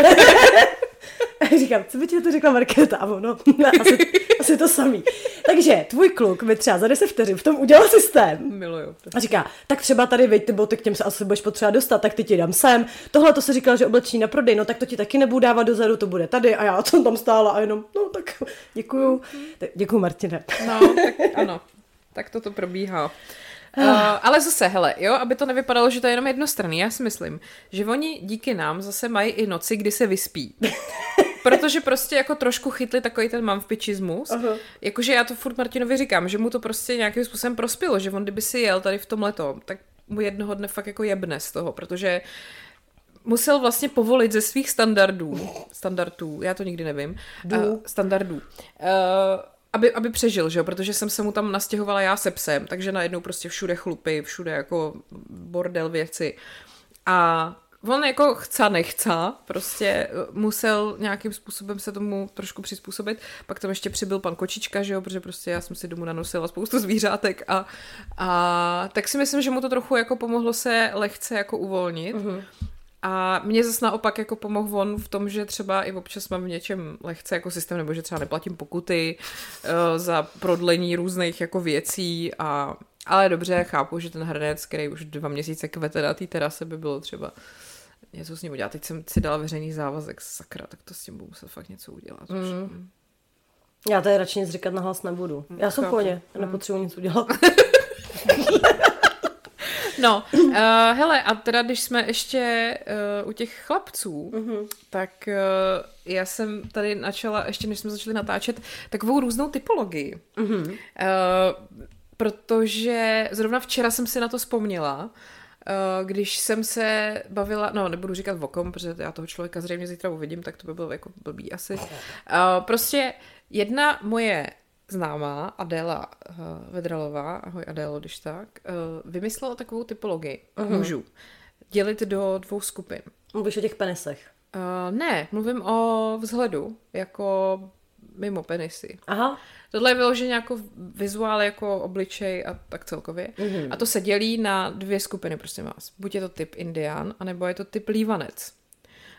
A říkám, co by ti to řekla Markéta? A ono, asi, asi to samý. Takže tvůj kluk mi třeba za deset vteřin v tom udělal systém. Miluju. A říká, tak třeba tady veď ty boty, k těm se asi budeš potřeba dostat, tak ty ti dám sem. Tohle to se říkal, že oblečení na prodej, no tak to ti taky nebudu dávat dozadu, to bude tady. A já jsem tam stála a jenom, no tak děkuju. Tak, děkuju, Martine. No, tak ano, tak toto probíhá. Uh, ale zase, hele, jo, aby to nevypadalo, že to je jenom jednostranný, já si myslím, že oni díky nám zase mají i noci, kdy se vyspí. Protože prostě jako trošku chytli takový ten mamfičismus. Uh-huh. Jakože já to furt Martinovi říkám, že mu to prostě nějakým způsobem prospělo, že on kdyby si jel tady v tom leto, tak mu jednoho dne fakt jako jebne z toho, protože musel vlastně povolit ze svých standardů, standardů, já to nikdy nevím, uh, standardů, uh, aby, aby přežil, že jo, protože jsem se mu tam nastěhovala já se psem, takže najednou prostě všude chlupy, všude jako bordel věci. A on jako chce, nechce, prostě musel nějakým způsobem se tomu trošku přizpůsobit. Pak tam ještě přibyl pan Kočička, že jo, protože prostě já jsem si domů nanosila spoustu zvířátek a, a tak si myslím, že mu to trochu jako pomohlo se lehce jako uvolnit. Uh-huh. A mě zase naopak jako pomohl on v tom, že třeba i občas mám v něčem lehce jako systém, nebo že třeba neplatím pokuty uh, za prodlení různých jako věcí a ale dobře, chápu, že ten hrnec, který už dva měsíce kvete na té terase, by bylo třeba něco s ním udělat. Teď jsem si dala veřejný závazek, sakra, tak to s tím budu muset fakt něco udělat. Mm. Já tady radši nic říkat nahlas nebudu. Já jsem v pohodě, mm. nepotřebuji nic udělat. No, uh, hele, a teda když jsme ještě uh, u těch chlapců, mm-hmm. tak uh, já jsem tady načala, ještě než jsme začali natáčet, takovou různou typologii. Mm-hmm. Uh, protože zrovna včera jsem si na to vzpomněla, když jsem se bavila, no nebudu říkat o kom, protože já toho člověka zřejmě zítra uvidím, tak to by bylo jako blbý asi. Prostě jedna moje známá, Adéla Vedralová, ahoj Adélo, když tak, vymyslela takovou typologii uh-huh. mužů. Dělit do dvou skupin. Mluvíš o těch penisech? Uh, ne, mluvím o vzhledu, jako mimo penisy. Aha. Tohle je vyloženě jako vizuál, jako obličej a tak celkově. Mm-hmm. A to se dělí na dvě skupiny, prosím vás. Buď je to typ indián, anebo je to typ lívanec.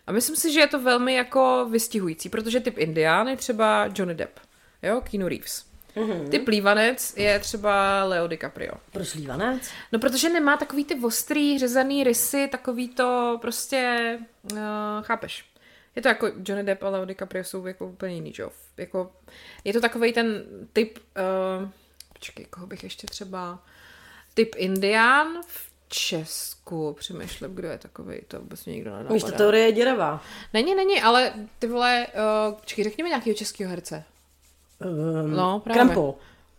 A myslím si, že je to velmi jako vystihující, protože typ Indián je třeba Johnny Depp, jo, Keanu Reeves. Mm-hmm. Typ lívanec je třeba Leo DiCaprio. Proč lívanec? No, protože nemá takový ty ostrý, řezaný rysy, takový to prostě, uh, chápeš. Je to jako Johnny Depp a Leo DiCaprio jsou jako úplně jiný, jo. Jako, je to takovej ten typ, uh, počkej, koho bych ještě třeba, typ Indián v Česku, přemýšlím, kdo je takovej, to vůbec mě nikdo nenapadá. Víš, ta teorie je děravá. Není, není, ale ty vole, uh, počkej, řekněme nějakého českého herce. Um, no, právě. Krampol.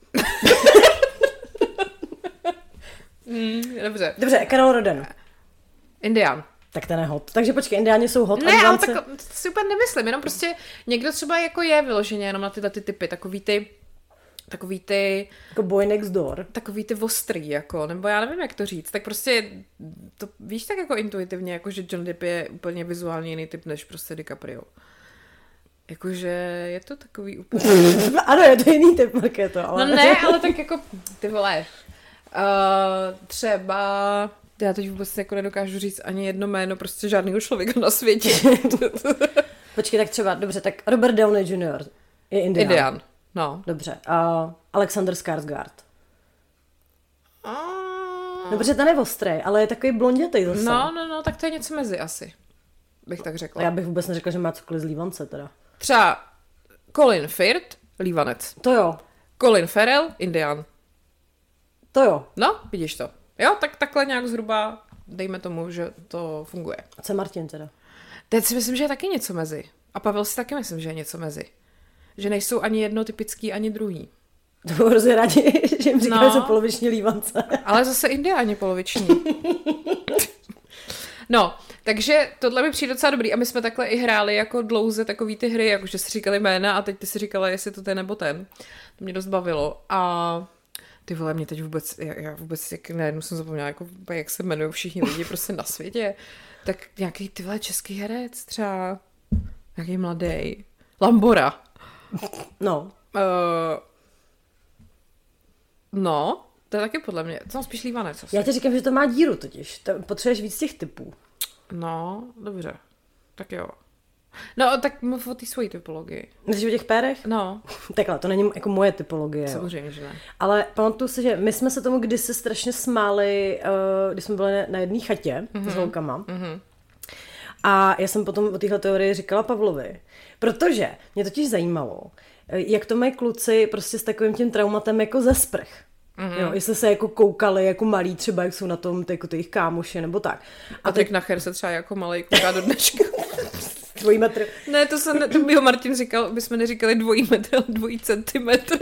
mm, dobře. Dobře, Karel Roden. Indián. Tak ten je hot. Takže počkej, Indiáni jsou hot. Ne, ale tak to si úplně nemyslím, jenom prostě někdo třeba jako je vyloženě jenom na tyhle ty typy, takový ty, takový ty... Jako boy next door. Takový ty ostrý, jako, nebo já nevím, jak to říct, tak prostě to víš tak jako intuitivně, jako že John Depp je úplně vizuálně jiný typ než prostě DiCaprio. Jakože je to takový úplně... Ano, je to jiný typ, Markéto, ale... No ne, ale tak jako, ty vole, uh, třeba... Já teď vůbec jako nedokážu říct ani jedno jméno prostě žádného člověka na světě. Počkej, tak třeba, dobře, tak Robert Downey junior je Indián. Indián, no. Dobře, a Alexander Skarsgård. A... No, protože ten je ostrý, ale je takový blondětej zase. No, no, no, tak to je něco mezi asi, bych tak řekla. Já bych vůbec neřekla, že má cokoliv z lívance teda. Třeba Colin Firth, lívanec. To jo. Colin Farrell, Indián. To jo. No, vidíš to. Jo, tak takhle nějak zhruba dejme tomu, že to funguje. A co Martin teda? Teď si myslím, že je taky něco mezi. A Pavel si taky myslím, že je něco mezi. Že nejsou ani jedno typický, ani druhý. To bylo hrozně rádi, že jim říkali, no, že jsou poloviční lívance. Ale zase Indiáni poloviční. No, takže tohle mi přijde docela dobrý a my jsme takhle i hráli jako dlouze takový ty hry, jakože si říkali jména a teď ty si říkala, jestli to ten nebo ten. To mě dost bavilo a ty vole, mě teď vůbec, já, já vůbec jak najednou jsem zapomněla, jako, jak se jmenují všichni lidi prostě na světě. Tak nějaký ty vole český herec třeba, nějaký mladý, Lambora. No. Uh, no, to je taky podle mě, to jsem spíš lívanec. Já ti říkám, že to má díru totiž, to potřebuješ víc těch typů. No, dobře, tak jo. No, tak mluv o té svojí typologii. Myslíš o těch pérech? No. Takhle, to není jako moje typologie. Samozřejmě, že ne. Ale pamatuju si, že my jsme se tomu kdysi strašně smáli, uh, když jsme byli na, na jedné chatě mm-hmm. s holkama. Mm-hmm. A já jsem potom o téhle teorii říkala Pavlovi. Protože mě totiž zajímalo, jak to mají kluci prostě s takovým tím traumatem jako ze sprch. Mm-hmm. Jo, jestli se jako koukali jako malí třeba, jak jsou na tom jako ty jejich kámoši nebo tak. A, a teď Nacher se třeba jako malej kouká do dneška. Dvojí metr. Ne, to se ne, to by ho Martin říkal, bychom neříkali dvojí metr, ale dvojí centimetr.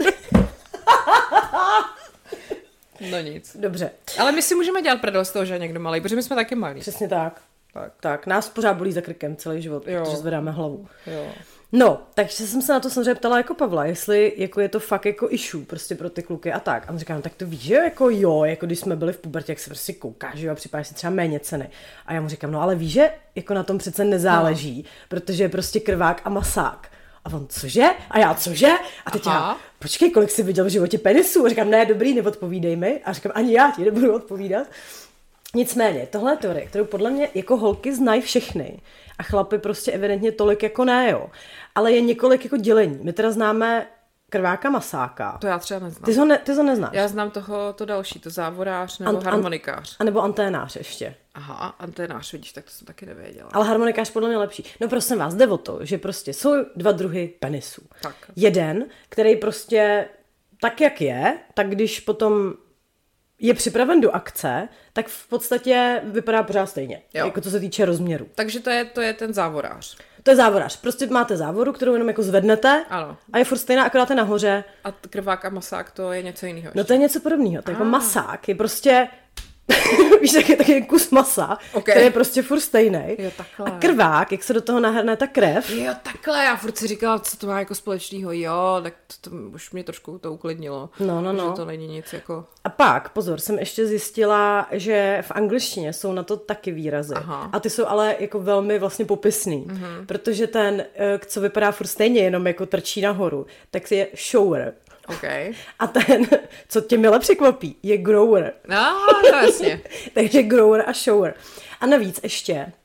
No nic. Dobře. Ale my si můžeme dělat prdel z toho, že je někdo malý, protože my jsme taky malí. Přesně tak. Tak. Tak, nás pořád bolí za krkem celý život, jo. Protože zvedáme hlavu. Jo. No, takže jsem se na to samozřejmě ptala jako Pavla, jestli jako je to fakt jako issue prostě pro ty kluky a tak. A on říká, no tak to víš, že jako jo, jako když jsme byli v pubertě, jak se prostě koukáš, jo, a připádáš si třeba méně ceny. A já mu říkám, no ale víš, že jako na tom přece nezáleží, no. Protože je prostě krvák a masák. A on, cože? A já, cože? A teď Aha. já, počkej, kolik jsi viděl v životě penisů? A říkám, ne, dobrý, neodpovídej mi. A říkám, ani já ti nebudu odpovídat. Nicméně, tohle je teorie, kterou podle mě jako holky znají všechny a chlapy prostě evidentně tolik jako ne, jo. Ale je několik jako dělení. My teda známe krváka masáka. To já třeba neznám. Ty to, ne, ty to neznáš. Já znám toho, to další, to závorář nebo Ant, harmonikář. A nebo anténář ještě. Aha, anténář, vidíš, tak to jsem taky nevěděla. Ale harmonikář podle mě lepší. No prosím vás, jde o to, že prostě jsou dva druhy penisů. Tak. Jeden, který prostě tak, jak je, tak když potom je připraven do akce, tak v podstatě vypadá pořád stejně, jo. Jako co se týče rozměru. Takže to je, to je ten závorář. To je závorář. Prostě máte závoru, kterou jenom jako zvednete ano. A je furt stejná, akorát je nahoře. A krvák a masák to je něco jiného. No to je něco podobného. To jako masák je prostě víš, tak je taky kus masa, okay. Který je prostě furt stejný. A krvák, jak se do toho nahrne ta krev. Jo, takhle. Já furt si říkala, co to má jako společného. Jo, tak to, to už mě trošku to uklidnilo. No, no, no. Že to není nic jako... A pak, pozor, jsem ještě zjistila, že v angličtině jsou na to taky výrazy. Aha. A ty jsou ale jako velmi vlastně popisný. Mm-hmm. Protože ten, co vypadá furt stejně, jenom jako trčí nahoru, tak je shower. Okay. A ten, co tě mile překvapí, je grower. No, to jasně. Takže grower a shower. A navíc ještě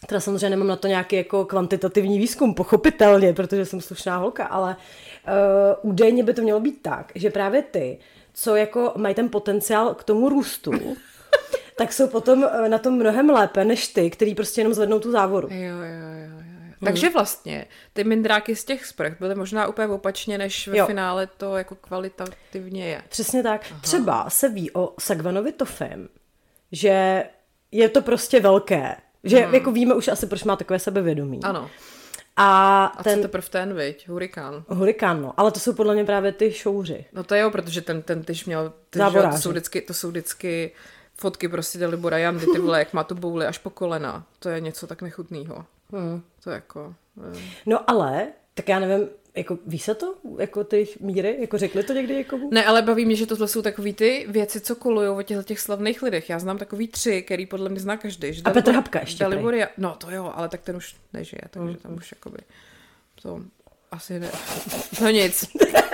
Teda samozřejmě nemám na to nějaký jako kvantitativní výzkum, pochopitelně, protože jsem slušná holka, ale uh, údajně by to mělo být tak, že právě ty, co jako mají ten potenciál k tomu růstu, tak jsou potom na tom mnohem lépe než ty, který prostě jenom zvednou tu závoru. Jo, jo, jo. jo. Hmm. Takže vlastně ty mindráky z těch sprch byly možná úplně opačně, než ve jo. finále to jako kvalitativně je. Přesně tak. Aha. Třeba se ví o Sagvanovi Toffem, že je to prostě velké. Že hmm. jako víme už asi, proč má takové sebevědomí. Ano. A, A ten... co teprve ten, viď? Hurikán. Hurikán, no. Ale to jsou podle mě právě ty šouři. No to jo, protože ten, ten tyž měl... Ty, že, to, jsou vždycky, to jsou vždycky fotky prostě Dalibora Jandy, ty vole, jak má tu bouli až po kolena. To je něco tak nechutného. Hmm. To jako... Je... No ale, tak já nevím, jako ví se to? Jako ty míry? Jako řekli to někdy někomu? Ne, ale baví mě, že tohle jsou takový ty věci, co kolujou o těchto těch slavných lidech. Já znám takový tři, který podle mě zná každý. Že a Petr Habka ještě. Dalibor, ja... No to jo, ale tak ten už nežije, takže mm. tam už jakoby... To asi ne... No nic.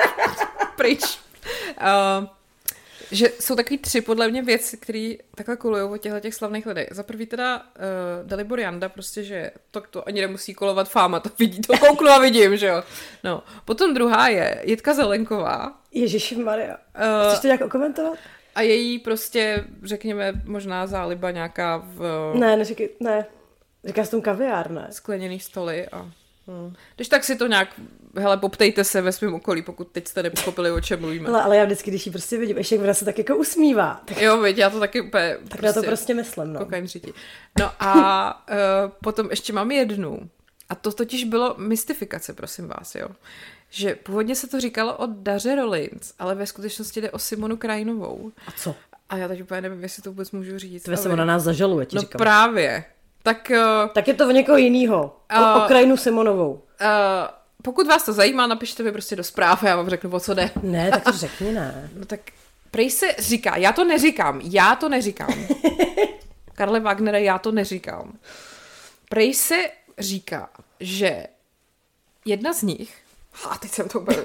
Pryč. Uh, že jsou takový tři podle mě věci, které takhle kolujou o těchto těch slavných lidech. Za prvý teda uh, Dalibor Janda, prostě, že to, to ani nemusí kolovat fáma, to vidí, to kouknu a vidím, že jo. No. Potom druhá je Jitka Zelenková. Ježišmarja. Uh, Chceš to nějak okomentovat? A její prostě, řekněme, možná záliba nějaká v... Ne, neříkej, ne. Říkáš tomu kaviár, ne? Skleněný stoly a... Hmm. Když tak si to nějak, hele, poptejte se ve svém okolí, pokud teď jste nepochopili, o čem mluvíme. Ale, ale já vždycky, když ji prostě vidím, ještě jak ona se tak jako usmívá. Tak... Jo, viď, já to taky úplně... Tak prostě, já to prostě myslím, no. Kokain řítí. No a uh, potom ještě mám jednu. A to totiž bylo mystifikace, prosím vás, jo. Že původně se to říkalo o Daře Rollins, ale ve skutečnosti jde o Simonu Krajinovou. A co? A já teď úplně nevím, jestli to vůbec můžu říct. To se ona nás zažaluje, ti no říkám. No právě. Tak, uh, tak je to v někoho jinýho. O, uh, o Krajinu Simonovou. Uh, pokud vás to zajímá, napište mi prostě do zpráv, já vám řeknu, o co jde. Ne, tak to řekni, ne. No tak prej se říká, já to neříkám, já to neříkám. Karle Wagnere, já to neříkám. Prej se říká, že jedna z nich, a teď jsem to uvedl, uh,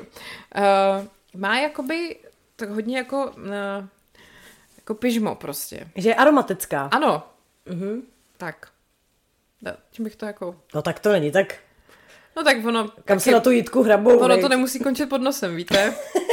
má jakoby tak hodně jako, uh, jako pyžmo prostě. Že je aromatická. Ano. Mhm. Tak. Tím bych to jako... No tak to není tak... No tak ono... Kam taky, se na tu Jitku hrabou, ono vej. to nemusí končit pod nosem, víte?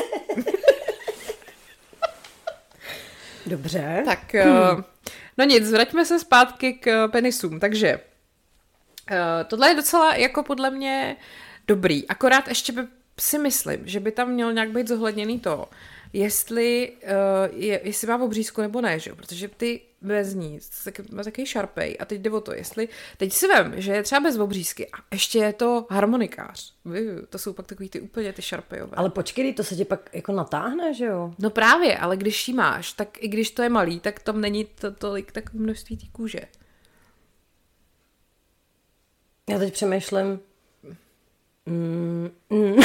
Dobře. Tak, hmm. no nic, vraťme se zpátky k penisům. Takže tohle je docela jako podle mě dobrý. Akorát ještě by si myslím, že by tam mělo nějak být zohledněný to, jestli, je, jestli má obřízku nebo ne, že? Protože ty bez ní má takový šarpej a teď jde o to, jestli, teď si vem, že je třeba bez obřízky a ještě je to harmonikář. To jsou pak takový ty úplně ty šarpejové. Ale počkej, to se ti pak jako natáhne, že jo? No právě, ale když ji máš, tak i když to je malý, tak tam není to, tolik takové množství té kůže. Já teď přemýšlím... Mm, mm.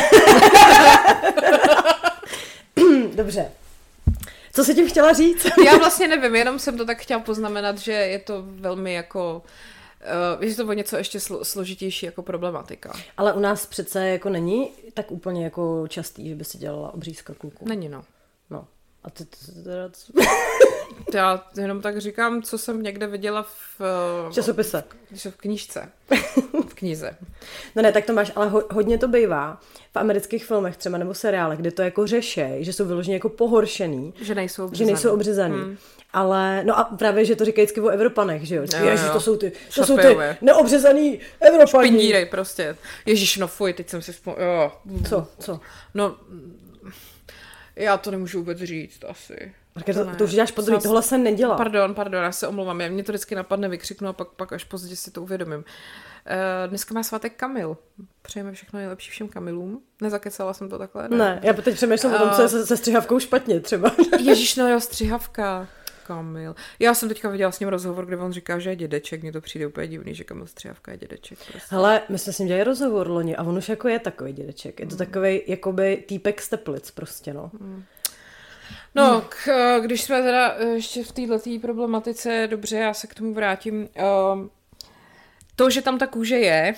Dobře. Co jsi tím chtěla říct? Já vlastně nevím, jenom jsem to tak chtěla poznamenat, že je to velmi jako, uh, je to o něco ještě slo, složitější jako problematika. Ale u nás přece jako není tak úplně jako častý, že by si dělala obřízka kluku. Není, no. No. A ty teda... Já jenom tak říkám, co jsem někde viděla v... V časopise. V, v knížce. V knize. No ne, tak to máš, ale ho, hodně to bývá v amerických filmech třeba nebo seriálech, kde to jako řešej, že jsou vyloženě jako pohoršený. Že nejsou obřezaný. Že nejsou obřezaný. Hmm. Ale, no a právě, že to říkají vždycky o Evropanech, že jo? jo, Ježiš, jo. to jsou ty, to jsou ty neobřezaný Evropaní. Špinírej prostě. Ježiš, no fuj, teď jsem si vzpomněla. Co, co? No, já to nemůžu vůbec říct asi. To, to, to už děláš po druhý, tohle jsem nedělala. Pardon, pardon, já se omlouvám, mě to vždycky napadne, vykřiknu a pak, pak až později si to uvědomím. Uh, dneska má svátek Kamil. Přejeme všechno nejlepší všem Kamilům. Nezakecala jsem to takhle? Ne, ne já teď přemýšlím uh, o tom, co je se, se střihavkou špatně třeba. Ježíš, no jo, střihavka. Kamil. Já jsem teďka viděla s ním rozhovor, kde on říká, že je dědeček. Mně to přijde úplně divný, že Kamil Střihavka je dědeček. Prostě. Hele, my jsme s ním dělali rozhovor loni a on už jako je takový dědeček. Je to mm. takovej jakoby týpek z Teplic prostě, no. Mm. No, k, když jsme teda ještě v této problematice, dobře, já se k tomu vrátím. Um, to, že tam ta kůže je,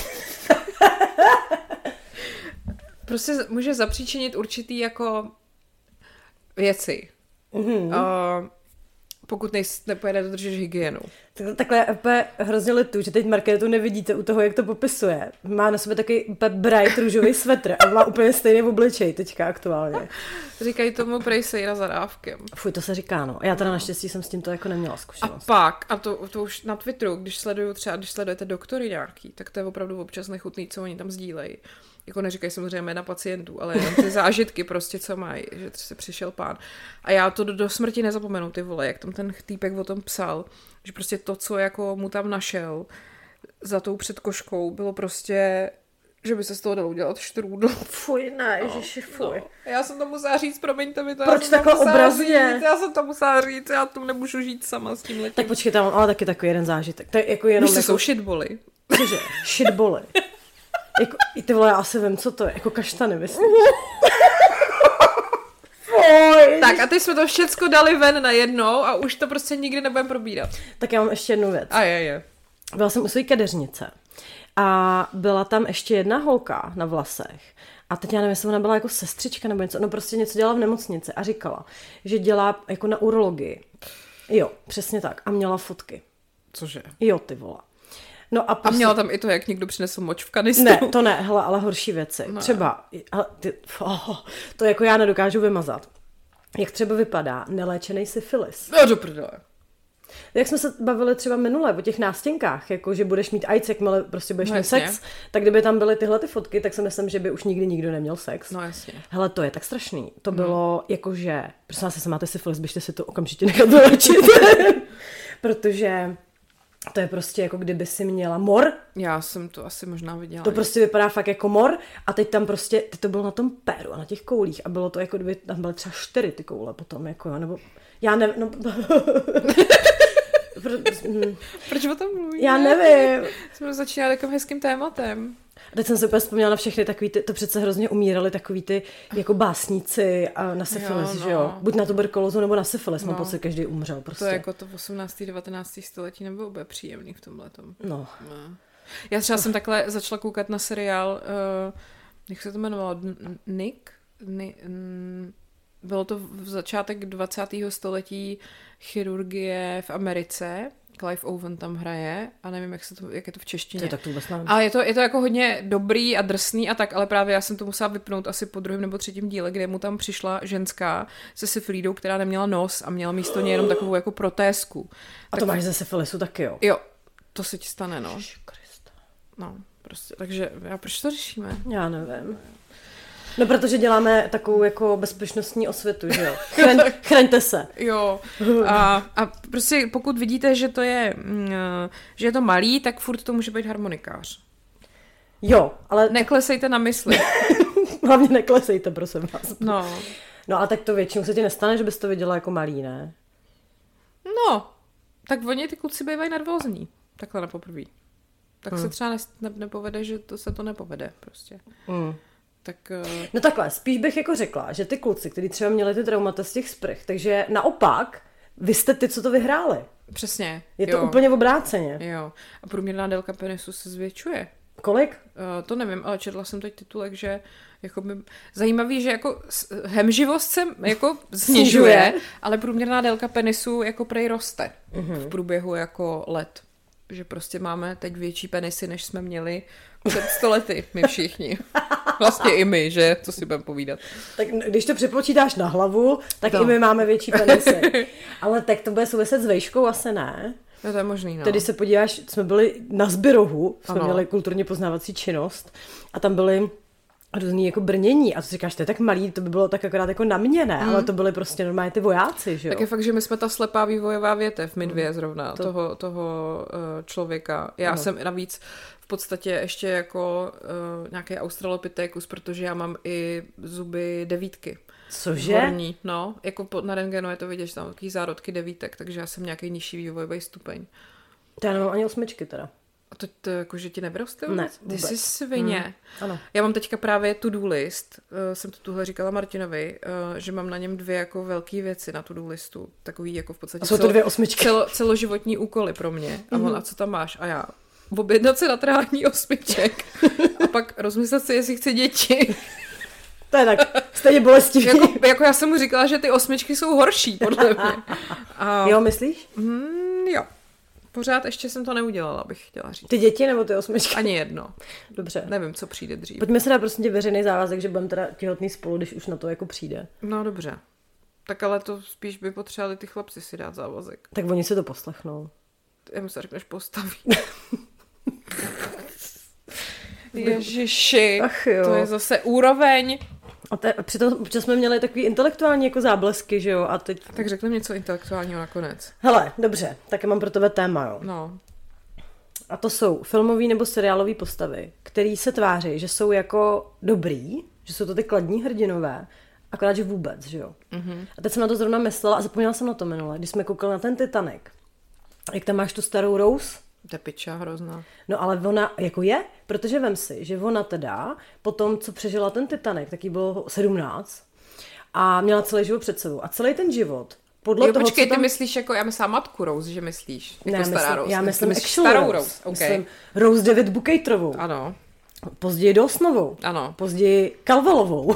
prostě může zapříčinit určitý jako věci. Mm-hmm. Uh, Pokud nejs, nepojede, dodržeš hygienu. Tak, takhle úplně hrozně letu, že teď Markétu nevidíte u toho, jak to popisuje. Má na sobě takový úplně bright růžový svetr a má úplně stejný v obličej teďka aktuálně. Říkají tomu prej sejra za dávkem. Fuj, to se říká, no. Já teda naštěstí jsem s tímto jako neměla A zkušenost. pak, a to, to už na Twitteru, když sleduju třeba, když sledujete doktory nějaký, tak to je opravdu občas nechutný, co oni tam sdílejí. Jako neříkají samozřejmě jména pacientů, ale jenom ty zážitky prostě, co mají, že se přišel pán. A já to do, do smrti nezapomenu, ty vole, jak tam ten týpek o tom psal, že prostě to, co jako mu tam našel za tou předkoškou, bylo prostě, že by se z toho dalo udělat štrůdl. Fuj, ne, ježiši, fuj. No. Já jsem to musela říct, promiňte mi to. Proč takhle obrazně? Říct, já jsem to musela říct, já tu nemůžu žít sama s tím letím. Tak počkej, tam mám ale taky takový jeden zážitek. To je jako jenom Víš, jako... jsou shitboly. Cože? Shitboly. Jako, i ty vole, já asi vím, co to je. Jako kaštany, myslím. Fuj. Tak a teď jsme to všecko dali ven najednou a už to prostě nikdy nebudeme probírat. Tak já mám ještě jednu věc. A je, je. Byla jsem u své kadeřnice a byla tam ještě jedna holka na vlasech. A teď já nevím, jestli ona byla jako sestřička nebo něco, no prostě něco dělala v nemocnici a říkala, že dělá jako na urologii. Jo, přesně tak. A měla fotky. Cože? Jo, ty vole. No a, prostě... a měla tam i to, jak někdo přinesl moč v kanistru. Ne, to ne, hele, ale horší věci. Ne. Třeba, ale ty, oh, to jako já nedokážu vymazat. Jak třeba vypadá neléčený syfilis. No do prdele. Jak jsme se bavili třeba minule o těch nástěnkách, jako že budeš mít AIDS, jakmile prostě budeš no, mít sex, tak kdyby tam byly tyhle ty fotky, tak si myslím, že by už nikdy nikdo neměl sex. No jasně. Hele, to je tak strašný. To hmm. bylo jakože, prosím vás, jestli máte syfilis, běžte si to okamžitě nechat doléčit. Protože to je prostě jako kdyby si měla mor. Já jsem to asi možná viděla. To prostě vypadá fakt jako mor a teď tam prostě, teď to bylo na tom péru a na těch koulích a bylo to jako kdyby tam byly třeba čtyři ty koule potom, jako jo, nebo já nevím, no... Proč o tom mluví? Já nevím. Jsme začínali takovým hezkým tématem. A teď jsem se úplně vzpomněla na všechny takový ty, to přece hrozně umírali takový ty jako básníci a na syfilis, jo, no. že jo? Buď na tuberkulózu nebo na syfilis, no. Mám pocit, každý umřel prostě. To je jako to osmnácté devatenácté století nebylo úplně příjemný v tomhletom. No. no. Já třeba jsem takhle začala koukat na seriál, uh, jak se to jmenovalo? Nick? Ni, n, bylo to v začátek dvacátého století chirurgie v Americe. Clive Owen tam hraje a nevím, jak, se to, jak je to v češtině. To je tak to vůbec nevím. Ale je to, je to jako hodně dobrý a drsný a tak, ale právě já jsem to musela vypnout asi po druhém nebo třetím díle, kde mu tam přišla ženská se syfilidou, která neměla nos a měla místo něj jenom takovou jako protézku. A to tak, máš ze syfilisu taky, jo? Jo, to se ti stane, no. No, prostě, takže já proč to řešíme? Já nevím. No, protože děláme takovou jako bezpečnostní osvětu, že jo? Chraň, chraňte se. Jo. A, a prostě pokud vidíte, že to je, že je to malý, tak furt to může být harmonikář. Jo, ale... Neklesejte na mysli. Hlavně neklesejte, prosím vás. No. No a tak to většinou se ti nestane, že bys to viděla jako malý, ne? No, tak oni ty kluci bývají nervózní. Takhle na poprví. Tak hmm. se třeba ne, ne, nepovede, že to se to nepovede prostě. Hmm. Tak, uh... No takhle, spíš bych jako řekla, že ty kluci, kteří třeba měli ty traumata z těch sprch, takže naopak, vy jste ty, co to vyhráli. Přesně. Je to jo. úplně obráceně. Jo. A průměrná délka penisu se zvětšuje. Kolik? Uh, to nevím, ale četla jsem teď titulek, že jakoby, zajímavý, že jako hemživost se jako snižuje, ale průměrná délka penisu jako prej roste mm-hmm. v průběhu jako let. Že prostě máme teď větší penisy, než jsme měli před sto lety, my všichni. Vlastně i my, že? Co si budeme povídat. Tak když to přepočítáš na hlavu, tak to. I my máme větší penisy. Ale tak to bude souviset s vejškou asi ne. No to je možný, no. Tedy se podíváš, jsme byli na Zbyrohu, jsme ano. měli kulturně poznávací činnost a tam byly různý jako brnění a to říkáš, to je tak malý, to by bylo tak akorát jako na mě, ne? Mm. Ale to byly prostě normálně ty vojáci, že jo? Tak je fakt, že my jsme ta slepá vývojová větev, my dvě zrovna, to... toho, toho uh, člověka. Já ano. jsem navíc v podstatě ještě jako uh, nějaký australopithecus, protože já mám i zuby devítky. Cože? Horní, no. Jako po, na rentgenu je to vidět, že tam takový zárodky devítek, takže já jsem nějaký nižší vývojový stupeň. To já nemám ani osmičky teda. A to, to jako, že ti nevyroste? Ne, Ty jsi svině. Hmm. Ano. Já mám teďka právě to-do list, uh, jsem to tuhle říkala Martinovi, uh, že mám na něm dvě jako velké věci na to-do listu. Takový jako v podstatě a jsou to dvě osmičky. Celo, celoživotní úkoly pro mě. A, on, mm-hmm. a co tam máš? A já objednat se na trhání osmiček. A pak rozmyslet si, jestli chci děti. To je tak stejně bolestivý. Jako, jako já jsem mu říkala, že ty osmičky jsou horší, podle mě. A... Jo, myslíš? Mm, jo. Pořád ještě jsem to neudělala, bych chtěla říct. Ty děti nebo ty osmičky? Ani jedno. Dobře. Nevím, co přijde dřív. Pojďme se dát prostě veřejný závazek, že budeme teda těhotný spolu, když už na to jako přijde. No dobře. Tak ale to spíš by potřebovali ty chlapci si dát závazek. Tak oni si to poslechnou. Jemu se řekneš postaví. Ježiši, Ach jo. To je zase úroveň. A te, přitom občas jsme měli takový intelektuální jako záblesky, že jo, a teď... Tak řekni něco intelektuálního nakonec. Hele, dobře, tak já mám pro tebe téma, jo. No. A to jsou filmový nebo seriálový postavy, který se tváří, že jsou jako dobrý, že jsou to ty kladní hrdinové, akorát, že vůbec, že jo. Mm-hmm. A teď jsem na to zrovna myslela a zapomněla jsem na to minule, když jsme koukali na ten Titanic. Jak tam máš tu starou Rose? To je piča hrozná. No ale ona jako je, protože vem si, že ona teda po tom, co přežila ten Titanic, tak jí bylo sedmnáct a měla celý život před sebou. A celý ten život, podle jo, toho, počkej, co tam... ty myslíš jako, já myslím matku Rose, že myslíš? Jako ne, stará myslím, Rose. já myslím myslím starou Rose. Rose. Okay. Myslím Rose David Bucaterovou. Ano. Později Dawsonovou. Ano. Později Calwellovou.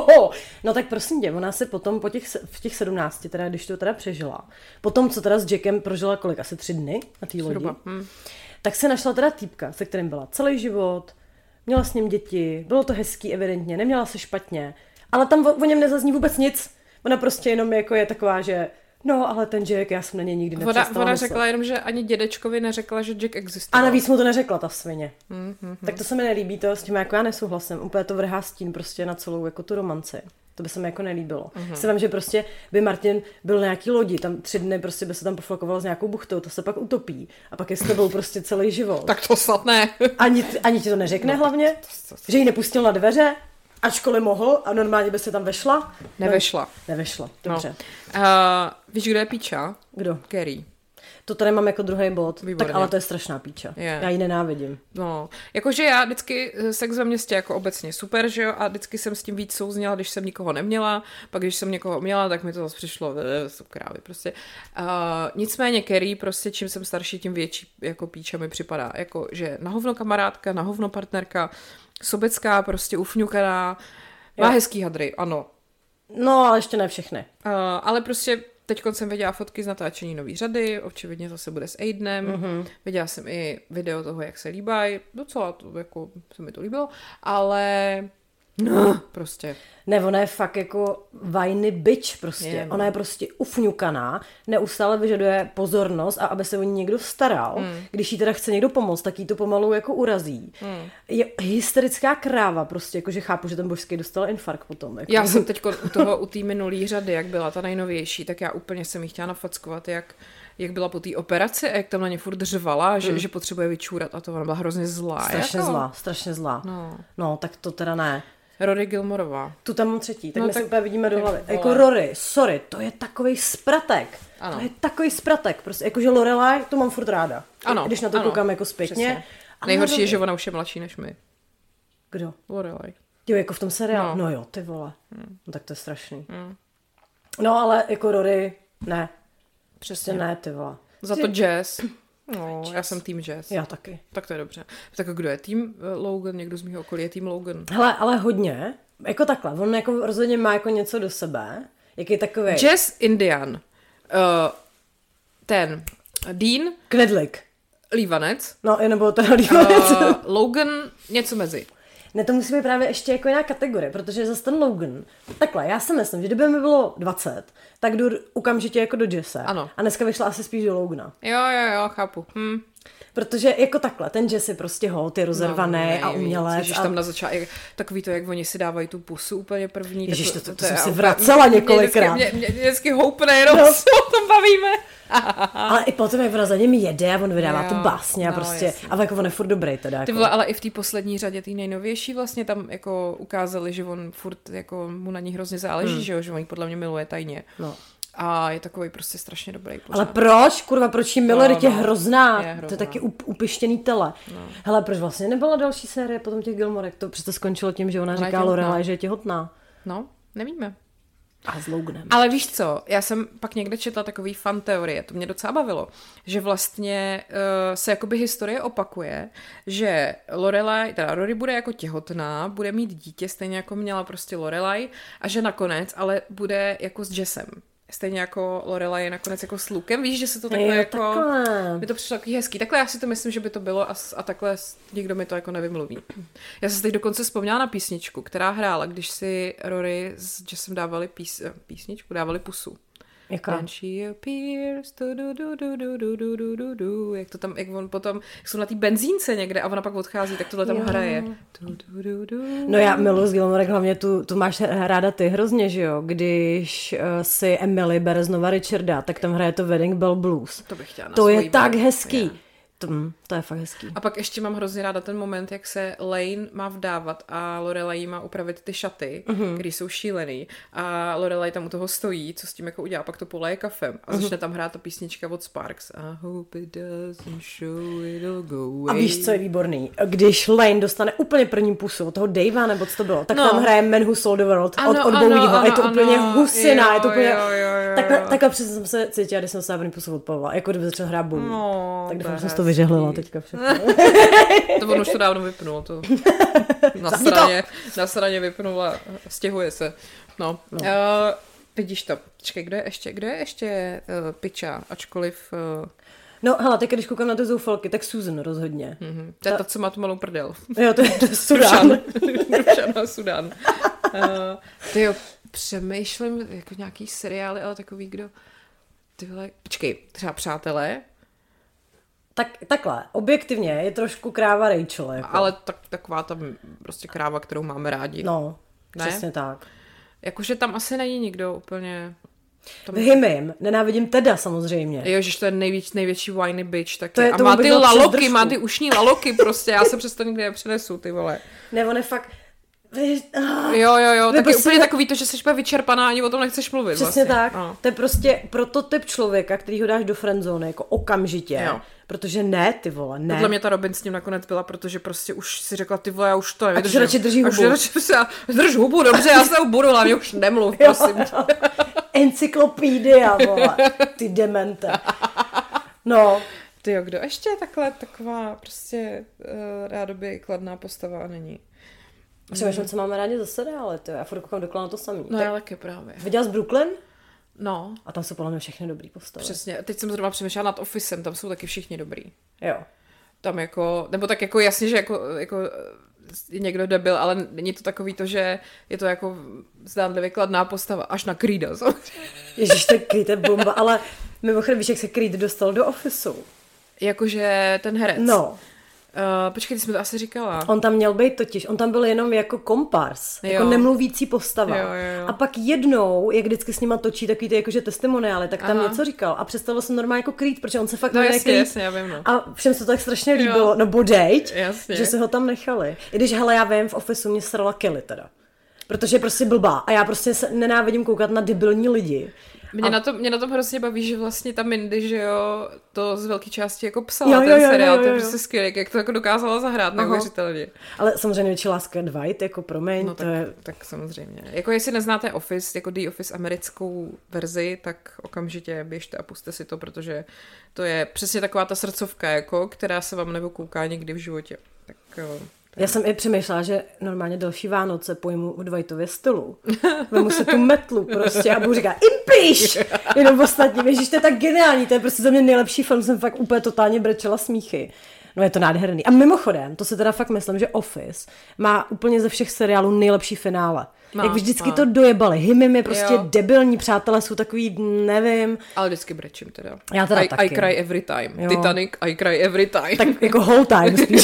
No tak prosím tě, ona se potom po těch, v těch sedmnácti, teda, když to teda přežila, potom, co teda s Jackem prožila kolik, asi tři dny na té lodi, hm. tak se našla teda týpka, se kterým byla celý život, měla s ním děti, bylo to hezký evidentně, neměla se špatně, ale tam o, o něm nezazní vůbec nic. Ona prostě jenom jako je taková, že no, ale ten Jack, já jsem na něj nikdy nepřestala Ona, ona myslet. řekla jenom, že ani dědečkovi neřekla, že Jack existoval. A navíc mu to neřekla ta svině. Mm, mm, tak to se mi nelíbí, to s tím jako já nesouhlasím. Úplně to vrhá stín prostě na celou jako tu romanci. To by se mi jako nelíbilo. Mm-hmm. Si vím, že prostě by Martin byl na nějaký lodi, tam tři dny prostě by se tam poflakoval s nějakou buchtou, to se pak utopí. A pak je s tebou prostě celý život. Tak to snad ne. ani, ani ti to neřekne no, hlavně, to, to, to, že ji nepustil na dveře, ačkoliv mohl a normálně by se tam vešla. Nevešla. No, nevešla, dobře. No. Uh, víš, kdo je píča? Kdo? Carrie. To tady mám jako druhý bod. Výborně. Tak ale to je strašná píča. Je. Já ji nenávidím. No, jakože já vždycky sex ve městě jako obecně super, že jo, a vždycky jsem s tím víc souzněla, když jsem nikoho neměla, pak když jsem někoho měla, tak mi to zase přišlo, jsou krávy prostě. Uh, nicméně Carrie, prostě čím jsem starší, tím větší jako píča mi připadá, jako že na hovno kamarádka, na hovno partnerka, sobecká, prostě ufňukaná, má jo. hezký hadry, ano. No, ale ještě ne všechny. Uh, ale prostě teď jsem viděla fotky z natáčení nový řady, očividně zase bude s Aidenem. Mm-hmm. Viděla jsem i video toho, jak se líbají. Docela to, jako, se mi to líbilo. Ale no, prostě. Ne, ona je fakt jako vajny bitch prostě. Je, ona je prostě ufňukaná, neustále vyžaduje pozornost a aby se o ní někdo staral. Mm. Když jí teda chce někdo pomoct, tak jí to pomalu jako urazí. Mm. Je hysterická kráva prostě, jakože chápu, že ten božský dostal infarkt potom. Jako. Já jsem teď u toho, u té minulý řady, jak byla ta nejnovější, tak já úplně jsem jí chtěla nafackovat, jak jak byla po té operaci a jak tam na ně furt řvala, že, mm. že potřebuje vyčůrat a to ona byla hrozně zlá. Strašně jako? zlá, strašně zlá. No. no, tak to teda ne. Rory Gilmorová. Tu tam mám třetí, tak no, my tak... se úplně vidíme do hlavy. Jako Rory, sorry, to je takovej spratek. Ano. To je takovej spratek. Prostě, jakože Lorelai, to mám furt ráda. Ano, když na to ano, koukám jako zpětně. Nejhorší Rory... je, že ona už je mladší než my. Kdo? Lorelai. Jo, jako v tom seriálu? No, no jo, ty vole. Hmm. No tak to je strašný. Hmm. No ale jako Rory, ne. Přesně ne, ty vole. Za to Jazz. No, já jsem tým Jazz. Já taky. Tak to je dobře. Tak kdo je tým Logan? Někdo z mého okolí je tým Logan. Hele, ale hodně. Jako takhle. On jako rozhodně má jako něco do sebe. Jaký takový. Jazz Indian. Uh, ten Dean. Knedlik. Lívanec. No, nebo ten lívanec. Uh, Logan něco mezi. Ne, to musí být právě ještě jako jiná kategorie, protože zase ten Logan, takhle, já si myslím, že kdyby mi bylo dvacet, tak jdu okamžitě jako do Jesse. Ano. A dneska vyšla asi spíš do Logana. Jo, jo, jo, chápu. Hm. Protože jako takhle, ten Jess je prostě hot, je rozervaný no, a umělec. Ježiš, a... tam na začátku, takový to, jak oni si dávají tu pusu úplně první. Ježiš, to, to, to, to jsem je, si vracela mě, několikrát. Mě, mě, mě vždycky houpne, jenom no. se o tom bavíme. Ale i potom, jak ona za něm jede a on vydává jo, tu básně a no, prostě, jasný. A jako on je furt dobrý teda. Jako. Ty vole, ale i v té poslední řadě, té nejnovější vlastně tam jako ukázali, že on furt jako mu na ní hrozně záleží, hmm. že jo, že on jí podle mě miluje tajně. No. A je takový prostě strašně dobrý pořád. Ale proč? Kurva, proč jí miluje, no, no. je hrozná. Je hrozná. To je taky up, upištěný tele. No. Hele, proč vlastně nebyla další série potom těch Gilmorek? To přece skončilo tím, že ona říká Lorelai, že je těhotná. No, nevíme. A s Loganem. Ale víš co, já jsem pak někde četla takový fan teorie, to mě docela bavilo, že vlastně uh, se jakoby historie opakuje, že Lorelai, teda Rory bude jako těhotná, bude mít dítě, stejně jako měla prostě Lorelai, a že nakonec ale bude jako s Jessem. Stejně jako Lorelai je nakonec jako s Lukem. Víš, že se to takhle jo, jako... Takhle. Mi to přišlo takový hezký. Takhle já si to myslím, že by to bylo a, a takhle nikdo mi to jako nevymluví. Já jsem si teď dokonce vzpomněla na písničku, která hrála, když si Rory s Jessem dávali pís, písničku, dávali pusu. Jaká? And she appears, du, du, du, du, du, du, du, du, du, du. Jak to tam, jak on potom, jak jsou na té benzínce někde a ona pak odchází, tak tohle tam jo. hraje. Du, du, du, du. No já miluji z Gilmore, hlavně tu, tu máš ráda ty hrozně, že jo? Když uh, si Emily bere znova Richarda, tak tam hraje to Wedding Bell Blues. To bych chtěla na To je svůj tak bar. hezký. Yeah. To, hm, to je fakt hezký. A pak ještě mám hrozně ráda ten moment, jak se Lane má vdávat a Lorelai má upravit ty šaty, uh-huh. které jsou šílený. A Lorelai tam u toho stojí, co s tím jako udělá, pak to poleje kafem. A začne uh-huh. tam hrát ta písnička od Sparks. I hope it doesn't show, it'll go away. A víš, co je výborný? Když Lane dostane úplně první pusu od toho Davea, nebo co to bylo, tak no. tam hraje Man Who Sold the World ano, od, od ano, Bowieho. ano, Je to ano, úplně ano. husina, jo, je to úplně... Jo, jo, jo, takhle, jo. takhle přesně jsem se cítila, když jsem se první pusu odpovala. Jako kdyby začal hrát Bowie. No, tak doufám, to že jsem je to vyžehlila hezký. teďka všechno. To on už to dávno vypnul, to na straně, na straně vypnul a stěhuje se. No, no. Uh, vidíš to. Počkej, kdo je ještě, kdo je ještě uh, piča, ačkoliv... Uh... No, hele, teď když koukám na ty zoufalky, tak Susan rozhodně. Mm-hmm. To je ta, co má tu malou prdel. Jo, to je, to je Sudan. Dubšan a Sudan. Uh, ty jo, přemýšlím jako nějaký seriály, ale takový, kdo... Ty vole, počkej, třeba Přátelé. Tak, takhle, objektivně je trošku kráva Rachel. Jako. Ale tak, taková ta prostě kráva, kterou máme rádi. No, ne? Přesně tak. Jakože tam asi není nikdo úplně... Tam... Vyhymím, nenávidím Teda samozřejmě. Jo, že to je nejvíc, největší whiny bitch. Taky. To je, a to má ty bylo laloky, přes má držku. ty ušní laloky prostě, já se přes to nikdy nepřenesu, ty vole. Ne, on je fakt... Ah, Jo, jo, jo, tak je prostě... úplně takový to, že jsi úplně vyčerpaná, ani o tom nechceš mluvit. Přesně vlastně. tak. No. To je prostě prototyp člověka, který ho dáš do friendzone, jako okamžitě. Jo. Protože ne, ty vole, ne. Podle mě ta Robin s ním nakonec byla, protože prostě už si řekla, ty vole, já už to A nevydržím. že radši drží hubu. A že radši se, drž hubu, dobře, já se budu, hlavně už nemluv, prosím. Jo, encyklopídia, vole, ty demente. No. Ty jo, kdo ještě takhle taková prostě uh, rádoby kladná postava není? Přemýšlím, co máme rádi za seriály, ty. Já furt koukám dokola na to samý. No tak... já taky právě. Viděla jsi Brooklyn? No. A tam jsou podle mě všechny dobrý postavy. Přesně. Teď jsem zrovna přemýšlela nad Officem, tam jsou taky všichni dobrý. Jo. Tam jako, nebo tak jako jasně, že jako, jako je někdo debil, ale není to takový to, že je to jako zdánlivě kladná postava, až na Creeda. Ježiš, to Creed je bomba, ale mimochodem víš, jak se Creed dostal do Officeu? Jakože ten herec. No. Uh, počkej, ty jsi mi to asi říkala. On tam měl být totiž, on tam byl jenom jako kompars, jo. Jako nemluvící postava. Jo, jo, jo. A pak jednou, jak vždycky s nima točí takový ty jakože testimoniály, tak tam Aha. něco říkal a představil jsem normálně jako Creed, protože on se fakt no, jmenuje jasně, Creed. jasně, já vím, no. A všem se to tak strašně líbilo, Jo. no bodejť, Jasně. že se ho tam nechali. I když, hele, já vím, v Officeu mě srala Kelly teda. Protože je prostě blbá a já prostě se nenávidím koukat na debilní lidi. Mě, a... na tom, mě na tom hrozně baví, že vlastně ta Mindy, že jo, to z velké části jako psala jo, jo, ten jo, seriál, jo, jo, to je jo. prostě skvělé, jak to jako dokázala zahrát neuvěřitelně. Ale samozřejmě větší láska Dwight, jako promiň, No to tak, je... tak samozřejmě. Jako jestli neznáte Office, jako The Office americkou verzi, tak okamžitě běžte a puste si to, protože to je přesně taková ta srdcovka, jako, která se vám nevokouká nikdy v životě. Tak jo. Já jsem i přemýšlela, že normálně další Vánoce pojmu u Dwightově stylu. Vemu se tu metlu prostě a budu říkat impiš! Jenom ostatní, víš, to je tak geniální, to je prostě za mě nejlepší film, jsem fakt úplně totálně brečela smíchy. No je to nádherný. A mimochodem, to se teda fakt myslím, že Office má úplně ze všech seriálů nejlepší finále. Má, Jak vždycky má. To dojebali. Hymim je prostě jo. debilní, přátelé jsou takový, nevím. Ale vždycky brečím teda. Já teda I, taky. I cry every time. Jo. Titanic, I cry every time. Tak jako whole time spíš.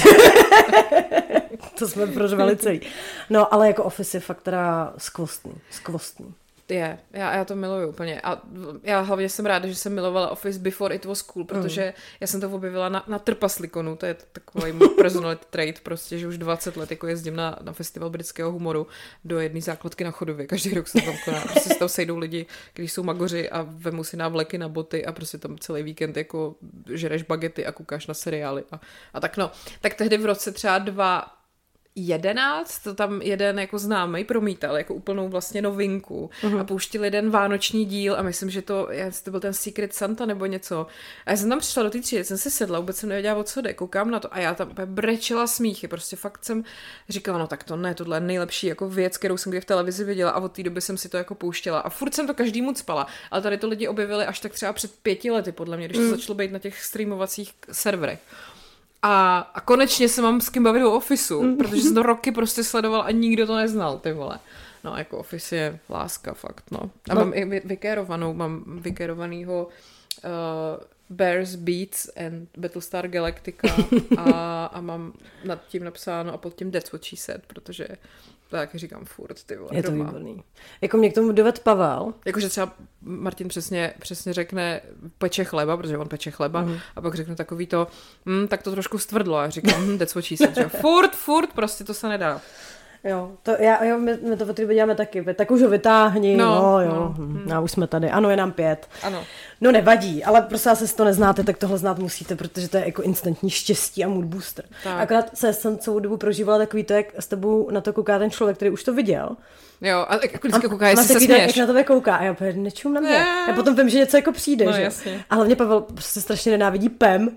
To jsme prožívali celý. No, ale jako Office je fakt teda skvostný. Skvostný. Je, já, já to miluju úplně. A já hlavně jsem ráda, že jsem milovala Office before it was cool, protože mm. já jsem to objevila na, na Trpaslikonu, to je takový můj personality trait, prostě, že už dvacet let jako jezdím na, na festival britského humoru do jedné základky na Chodově. Každý rok se tam koná. Prostě se tam sejdou lidi, kteří jsou magoři a vemu si návleky na boty a prostě tam celý víkend jako žereš bagety a koukáš na seriály a, a tak no. Tak tehdy v roce třeba dva jedenáct, to tam jeden jako známý promítal, jako úplnou vlastně novinku Mhm. a pouštěl jeden vánoční díl a myslím, že to, jestli to byl ten Secret Santa nebo něco. A já jsem tam přišla do té třídy, jsem si sedla, vůbec jsem nevěděla, o co jde, koukám na to a já tam úplně brečela smíchy, prostě fakt jsem říkala, no tak to ne, tohle je nejlepší jako věc, kterou jsem kdy v televizi viděla a od té doby jsem si to jako pouštěla a furt jsem to každému cpala, ale tady to lidi objevili až tak třeba před pěti lety, podle mě, když to Mm. začalo být na těch streamovacích serverech. A, a konečně se mám s kým bavit o Officeu, Mm. protože jsem to roky prostě sledoval a nikdo to neznal, ty vole. No, jako Office je láska, fakt, no. A No. mám i vy- vykérovanou, mám vykérovanýho uh, Bears Beats and Battlestar Galactica a, a mám nad tím napsáno a pod tím That's what she said, protože to jak říkám furt, ty vole, Je to doma. výborný. Jako mě k tomu doved Pavel. Jakože třeba Martin přesně, přesně řekne peče chleba, protože on peče chleba Mhm. a pak řekne takový to, hm, tak to trošku stvrdlo a říkám, hm, that's what she said, že furt, furt, prostě to se nedá. Jo, to, já, jo, my, my to v děláme taky. Tak už ho vytáhni, no, No, no jo, no, hm, hm. no, už jsme tady. Ano, je nám pět. Ano. No nevadí, ale prostě asi si to neznáte, tak tohle znát musíte, protože to je jako instantní štěstí a mood booster. Tak. Akorát se jsem celou dobu prožívala takový to, jak s tebou na to kouká ten člověk, který už to viděl. Jo, a jako vždycky kouká, jestli máš se takový to, směješ. jak na tebe kouká a já úplně nečum na mě. Ne. Já potom vím, že něco jako přijde, No, že? jasně. A hlavně Pavel prostě strašně nenávidí Pam.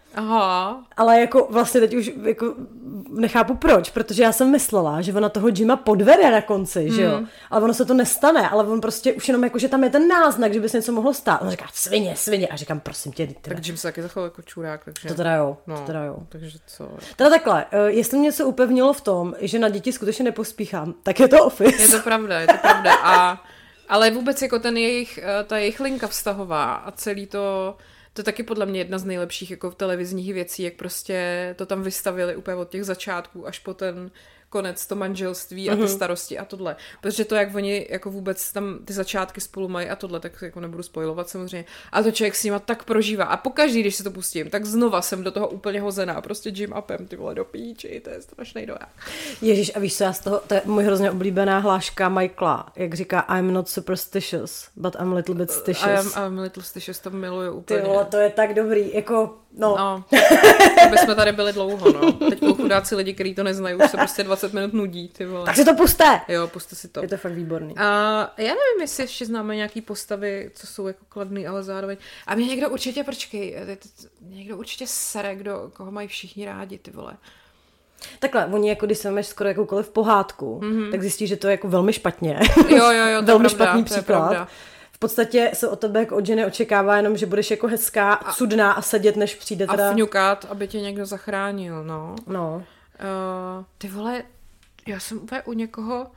Aha. Ale jako vlastně teď už jako nechápu proč, protože já jsem myslela, že ona toho Jima podvede na konci, že jo. Ale ono se to nestane, ale on prostě už jenom jako, že tam je ten náznak, že by se něco mohlo stát. On říká svině, svině a říkám prosím tě, ty Tak Jim se taky zachoval jako čurák, takže... to teda jo, no, to teda jo. Takže co? Teda takhle, eh, jestli mě něco upevnilo v tom, že na děti skutečně nepospíchám, tak je to Office. Je to pravda, je to pravda. A, ale vůbec jako ten jejich, eh, ta jejich linka vztahová a celý to, to je taky podle mě jedna z nejlepších jako televizních věcí, jak prostě to tam vystavili úplně od těch začátků až po ten konec, to manželství a ty starosti a tohle. Protože to, jak oni jako vůbec tam ty začátky spolu mají a tohle, tak jako nebudu spoilovat samozřejmě. A to člověk s nima tak prožívá. A pokaždý, když si to pustím, tak znova jsem do toho úplně hozená. Prostě Jim upem, ty vole, do píči, to je strašný doják. Ježíš, a víš co, já z toho, to je můj hrozně oblíbená hláška Michaela, jak říká I'm not superstitious, but I'm a little bit A stitious. já Little Stitious to miluju Ty úplně. vole, to je tak dobrý, jako, no. No, aby jsme tady byli dlouho, no. Teď chudáci lidi, kteří to neznají, už se prostě dvacet minut nudí, ty vole. Tak si to puste! Jo, puste si to. Je to fakt výborný. A já nevím, jestli ještě známe nějaký postavy, co jsou jako kladný, ale zároveň. A mě někdo určitě, počkej, mě někdo určitě sere, kdo, koho mají všichni rádi, ty vole. Takhle, oni jako když se máš skoro jakoukoliv pohádku, mm-hmm. tak zjistíš, že to je jako velmi špatně. Jo, jo, jo, to velmi je pravda, špatný to je příklad. pravda. V podstatě se od tebe jako od ženy očekává jenom, že budeš jako hezká, a, cudná a sedět, než přijde teda... A fňukat, aby tě někdo zachránil, no. No. Uh, ty vole, já jsem úplně u někoho...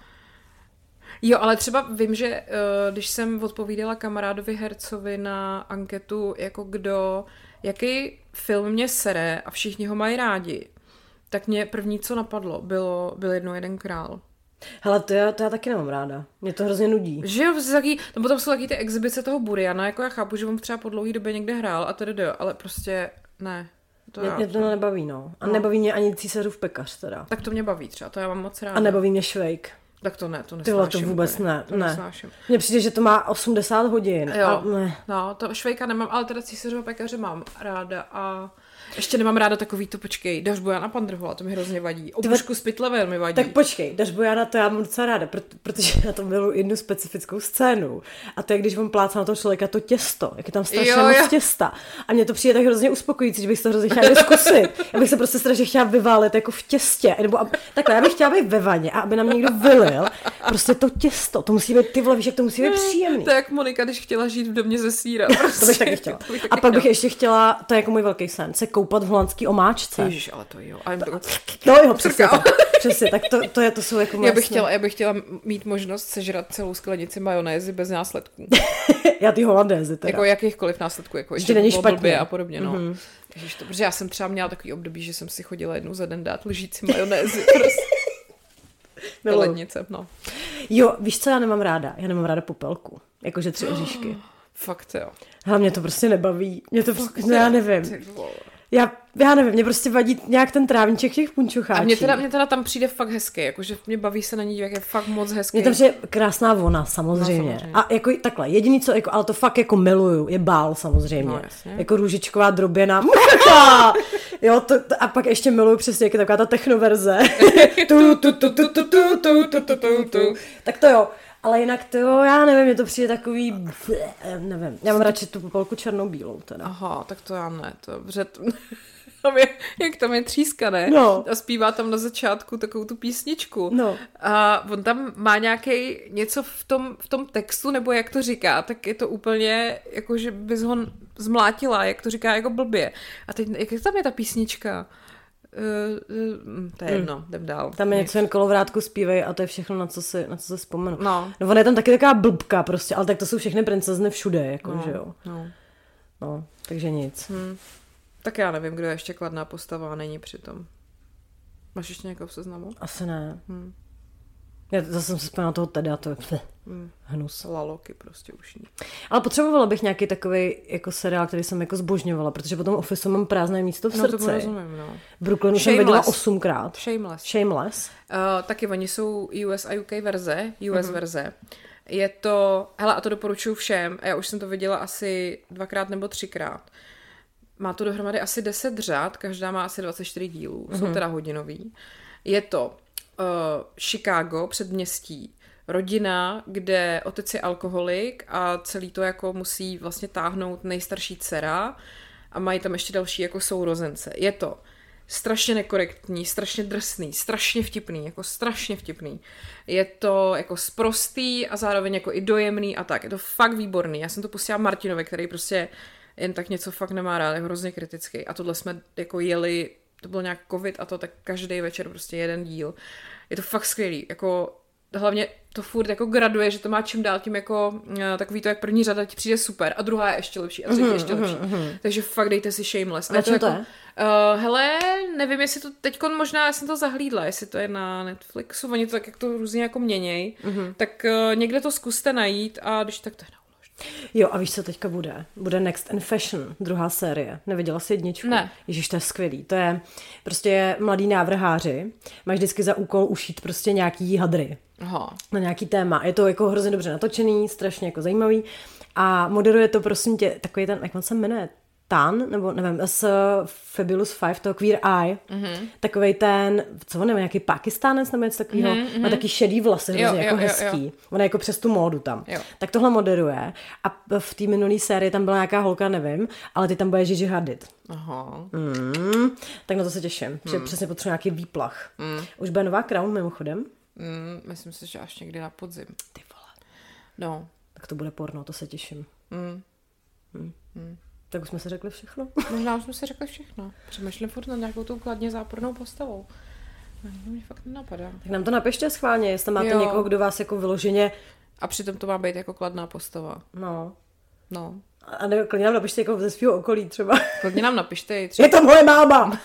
Jo, ale třeba vím, že uh, když jsem odpovídala kamarádovi hercovi na anketu, jako kdo, jaký film mě sere a všichni ho mají rádi, tak mě první, co napadlo, bylo, byl jednou jeden král. Hele, to já, to já taky nemám ráda. Mě to hrozně nudí. Že jo, taky, no potom jsou taky ty exibice toho Buriana, jako já chápu, že on třeba po dlouhý době někde hrál a tedy jo, ale prostě ne. To Mě, já, mě to nebaví, no. A No. nebaví mě ani Císařův pekař teda. tak to mě baví třeba, to já mám moc ráda. A nebaví mě Švejk. Tak to ne, to Ty vole, nesnáším. to vůbec úplně. ne, To ne. nesnáším. Mně přijde, že to má osmdesát hodin. Jo, A ne. no, to Švejka nemám, ale teda Císařova pekaře mám ráda a ještě nemám ráda takový to, počkej, Daš Bojana Pandrhola, to mi hrozně vadí. Obušku z pytlevel mi vadí. Tak počkej, Daš Bojana, to já mám docela ráda, proto, protože já tam miluji jednu specifickou scénu. A to je, když on plácá na toho člověka to těsto, jak je tam strašně Jo, moc jo. těsta. A mně to přijde tak hrozně uspokojící, že bych to hrozně chtěla zkusit. Já bych se prostě strašně chtěla vyválit jako v těstě. Nebo ab, takhle, já bych chtěla být ve vaně a aby nám někdo vylil prostě to těsto. To musí být, ty vole, víš, jak to musí být příjemný. To je jak Monika, když chtěla žít v domě ze síra. Prostě. To bych taky chtěla. To bych taky A pak bych chtěla. ještě chtěla, to je jako můj velký sen, se koupat v holandský omáčce. Ježiš, ale to jo. A jim to... No jo, přesně tak. Přesně, tak to, to, je, to jsou jako moje Já bych, sny. chtěla, já bych chtěla mít možnost sežrat celou sklenici majonézy bez následků. Já ty holandézy teda. Jako jakýchkoliv následků, jako Ještě není po špatně. blbě a podobně, no. Mhm. Ježiš, to, protože já jsem třeba měla takový období, že jsem si chodila jednou za den dát lžíci majonézy prostě. Do Miluju. lednice, no. Jo, víš, co já nemám ráda? Já nemám ráda popelku. Jakože tři oříšky. Fakt jo. Ale mě to prostě nebaví. Mě to prostě, no, já nevím. Ty vole. Já, já nevím, mě prostě vadí nějak ten trávníček těch punčocháčí. A mě teda, mě teda tam přijde fakt hezky, jakože mě baví se na ní, jak je fakt moc hezký. Mě tam přijde krásná vona, samozřejmě. No, samozřejmě. A jako takhle, jediný co, jako, ale to fakt jako miluju, je bál samozřejmě. No, jasně. Jako růžičková droběna. Jo, to, to, a pak ještě miluju přesně, jak je taková ta technoverze. tu, tu, tu, tu, tu, tu, tu, tu, tu, tu, tu. Tak to jo. Ale jinak to jo, já nevím, mě to přijde takový, nevím, já mám radši tu popelku černou-bílou teda. Aha, tak to já ne, to před... Tam je, jak tam je třískané no. A zpívá tam na začátku takovou tu písničku. No. A on tam má nějaký něco v tom, v tom textu, nebo jak to říká, tak je to úplně, jako že bys ho zmlátila, jak to říká jako blbě. A teď, jak tam je ta písnička? Uh, uh, to je jedno, hmm. jdem dál. Tam je něco jen kolovrátku zpívej a to je všechno, na co si, na co se vzpomenu. No. No ona je tam taky taková blbka prostě, ale tak to jsou všechny princezny všude, jako, no. že jo. No. No, takže nic. Hmm. Tak já nevím, kdo je ještě kladná postava a není přitom. Máš ještě někoho v seznamu? Asi ne. Hmm. Já zase jsem se vzpomněla toho Teda, to je hmm. hnus. Laloky prostě už ní. Ale potřebovala bych nějaký takový jako seriál, který jsem jako zbožňovala, protože potom Office mám prázdné místo v no, srdci. No to rozumím, no. Brooklynu jsem viděla osmkrát. Shameless. Shameless. Uh, taky oni jsou U S a U K verze, U S mm-hmm. verze. Je to, hele, a to doporučuji všem, a já už jsem to viděla asi dvakrát nebo třikrát. Má to dohromady asi deset řad, každá má asi dvacet čtyři dílů, mm-hmm. jsou teda hodinový. Je to uh, Chicago, předměstí, rodina, kde otec je alkoholik a celý to jako musí vlastně táhnout nejstarší dcera a mají tam ještě další jako sourozence. Je to strašně nekorektní, strašně drsný, strašně vtipný, jako strašně vtipný. Je to jako sprostý a zároveň jako i dojemný a tak. Je to fakt výborný. Já jsem to pustila Martinovi, který prostě jen tak něco fakt nemá rád, je hrozně kritický. A tohle jsme jako jeli, to byl nějak covid a to tak každý večer prostě jeden díl. Je to fakt skvělý, jako hlavně to furt jako graduje, že to má čím dál tím jako takový to, jak první řada ti přijde super a druhá je ještě lepší a třetí mm, ještě mm, lepší. Mm. Takže fakt dejte si Shameless. A to, to, jako, to je? Uh, hele, nevím, jestli to teďkon možná, já jsem to zahlídla, jestli to je na Netflixu, oni to tak jak to různě jako měněj, mm. tak uh, někde to zkuste najít a když tak to je na ulož. Jo, a víš, co teďka bude? Bude Next in Fashion, druhá série. Neviděla jsi jedničku? Ne. Ježiš, to je skvělý. To je prostě mladý návrháři. Máš vždycky za úkol ušít prostě nějaký hadry. Aha. Na nějaký téma. Je to jako hrozně dobře natočený, strašně jako zajímavý. A moderuje to prosím tě takový ten, jak on se jmenuje? Tan, nebo nevím, z Fabulous Five, toho Queer Eye, mm-hmm. takovej ten, co on nevím, nějaký Pakistánec nebo něco takového, mm-hmm. má taky šedý vlasy, hrozně jako jo, hezký. Jo. On je jako přes tu módu tam. Jo. Tak tohle moderuje a v té minulé sérii tam byla nějaká holka, nevím, ale ty tam bude Gigi Hadid. Aha. Mm, tak na to se těším, mm. že přesně potřebuji nějaký výplach. Mm. Už bude nová Crown mimochodem? Mm, myslím si, že až někdy na podzim. Ty vole. No. Tak to bude porno, to se těším. Mm. Mm. Mm. Tak už jsme si řekli všechno. Možná už jsme si řekli všechno. Přemýšlím furt na nějakou tou kladně zápornou postavou. No, to mi fakt nenapadá. Tak nám to napište schválně, jestli máte jo. někoho, kdo vás jako vyloženě... A přitom to má být jako kladná postava. No. No. A ne, klidně nám napište jako ze svého okolí třeba. Klidně nám napište. Třeba... Je to moje máma!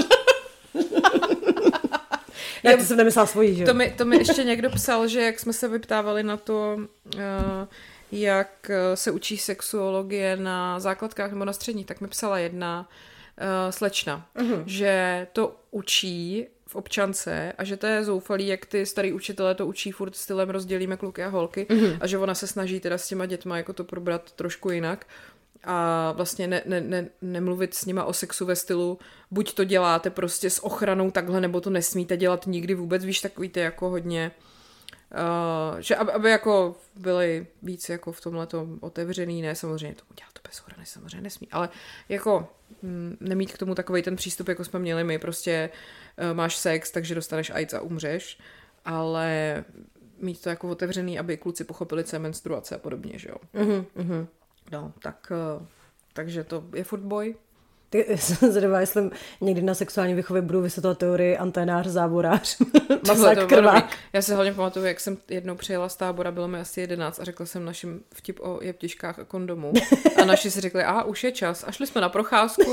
Ne, to jsem nemyslela svojí, že? To mi, to mi ještě někdo psal, že jak jsme se vyptávali na to... Uh, jak se učí sexuologie na základkách nebo na středních, tak mi psala jedna uh, slečna, uh-huh. že to učí v občance a že to je zoufalý, jak ty starý učitelé to učí furt stylem rozdělíme kluky a holky uh-huh. a že ona se snaží teda s těma dětma jako to probrat trošku jinak a vlastně ne, ne, ne, nemluvit s nima o sexu ve stylu buď to děláte prostě s ochranou takhle, nebo to nesmíte dělat nikdy vůbec, víš, takový ty jako hodně Uh, že aby, aby jako byli víc jako v tomhletom otevřený, ne samozřejmě to udělat to bez ochrany, samozřejmě nesmí, ale jako m, nemít k tomu takovej ten přístup, jako jsme měli my, prostě uh, máš sex, takže dostaneš AIDS a umřeš, ale mít to jako otevřený, aby kluci pochopili, co je menstruace a podobně, že jo. Mm-hmm, mm-hmm. No, tak uh, takže to je furt boj. Ty jsem zvědavá, jestli někdy na sexuální výchově budu vysvětlovat teorii anténář, záborář, masák, krvák. Já si hlavně pamatuju, jak jsem jednou přijela z tábora, bylo mi asi jedenáct a řekla jsem našim vtip o jeptiškách a kondomu. A naši si řekli, aha, už je čas. A šli jsme na procházku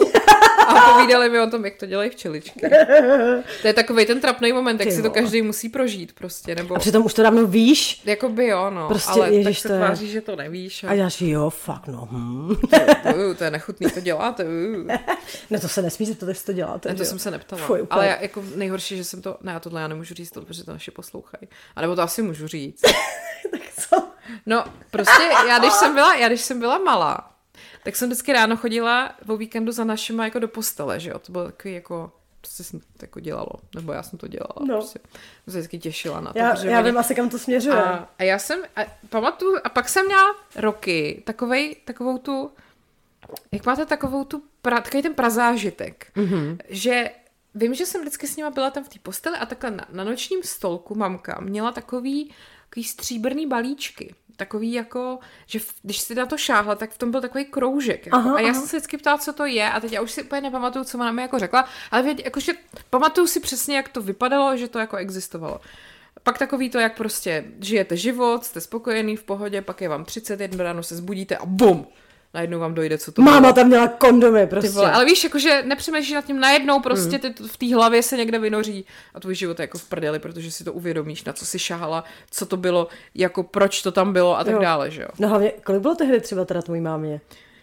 A povídali mi o tom, jak to dělají včeličky. To je takovej ten trapný moment, jak si to každý musí prožít prostě, nebo... A přitom už to dávno víš. Jakoby jo, no, prostě, ale ježiš, tak se to tváří, je... že to nevíš. A, a děláš, jo, fakt, no. Hm. to, to je nechutný, to děláte. Ne, to se nesmí zeptat, jestli to děláte. Ne, to jsem se neptala. Fuj, ale já, jako nejhorší, že jsem to... Ne, tohle já nemůžu říct, protože to naši poslouchají. A nebo to asi můžu říct. Tak co? No, prostě já když jsem byla, já když jsem byla malá, tak jsem vždycky ráno chodila o víkendu za našima jako do postele, že jo, to bylo takový jako, prostě jsem to jako dělalo, nebo já jsem to dělala, no. Prostě jsem se vždycky těšila na to. Já, já oni... vím asi, kam to směřuje. A, a já jsem, a pamatuju, a pak jsem měla roky takovej, takovou tu, jak máte takovou tu, pra, takový ten prazážitek, mm-hmm. že vím, že jsem vždycky s nima byla tam v té posteli a takhle na, na nočním stolku mamka měla takový, takový stříbrný balíčky. Takový jako, že v, když si na to šáhla, tak v tom byl takový kroužek. Jako. Aha, a já aha. jsem se vždycky ptala, co to je a teď já už si úplně nepamatuju, co ona mi jako řekla, ale vědě, jakože pamatuju si přesně, jak to vypadalo, že to jako existovalo. Pak takový to, jak prostě žijete život, jste spokojený, v pohodě, pak je vám třicet, jedno ráno se zbudíte a bum! Najednou vám dojde, co to Máma bylo. tam měla kondomy prostě. Ty vole, ale víš, jakože nepřemýšlíš nad tím najednou, prostě ty, v té hlavě se někde vynoří a tvůj život je jako v prdeli, protože si to uvědomíš, na co si šahala, co to bylo, jako proč to tam bylo a tak jo. dále, že jo. No hlavně, kolik bylo tehdy třeba teda tvojí mámě?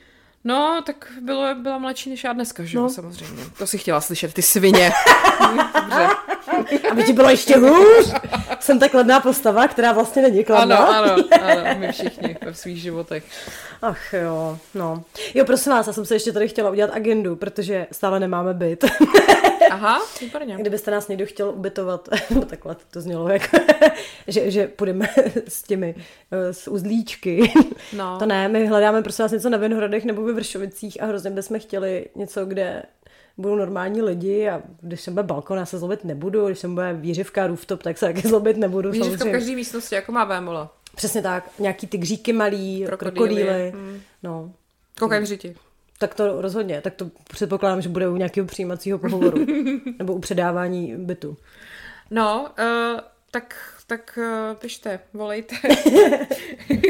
No, tak bylo, byla mladší než já dneska, že jo, no. Samozřejmě. To si chtěla slyšet, ty svině. Dobře. Aby ti bylo ještě hůř. Jsem tak ledná postava, která vlastně není kladná. Ano, ano, ano, my všichni ve svých životech. Ach jo, no. Jo, prosím vás, já jsem se ještě tady chtěla udělat agendu, protože stále nemáme byt. Aha, výborně. Kdybyste nás někdo chtěl ubytovat, no takhle to znělo, jako, že, že půjdeme s těmi, s uzlíčky. No. To ne, my hledáme prosím vás něco na Vinohradech nebo ve Vršovicích a hrozně bychom chtěli něco, kde budou normální lidi a když sem bude balkon, já se zlobit nebudu, když sem bude výřivka, rooftop, tak se taky zlobit nebudu. Výřivka v každé místnosti, jako má vémola. Přesně tak, nějaký tygříky malý, krokodýly, krokodýly hmm. no. Kokajvřiti. Tak to rozhodně, tak to předpokládám, že bude u nějakého přijímacího pohovoru nebo u předávání bytu. No, uh, tak, tak uh, pište, volejte. uh,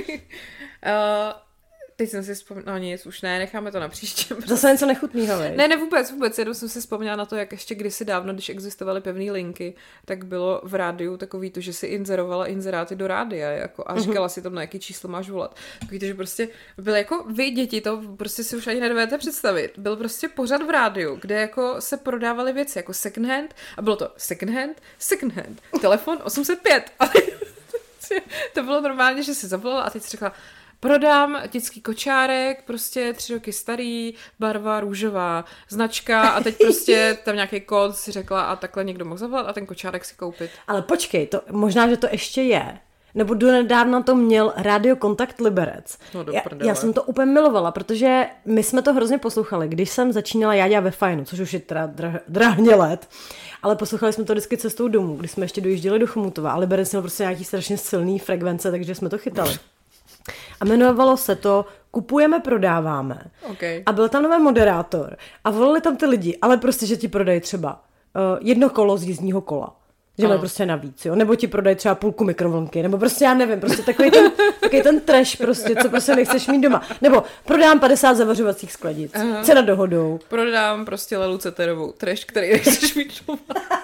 Teď jsem si vzpomněla, no nic, už ne, necháme to na příště. Zase něco nechutného, vej. Ne, ne vůbec, vůbec, jenom jsem si vzpomněla na to, jak ještě kdysi dávno, když existovaly pevné linky, tak bylo v rádiu takový to, že si inzerovala inzeráty do rádia, jako, a říkala uh-huh. si tam, na jaký číslo máš volat. Takový to, že prostě byl jako vy, děti, to prostě si už ani nedovedete představit. Byl prostě pořad v rádiu, kde jako se prodávaly věci, jako second hand, a bylo to second hand, second hand, telefon osm set pět. A to bylo normálně, že si zavolala a teď si řekla, prodám dětský kočárek, prostě tři roky starý, barva růžová, značka a teď prostě tam nějaký kód si řekla a takhle někdo mohl zavolat a ten kočárek si koupit. Ale počkej, to, možná, že to ještě je. Nebo donedávna to měl Rádio Kontakt Liberec. No do já, prdele. já jsem to úplně milovala, protože my jsme to hrozně poslouchali. Když jsem začínala já dělat ve Fajnu, což už je teda drah, drahně let, ale poslouchali jsme to vždycky cestou domů, když jsme ještě dojížděli do Chomutova a Liberec měl prostě nějaký strašně silný frekvence, takže jsme to chytali. A jmenovalo se to Kupujeme, prodáváme. Okay. A byl tam nový moderátor. A volali tam ty lidi, ale prostě, že ti prodají třeba uh, jedno kolo z jízdního kola. Že mají prostě navíc, jo. Nebo ti prodají třeba půlku mikrovlnky. Nebo prostě já nevím, prostě takový ten, takový ten trash prostě, co prostě nechceš mít doma. Nebo prodám padesát zavařovacích skladic. Aha. Cena dohodou. Prodám prostě Lelu Ceterovou trash, který nechceš mít doma.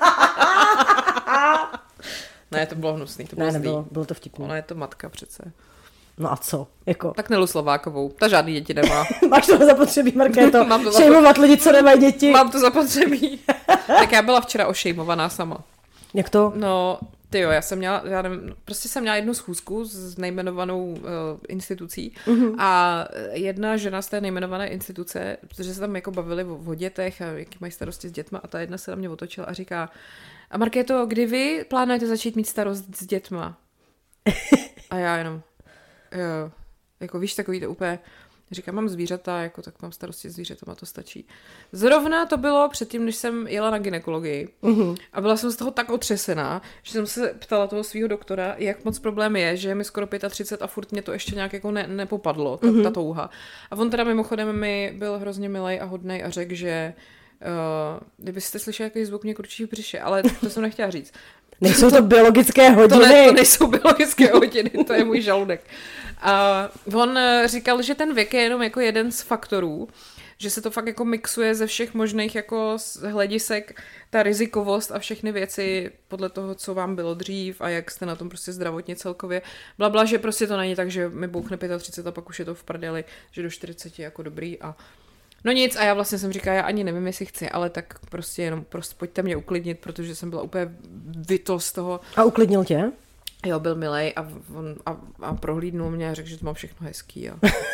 Ne, to bylo hnusný, to bylo ne, zlý. nebylo, bylo to vtipné. Ona je to matka přece. No a co? Jako... Tak Nelu Slovákovou, ta žádný děti nemá. Máš to zapotřebí, Markéto? Mám to šejmovat lidi, co nemají děti. Mám to zapotřebí. Tak já byla včera ošejmovaná sama. Jak to? No, tyjo, já jsem měla, já nevím, prostě jsem měla jednu schůzku s nejmenovanou uh, institucí mm-hmm. a jedna žena z té nejmenované instituce, protože se tam jako bavili o, o dětech a jaký mají starosti s dětma a ta jedna se na mě otočila a říká, a Markéto, kdy vy plánujete začít mít starost s dětma? A já jenom, jo, jako víš, takový to úplně, říkám, mám zvířata, jako tak mám starosti s zvířatama, to stačí. Zrovna to bylo předtím, než jsem jela na gynekologii uh-huh. a byla jsem z toho tak otřesená, že jsem se ptala toho svého doktora, jak moc problém je, že je mi skoro třicet pět a furt mě to ještě nějak jako ne, nepopadlo, ta, uh-huh. ta touha. A on teda mimochodem mi byl hrozně milej a hodnej a řekl, že uh, kdybyste slyšeli jaký zvuk, mě kručí v břiše, ale to jsem nechtěla říct. Nejsou to biologické hodiny. To, ne, to nejsou biologické hodiny, to je můj žaludek. A on říkal, že ten věk je jenom jako jeden z faktorů, že se to fakt jako mixuje ze všech možných jako hledisek, ta rizikovost a všechny věci podle toho, co vám bylo dřív a jak jste na tom prostě zdravotně celkově. Blabla, že prostě to není tak, že mi bouchne třicet pět a pak už je to v prdeli, že do čtyřiceti jako dobrý a no nic a já vlastně jsem říkala, já ani nevím, jestli chci, ale tak prostě jenom prostě pojďte mě uklidnit, protože jsem byla úplně vyto z toho. A uklidnil tě? Jo, byl milej a, on, a, a prohlídnul mě a řekl, že to mám všechno hezký. A...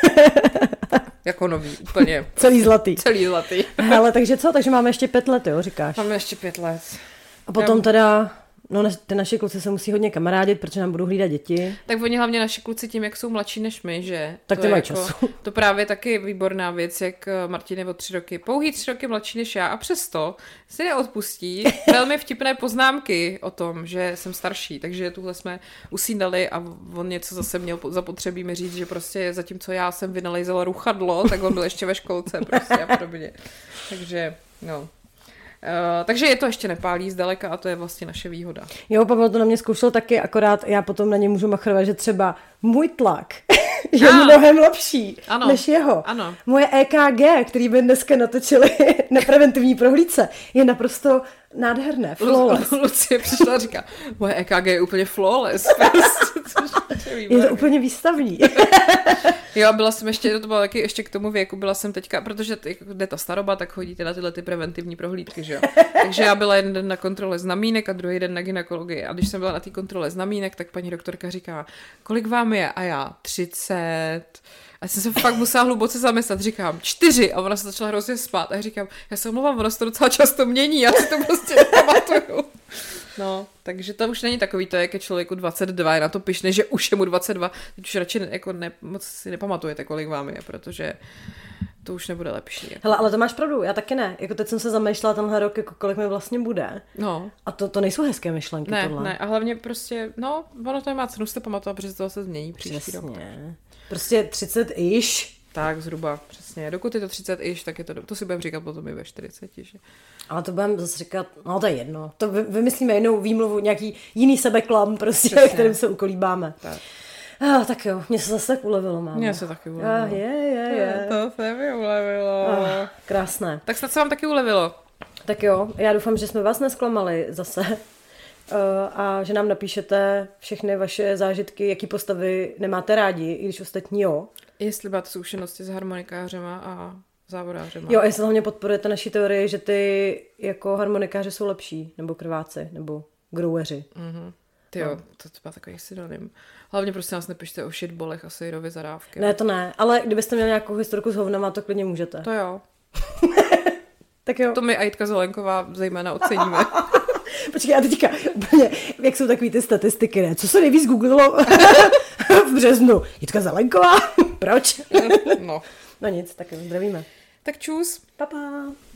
jako nový, úplně. Celý zlatý. Celý zlatý. Hele, takže co? Takže máme ještě pět let, jo, říkáš? Máme ještě pět let. A potom já... teda... No, ty naši kluci se musí hodně kamarádit, protože nám budou hlídat děti. Tak oni hlavně naši kluci tím, jak jsou mladší než my, že? Tak to ty mají jako, času. To právě taky výborná věc, jak Martin je o tři roky, pouhý tři roky mladší než já a přesto si neodpustí velmi vtipné poznámky o tom, že jsem starší, takže tuhle jsme usínali a on něco zase měl zapotřebí mi říct, že prostě zatímco já jsem vynalejzala ruchadlo, tak on byl ještě ve školce prostě a podobně. Takže, no... Uh, takže je to ještě nepálí zdaleka a to je vlastně naše výhoda. Jo, Pavel to na mě zkoušel taky, akorát já potom na ně můžu machrovat, že třeba můj tlak je ah, mnohem lepší ano, než jeho. Ano. Moje E K G, který by dneska natočili na preventivní prohlídce, je naprosto nádherné, flawless. Lucie přišla a říká, moje E K G je úplně flawless. Je to úplně výstavní. Jo, a byla jsem ještě, to bylo taky ještě k tomu věku, byla jsem teďka, protože jde ta staroba, tak chodíte na tyhle ty preventivní prohlídky, že jo. Takže já byla jeden den na kontrole znamínek a druhý den na gynekologii. A když jsem byla na té kontrole znamínek, tak paní doktorka říká, kolik vám je? A já, třicet. A jsem se fakt musela hluboce zamyslet, říkám, čtyři. A ona se začala hrozně spát. A já říkám, já se omlouvám, ono se to docela často mění, já si to prostě nepamatuju. No, takže to už není takový, to je, jak je člověku dvacet dva, je na to pyšné, že už je mu dvacet dva, teď už radši jako ne, moc si nepamatujete, kolik vám je, protože to už nebude lepší. Jako. Hele, ale to máš pravdu, já taky ne. Jako teď jsem se zamýšlela tenhle rok, jako kolik mi vlastně bude. No. A to, to nejsou hezké myšlenky ne, tohle. Ne, a hlavně prostě, no, ono to nemá cenu si to pamatovat, protože to se změní příští rok. Prostě třicet iš. Tak zhruba, přesně. Dokud je to třicet iš, tak je to, to si budeme říkat potom i ve čtyřiceti. Že? Ale to budeme zase říkat, no to je jedno. To vymyslíme jinou výmluvu, nějaký jiný sebeklam, prostě, přesně. Kterým se ukolíbáme. Tak. Ah, tak jo, mě se zase tak ulevilo, mámo. Mně se taky ulevilo. Ah, je, je, je. To se mi ulevilo. Ah, krásné. Tak snad se vám taky ulevilo. Tak jo, já doufám, že jsme vás nesklamali zase. Uh, a že nám napíšete všechny vaše zážitky, jaký postavy nemáte rádi, i když ostatní jo. Jestli máte zkušenosti s harmonikářema a závodářema. Jo, a jestli hlavně podporujete naši teorii, že ty jako harmonikáři jsou lepší, nebo krváci, nebo groweri. Mm-hmm. Ty jo, no. To je takový synonym. Hlavně prostě nás nepište o shitbolech a sejrově zadávky. Ne, to ne, ale kdybyste měli nějakou historku s hovnama, to klidně můžete. To jo. Tak jo. To my a Jitka Zelenková zejména oceníme. Počkej, a teďka úplně, jak jsou takový ty statistiky, ne? Co se nejvíc googlilo v březnu? Jitka Zelenková? Proč? No. No nic, tak jo, zdravíme. Tak čus. Pa, pa.